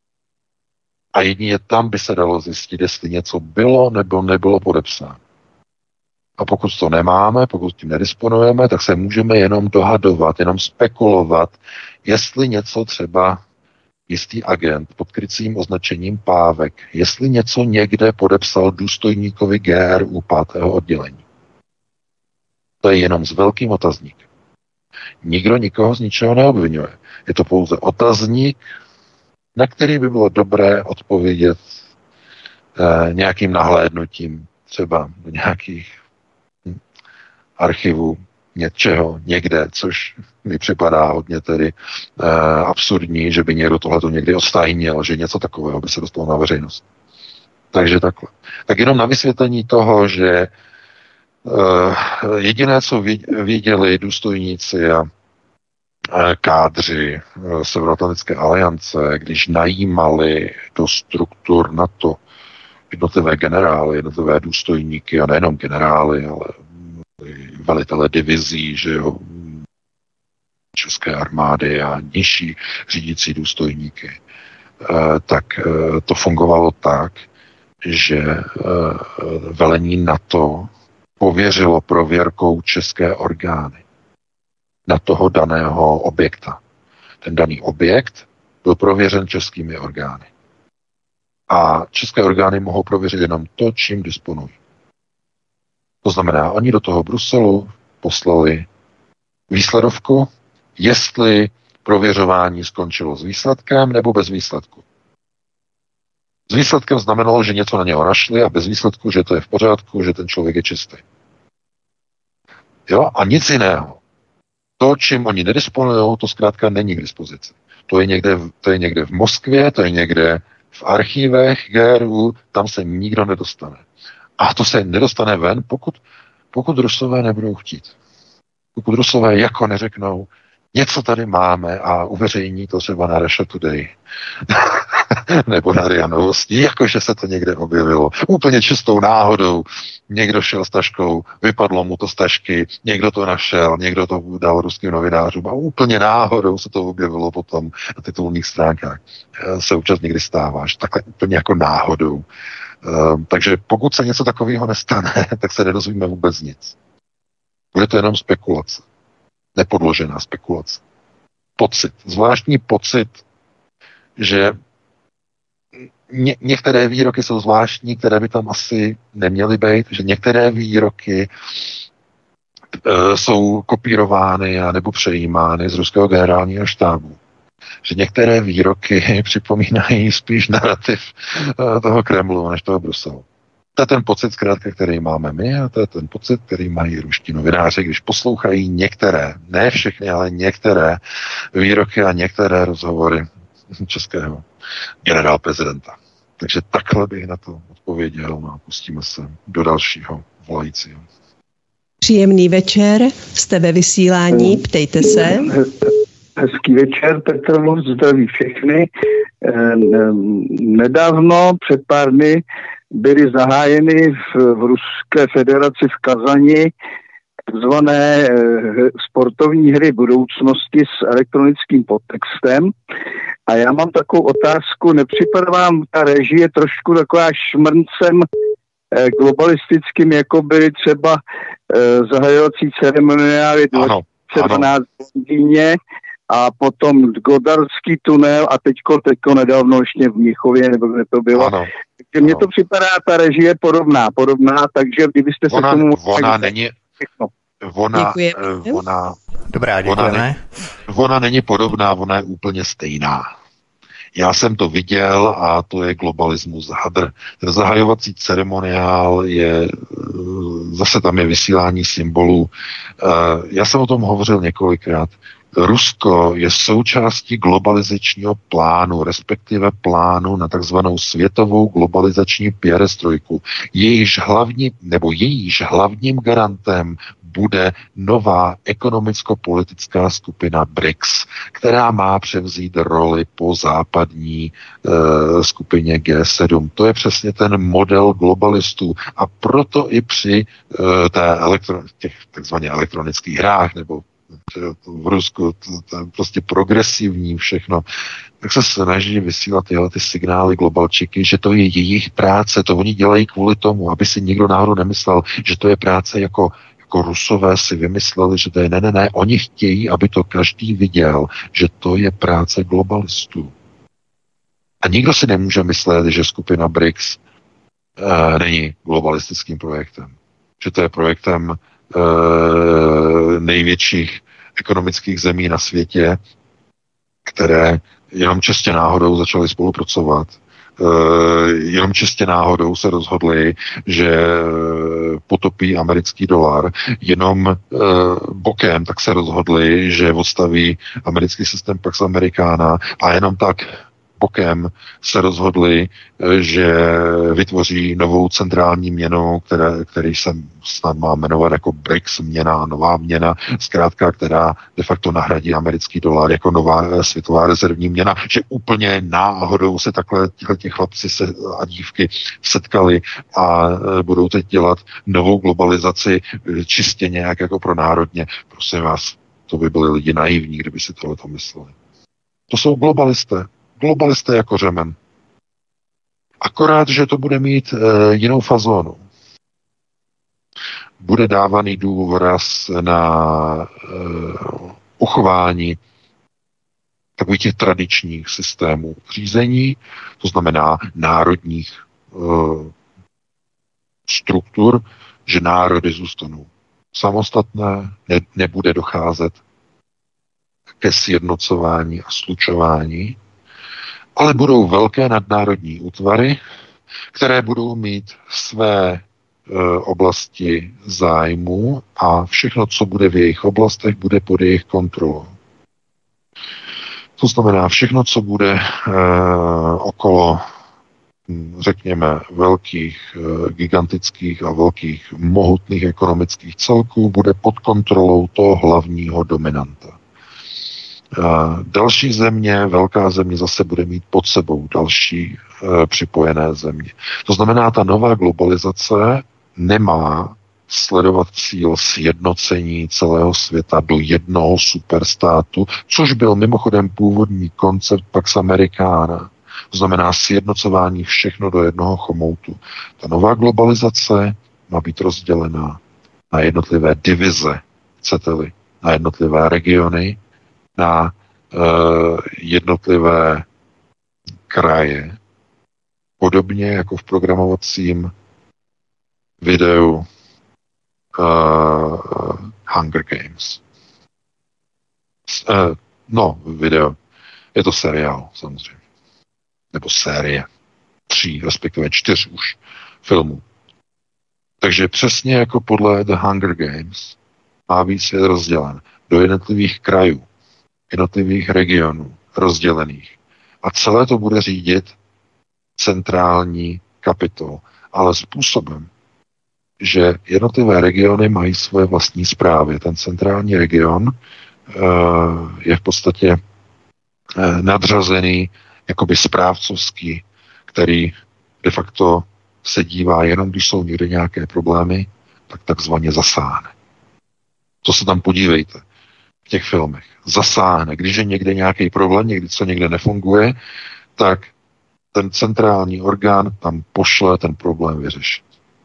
A jedině tam by se dalo zjistit, jestli něco bylo nebo nebylo podepsáno. A pokud to nemáme, pokud tím nedisponujeme, tak se můžeme jenom dohadovat, jenom spekulovat, jestli něco třeba jistý agent pod krycím označením Pávek, jestli něco někde podepsal důstojníkovi G R U pátého oddělení. To je jenom s velkým otazníkem. Nikdo nikoho z ničeho neobvinuje. Je to pouze otazník, na který by bylo dobré odpovědět eh, nějakým nahlédnutím, třeba do nějakých archivů něčeho, někde, což mi připadá hodně tedy eh, absurdní, že by někdo tohleto někdy odstánil, že něco takového by se dostalo na veřejnost. Takže takhle. Tak jenom na vysvětlení toho, že eh, jediné, co věděli důstojníci a eh, kádři eh, Severoatlantické aliance, když najímali do struktur NATO jednotlivé generály, jednotlivé důstojníky, a nejenom generály, ale velitele divizí, že jo, české armády a nižší řídící důstojníky, tak to fungovalo tak, že velení NATO pověřilo prověrkou české orgány na toho daného objekta. Ten daný objekt byl prověřen českými orgány. A české orgány mohou prověřit jenom to, čím disponují. To znamená, oni do toho Bruselu poslali výsledovku, jestli prověřování skončilo s výsledkem nebo bez výsledku. S výsledkem znamenalo, že něco na něho našli a bez výsledku, že to je v pořádku, že ten člověk je čistý. Jo? A nic jiného. To, čím oni nedisponují, to zkrátka není k dispozici. To je někde, to je někde v Moskvě, to je někde v archívech G R U, tam se nikdo nedostane. A to se nedostane ven, pokud, pokud Rusové nebudou chtít. Pokud Rusové jako neřeknou, něco tady máme a uveřejní to třeba na Russia Today nebo na R I A Novosti, jakože se to někde objevilo. Úplně čistou náhodou. Někdo šel s taškou, vypadlo mu to z tašky, někdo to našel, někdo to dal ruským novinářům a úplně náhodou se to objevilo potom na titulních stránkách. Se občas někdy stává, že takhle úplně jako náhodou. Takže pokud se něco takového nestane, tak se nedozvíme vůbec nic. Bude to jenom spekulace. Nepodložená spekulace. Pocit. Zvláštní pocit, že ně, některé výroky jsou zvláštní, které by tam asi neměly být, že některé výroky e, jsou kopírovány a nebo přejímány z ruského generálního štábu. Že některé výroky připomínají spíš narrativ e, toho Kremlu než toho Bruselu. To je ten pocit, zkrátka, který máme my, a to je ten pocit, který mají ruští novináři, když poslouchají některé, ne všechny, ale některé výroky a některé rozhovory českého generál prezidenta. Takže takhle bych na to odpověděl a pustíme se do dalšího volajícího. Příjemný večer, jste ve vysílání, ptejte se. Hezký večer, Petr Vlk, zdraví všechny. Nedávno, před pár dny, byly zahájeny v, v Ruské federaci v Kazani takzvané sportovní hry budoucnosti s elektronickým podtextem. A já mám takovou otázku, nepřipadá vám ta režie trošku taková šmrncem globalistickým, jako byly třeba zahajovací ceremoniály dvacet sedmnáct v Londýně a potom Godardský tunel a teďko, teďko nedávno ještě v Mnichově, nebo kde to bylo. Ano. Takže mně to připadá ta režie podobná, podobná, takže kdybyste ona, se tomu... Ona není... Ona, ona, Dobrá, ona, ne, ona není podobná, ona je úplně stejná. Já jsem to viděl a to je globalismus hadr. Ten zahajovací ceremoniál je, zase tam je vysílání symbolů. Já jsem o tom hovořil několikrát. Rusko je součástí globalizačního plánu, respektive plánu na takzvanou světovou globalizační perestrojku. Jejíž hlavní, nebo jejíž hlavním garantem bude nová ekonomicko-politická skupina B R I C S, která má převzít roli po západní e, skupině G sedm. To je přesně ten model globalistů a proto i při e, té elektro, těch takzvaně elektronických hrách nebo v Rusku, to, to je prostě progresivní všechno, tak se snaží vysílat tyhle ty signály globalčiky, že to je jejich práce, to oni dělají kvůli tomu, aby si nikdo náhodou nemyslel, že to je práce jako, jako Rusové si vymysleli, že to je ne, ne, ne, oni chtějí, aby to každý viděl, že to je práce globalistů. A nikdo si nemůže myslet, že skupina B R I C S e, není globalistickým projektem, že to je projektem e, největších ekonomických zemí na světě, které jenom čistě náhodou začaly spolupracovat. E, jenom čistě náhodou se rozhodli, že potopí americký dolar. Jenom e, bokem tak se rozhodli, že odstaví americký systém Pax Americana a jenom tak bokem se rozhodli, že vytvoří novou centrální měnu, které, který se snad má jmenovat jako B R I C S měna, nová měna, zkrátka, která de facto nahradí americký dolar jako nová světová rezervní měna, že úplně náhodou se takhle těch chlapci se, a dívky setkali a budou teď dělat novou globalizaci čistě nějak jako pro národně. Prosím vás, to by byli lidi naivní, kdyby si tohleto mysleli. To jsou globalisté. Globalisté jako řemen. Akorát, že to bude mít e, jinou fazónu. Bude dávaný důraz na e, uchování takových těch tradičních systémů řízení, to znamená národních e, struktur, že národy zůstanou samostatné, ne, nebude docházet ke sjednocování a slučování, ale budou velké nadnárodní útvary, které budou mít své oblasti zájmu a všechno, co bude v jejich oblastech, bude pod jejich kontrolou. To znamená, všechno, co bude e, okolo, řekněme, velkých, e, gigantických a velkých mohutných ekonomických celků, bude pod kontrolou toho hlavního dominanta. E, další země, velká země zase bude mít pod sebou další e, připojené země. To znamená, ta nová globalizace nemá sledovat cíl sjednocení celého světa do jednoho superstátu, což byl mimochodem původní koncept Pax Americana. To znamená sjednocování všechno do jednoho chomoutu. Ta nová globalizace má být rozdělena na jednotlivé divize, chcete-li, na jednotlivé regiony, na uh, jednotlivé kraje, podobně jako v programovacím videu Uh, Hunger Games. Uh, no, video. Je to seriál, samozřejmě. Nebo série. Tří, respektive čtyř už filmů. Takže přesně jako podle The Hunger Games má být svět rozdělen do jednotlivých krajů, jednotlivých regionů rozdělených. A celé to bude řídit centrální kapitol, ale způsobem, že jednotlivé regiony mají svoje vlastní správy. Ten centrální region uh, je v podstatě uh, nadřazený jakoby správcovský, který de facto se dívá jenom, když jsou někde nějaké problémy, tak takzvaně zasáhne. To se tam podívejte v těch filmech. Zasáhne. Když je někde nějaký problém, někdy co někde nefunguje, tak ten centrální orgán tam pošle ten problém vyřešit.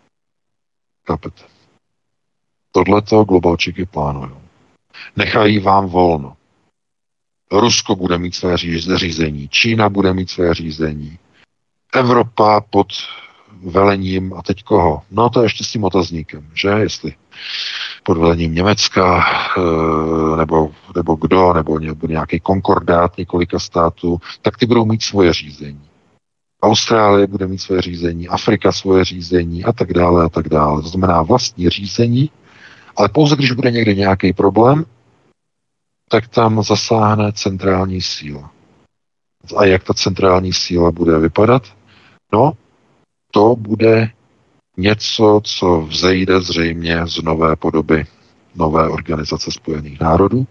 Kapete. Tohleto globalčiky plánují. Nechají vám volno. Rusko bude mít své řízení, Čína bude mít své řízení, Evropa pod velením, a teď koho? No to ještě s tím otazníkem, že? Jestli pod velením Německa, nebo, nebo kdo, nebo nějaký konkordát několika států, tak ty budou mít svoje řízení. Austrálie bude mít svoje řízení, Afrika svoje řízení a tak dále a tak dále. To znamená vlastní řízení, ale pouze když bude někde nějaký problém, tak tam zasáhne centrální síla. A jak ta centrální síla bude vypadat? No, to bude něco, co vzejde zřejmě z nové podoby nové organizace Spojených národů,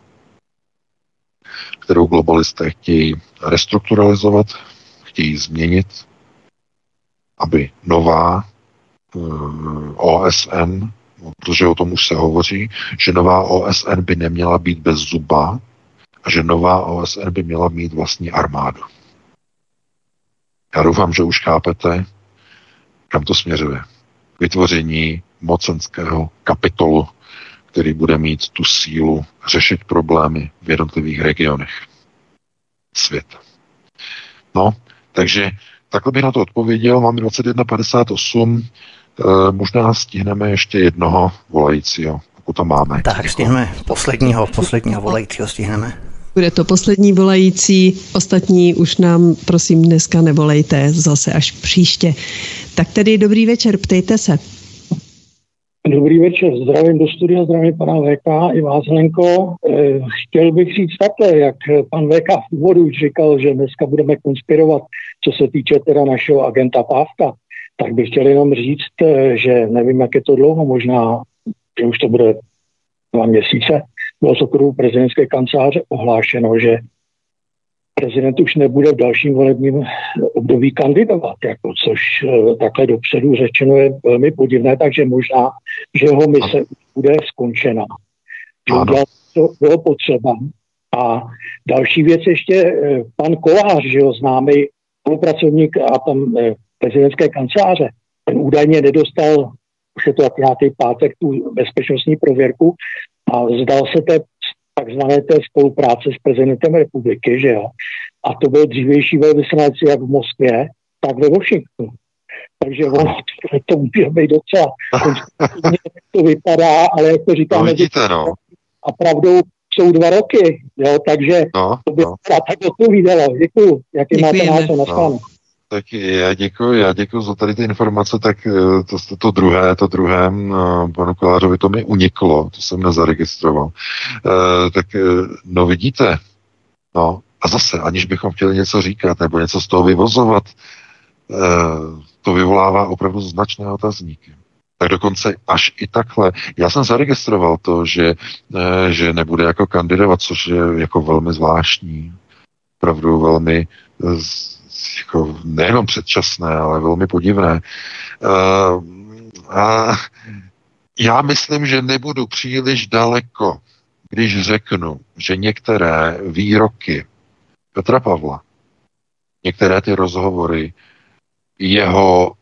kterou globalisté chtějí restrukturalizovat, chtějí změnit, aby nová uh, O S N, protože o tom už se hovoří, že nová O S N by neměla být bez zuba a že nová O S N by měla mít vlastní armádu. Já doufám, že už chápete, kam to směřuje. Vytvoření mocenského kapitolu, který bude mít tu sílu řešit problémy v jednotlivých regionech světa. No, takže takhle bych na to odpověděl. Máme dvacet jedna padesát osm. E, možná stihneme ještě jednoho volajícího, pokud to máme. Tak stihneme posledního, posledního volajícího stihneme. Bude to poslední volající, ostatní už nám prosím dneska nevolejte, zase až příště. Tak tedy dobrý večer, ptejte se. Dobrý večer, zdravím do studia, zdravím pana V K i vás, Helenko. Chtěl bych říct takhle, jak pan V K v úvodu už říkal, že dneska budeme konspirovat, co se týče teda našeho agenta Pávka, tak bych chtěl jenom říct, že nevím, jak je to dlouho, možná, že už to bude dva měsíce, bylo z okruhu prezidentské kanceláře ohlášeno, že prezident už nebude v dalším volebním období kandidovat, jako, což takhle dopředu řečeno je velmi podivné, takže možná, že jeho mise bude skončena. Že udělat, co bylo potřeba. A další věc ještě, pan Kolář, že ho známý spolupracovník a tam prezidentské kanceláře, ten údajně nedostal, už je to jak nějaký pátek, tu bezpečnostní prověrku a vzdal se té takzvané té spolupráce s prezidentem republiky, že jo. A to byl dřívější velvyslanec jak v Moskvě, tak ve Washingtonu. Takže ono to, to může být docela to vypadá, ale jak to říkáme, no, vidíte, no. A pravdou jsou dva roky, jo, takže no, to by no. tak odpovídalo. Děkuju, jaký máte názor na stánu. Tak já děkuji, já děkuji za tady ty informace, tak to, to, to druhé, to druhé, panu Kolářovi to mi uniklo, to jsem nezaregistroval. E, tak no vidíte, no a zase, aniž bychom chtěli něco říkat nebo něco z toho vyvozovat, e, to vyvolává opravdu značné otazníky. Tak dokonce až i takhle. Já jsem zaregistroval to, že, e, že nebude jako kandidovat, což je jako velmi zvláštní, opravdu velmi jako nejenom předčasné, ale velmi podivné. Uh, a já myslím, že nebudu příliš daleko, když řeknu, že některé výroky Petra Pavla, některé ty rozhovory, jeho,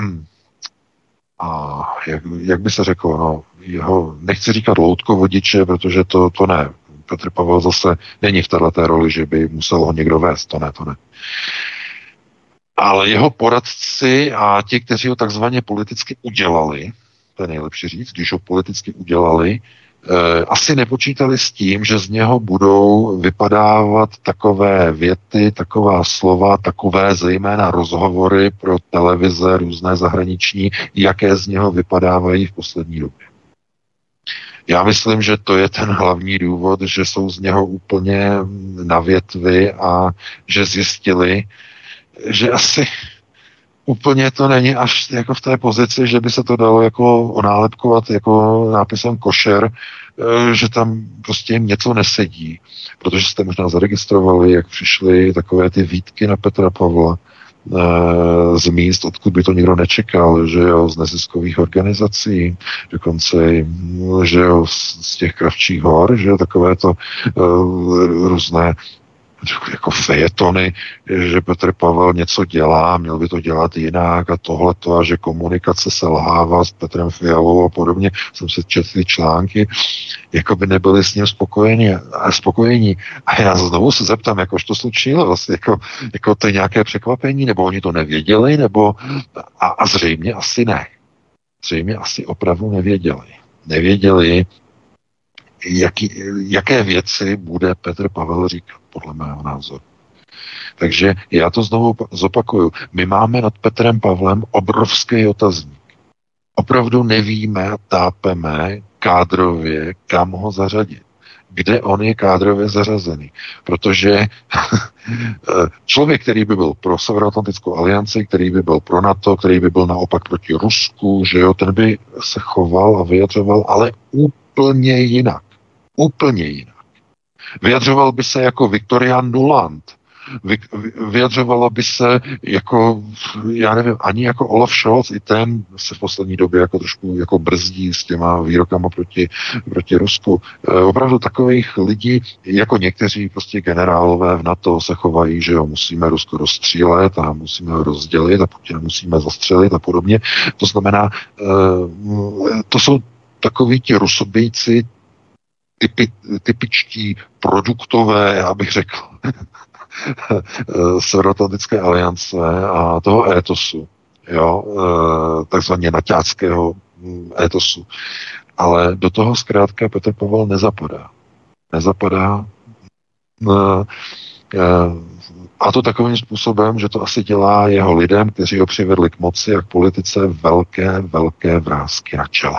a jak, jak by se řeklo, no, jeho, nechci říkat loutkovodiče, protože to, to ne. Petr Pavel zase není v této roli, že by musel ho někdo vést, to ne, to ne. Ale jeho poradci a ti, kteří ho takzvaně politicky udělali, to je nejlepší říct, když ho politicky udělali, eh, asi nepočítali s tím, že z něho budou vypadávat takové věty, taková slova, takové zejména rozhovory pro televize různé zahraniční, jaké z něho vypadávají v poslední době. Já myslím, že to je ten hlavní důvod, že jsou z něho úplně na větvi a že zjistili, že asi úplně to není až jako v té pozici, že by se to dalo jako onálepkovat jako nápisem košer, že tam prostě jim něco nesedí. Protože jste možná zaregistrovali, jak přišly takové ty výtky na Petra Pavla z míst, odkud by to nikdo nečekal, že jo, z neziskových organizací, dokonce že jo, z těch Kravčích hor, že jo, takové to uh, různé jako fejetony, že Petr Pavel něco dělá, měl by to dělat jinak a tohleto, a že komunikace selhává s Petrem Fialou a podobně. Jsem si četl ty články, jako by nebyli s ním spokojeni, a spokojení. A já znovu se zeptám, jakož to slučilo, vlastně jako, jako to je nějaké překvapení, nebo oni to nevěděli, nebo a, a zřejmě asi ne. Zřejmě asi opravdu nevěděli. Nevěděli, jaký, jaké věci bude Petr Pavel říkat, podle mého názoru. Takže já to znovu zopakuju. My máme nad Petrem Pavlem obrovský otazník. Opravdu nevíme a tápeme kádrově, kam ho zařadit. Kde on je kádrově zařazený. Protože člověk, který by byl pro Severoatlantickou alianci, který by byl pro NATO, který by byl naopak proti Rusku, že jo, ten by se choval a vyjadřoval, ale úplně jinak. Úplně jinak. Vyjadřoval by se jako Viktorian Nuland. Vy, vyjadřovalo by se jako, já nevím, ani jako Olaf Scholz, i ten se v poslední době jako trošku jako brzdí s těma výrokama proti, proti Rusku. E, opravdu takových lidí, jako někteří prostě generálové v NATO se chovají, že jo, musíme Rusko rozstřílet a musíme ho rozdělit a Putina musíme zastřelit a podobně. To znamená, e, to jsou takoví ti rusobejci, typy, typičtí produktové, já bych řekl, Severoatlantické aliance a toho étosu, jo, takzvaně naťáckého étosu. Ale do toho zkrátka Petr Pavel nezapadá. Nezapadá. A to takovým způsobem, že to asi dělá jeho lidem, kteří ho přivedli k moci a k politice velké, velké vrásky na čele.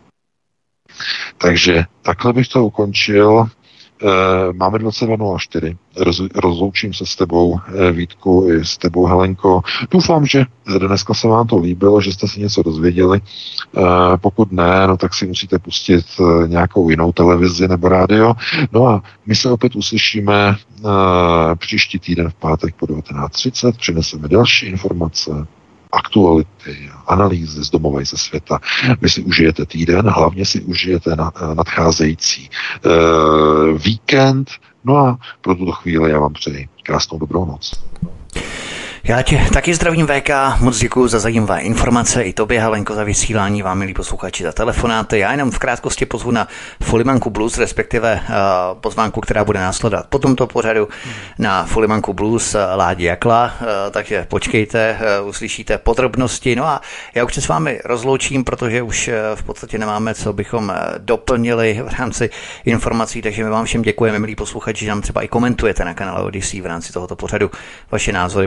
Takže takhle bych to ukončil. Máme dvacet dva nula čtyři. Roz, rozloučím se s tebou, Vítku, i s tebou, Helenko. Doufám, že dneska se vám to líbilo, že jste si něco dozvěděli. Pokud ne, no tak si musíte pustit nějakou jinou televizi nebo rádio. No a my se opět uslyšíme příští týden v pátek po devatenáct třicet. Přineseme další informace, aktuality, analýzy z domova i ze světa. Vy si užijete týden, hlavně si užijete na, nadcházející e, víkend. No a pro tuto chvíli já vám přeji krásnou dobrou noc. Já tě taky zdravím, V K, moc děkuji za zajímavé informace, i tobě, Helenko, za vysílání, vám, milí posluchači, za telefonáty. Já jenom v krátkosti pozvu na Folimanku Blues, respektive uh, pozvánku, která bude následovat po tomto pořadu na Folimanku Blues uh, Ládi Jakla, uh, takže počkejte, uh, uslyšíte podrobnosti. No a já už se s vámi rozloučím, protože už uh, v podstatě nemáme, co bychom uh, doplnili v rámci informací, takže my vám všem děkujeme, milí posluchači, že nám třeba i komentujete na kanále Odyssey v rámci tohoto pořadu vaše názory, postřehy do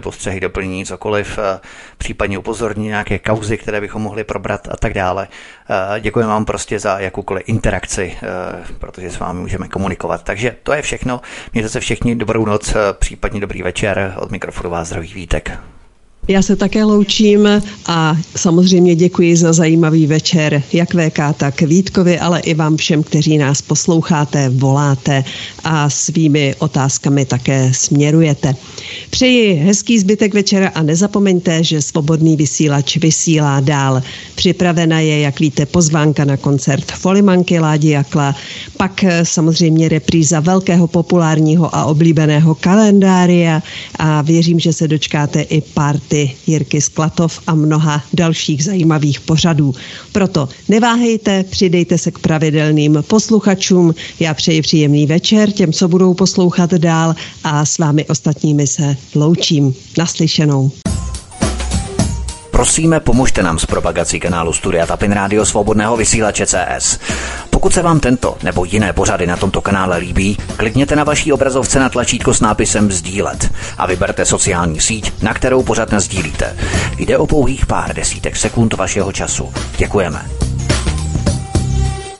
doplnění, cokoliv, případně upozorní nějaké kauzy, které bychom mohli probrat a tak dále. Děkujeme vám prostě za jakoukoliv interakci, protože s vámi můžeme komunikovat. Takže to je všechno. Mějte se všichni dobrou noc, případně dobrý večer. Od mikrofonu vás zdraví Vítek. Já se také loučím a samozřejmě děkuji za zajímavý večer, jak V K, tak Vítkovi, ale i vám všem, kteří nás posloucháte, voláte a svými otázkami také směrujete. Přeji hezký zbytek večera a nezapomeňte, že Svobodný vysílač vysílá dál. Připravena je, jak víte, pozvánka na koncert Folimanky Ládi Jakla, pak samozřejmě repríza velkého populárního a oblíbeného kalendária a věřím, že se dočkáte i party Jirky Sklatov a mnoha dalších zajímavých pořadů. Proto neváhejte, přidejte se k pravidelným posluchačům. Já přeji příjemný večer těm, co budou poslouchat dál a s vámi ostatními se loučím. Naslyšenou. Prosíme, pomožte nám s propagací kanálu Studia Tapin Rádio Svobodného vysílače C S. Pokud se vám tento nebo jiné pořady na tomto kanále líbí, klikněte na vaší obrazovce na tlačítko s nápisem sdílet a vyberte sociální síť, na kterou pořad nasdílíte. Jde o pouhých pár desítek sekund vašeho času. Děkujeme.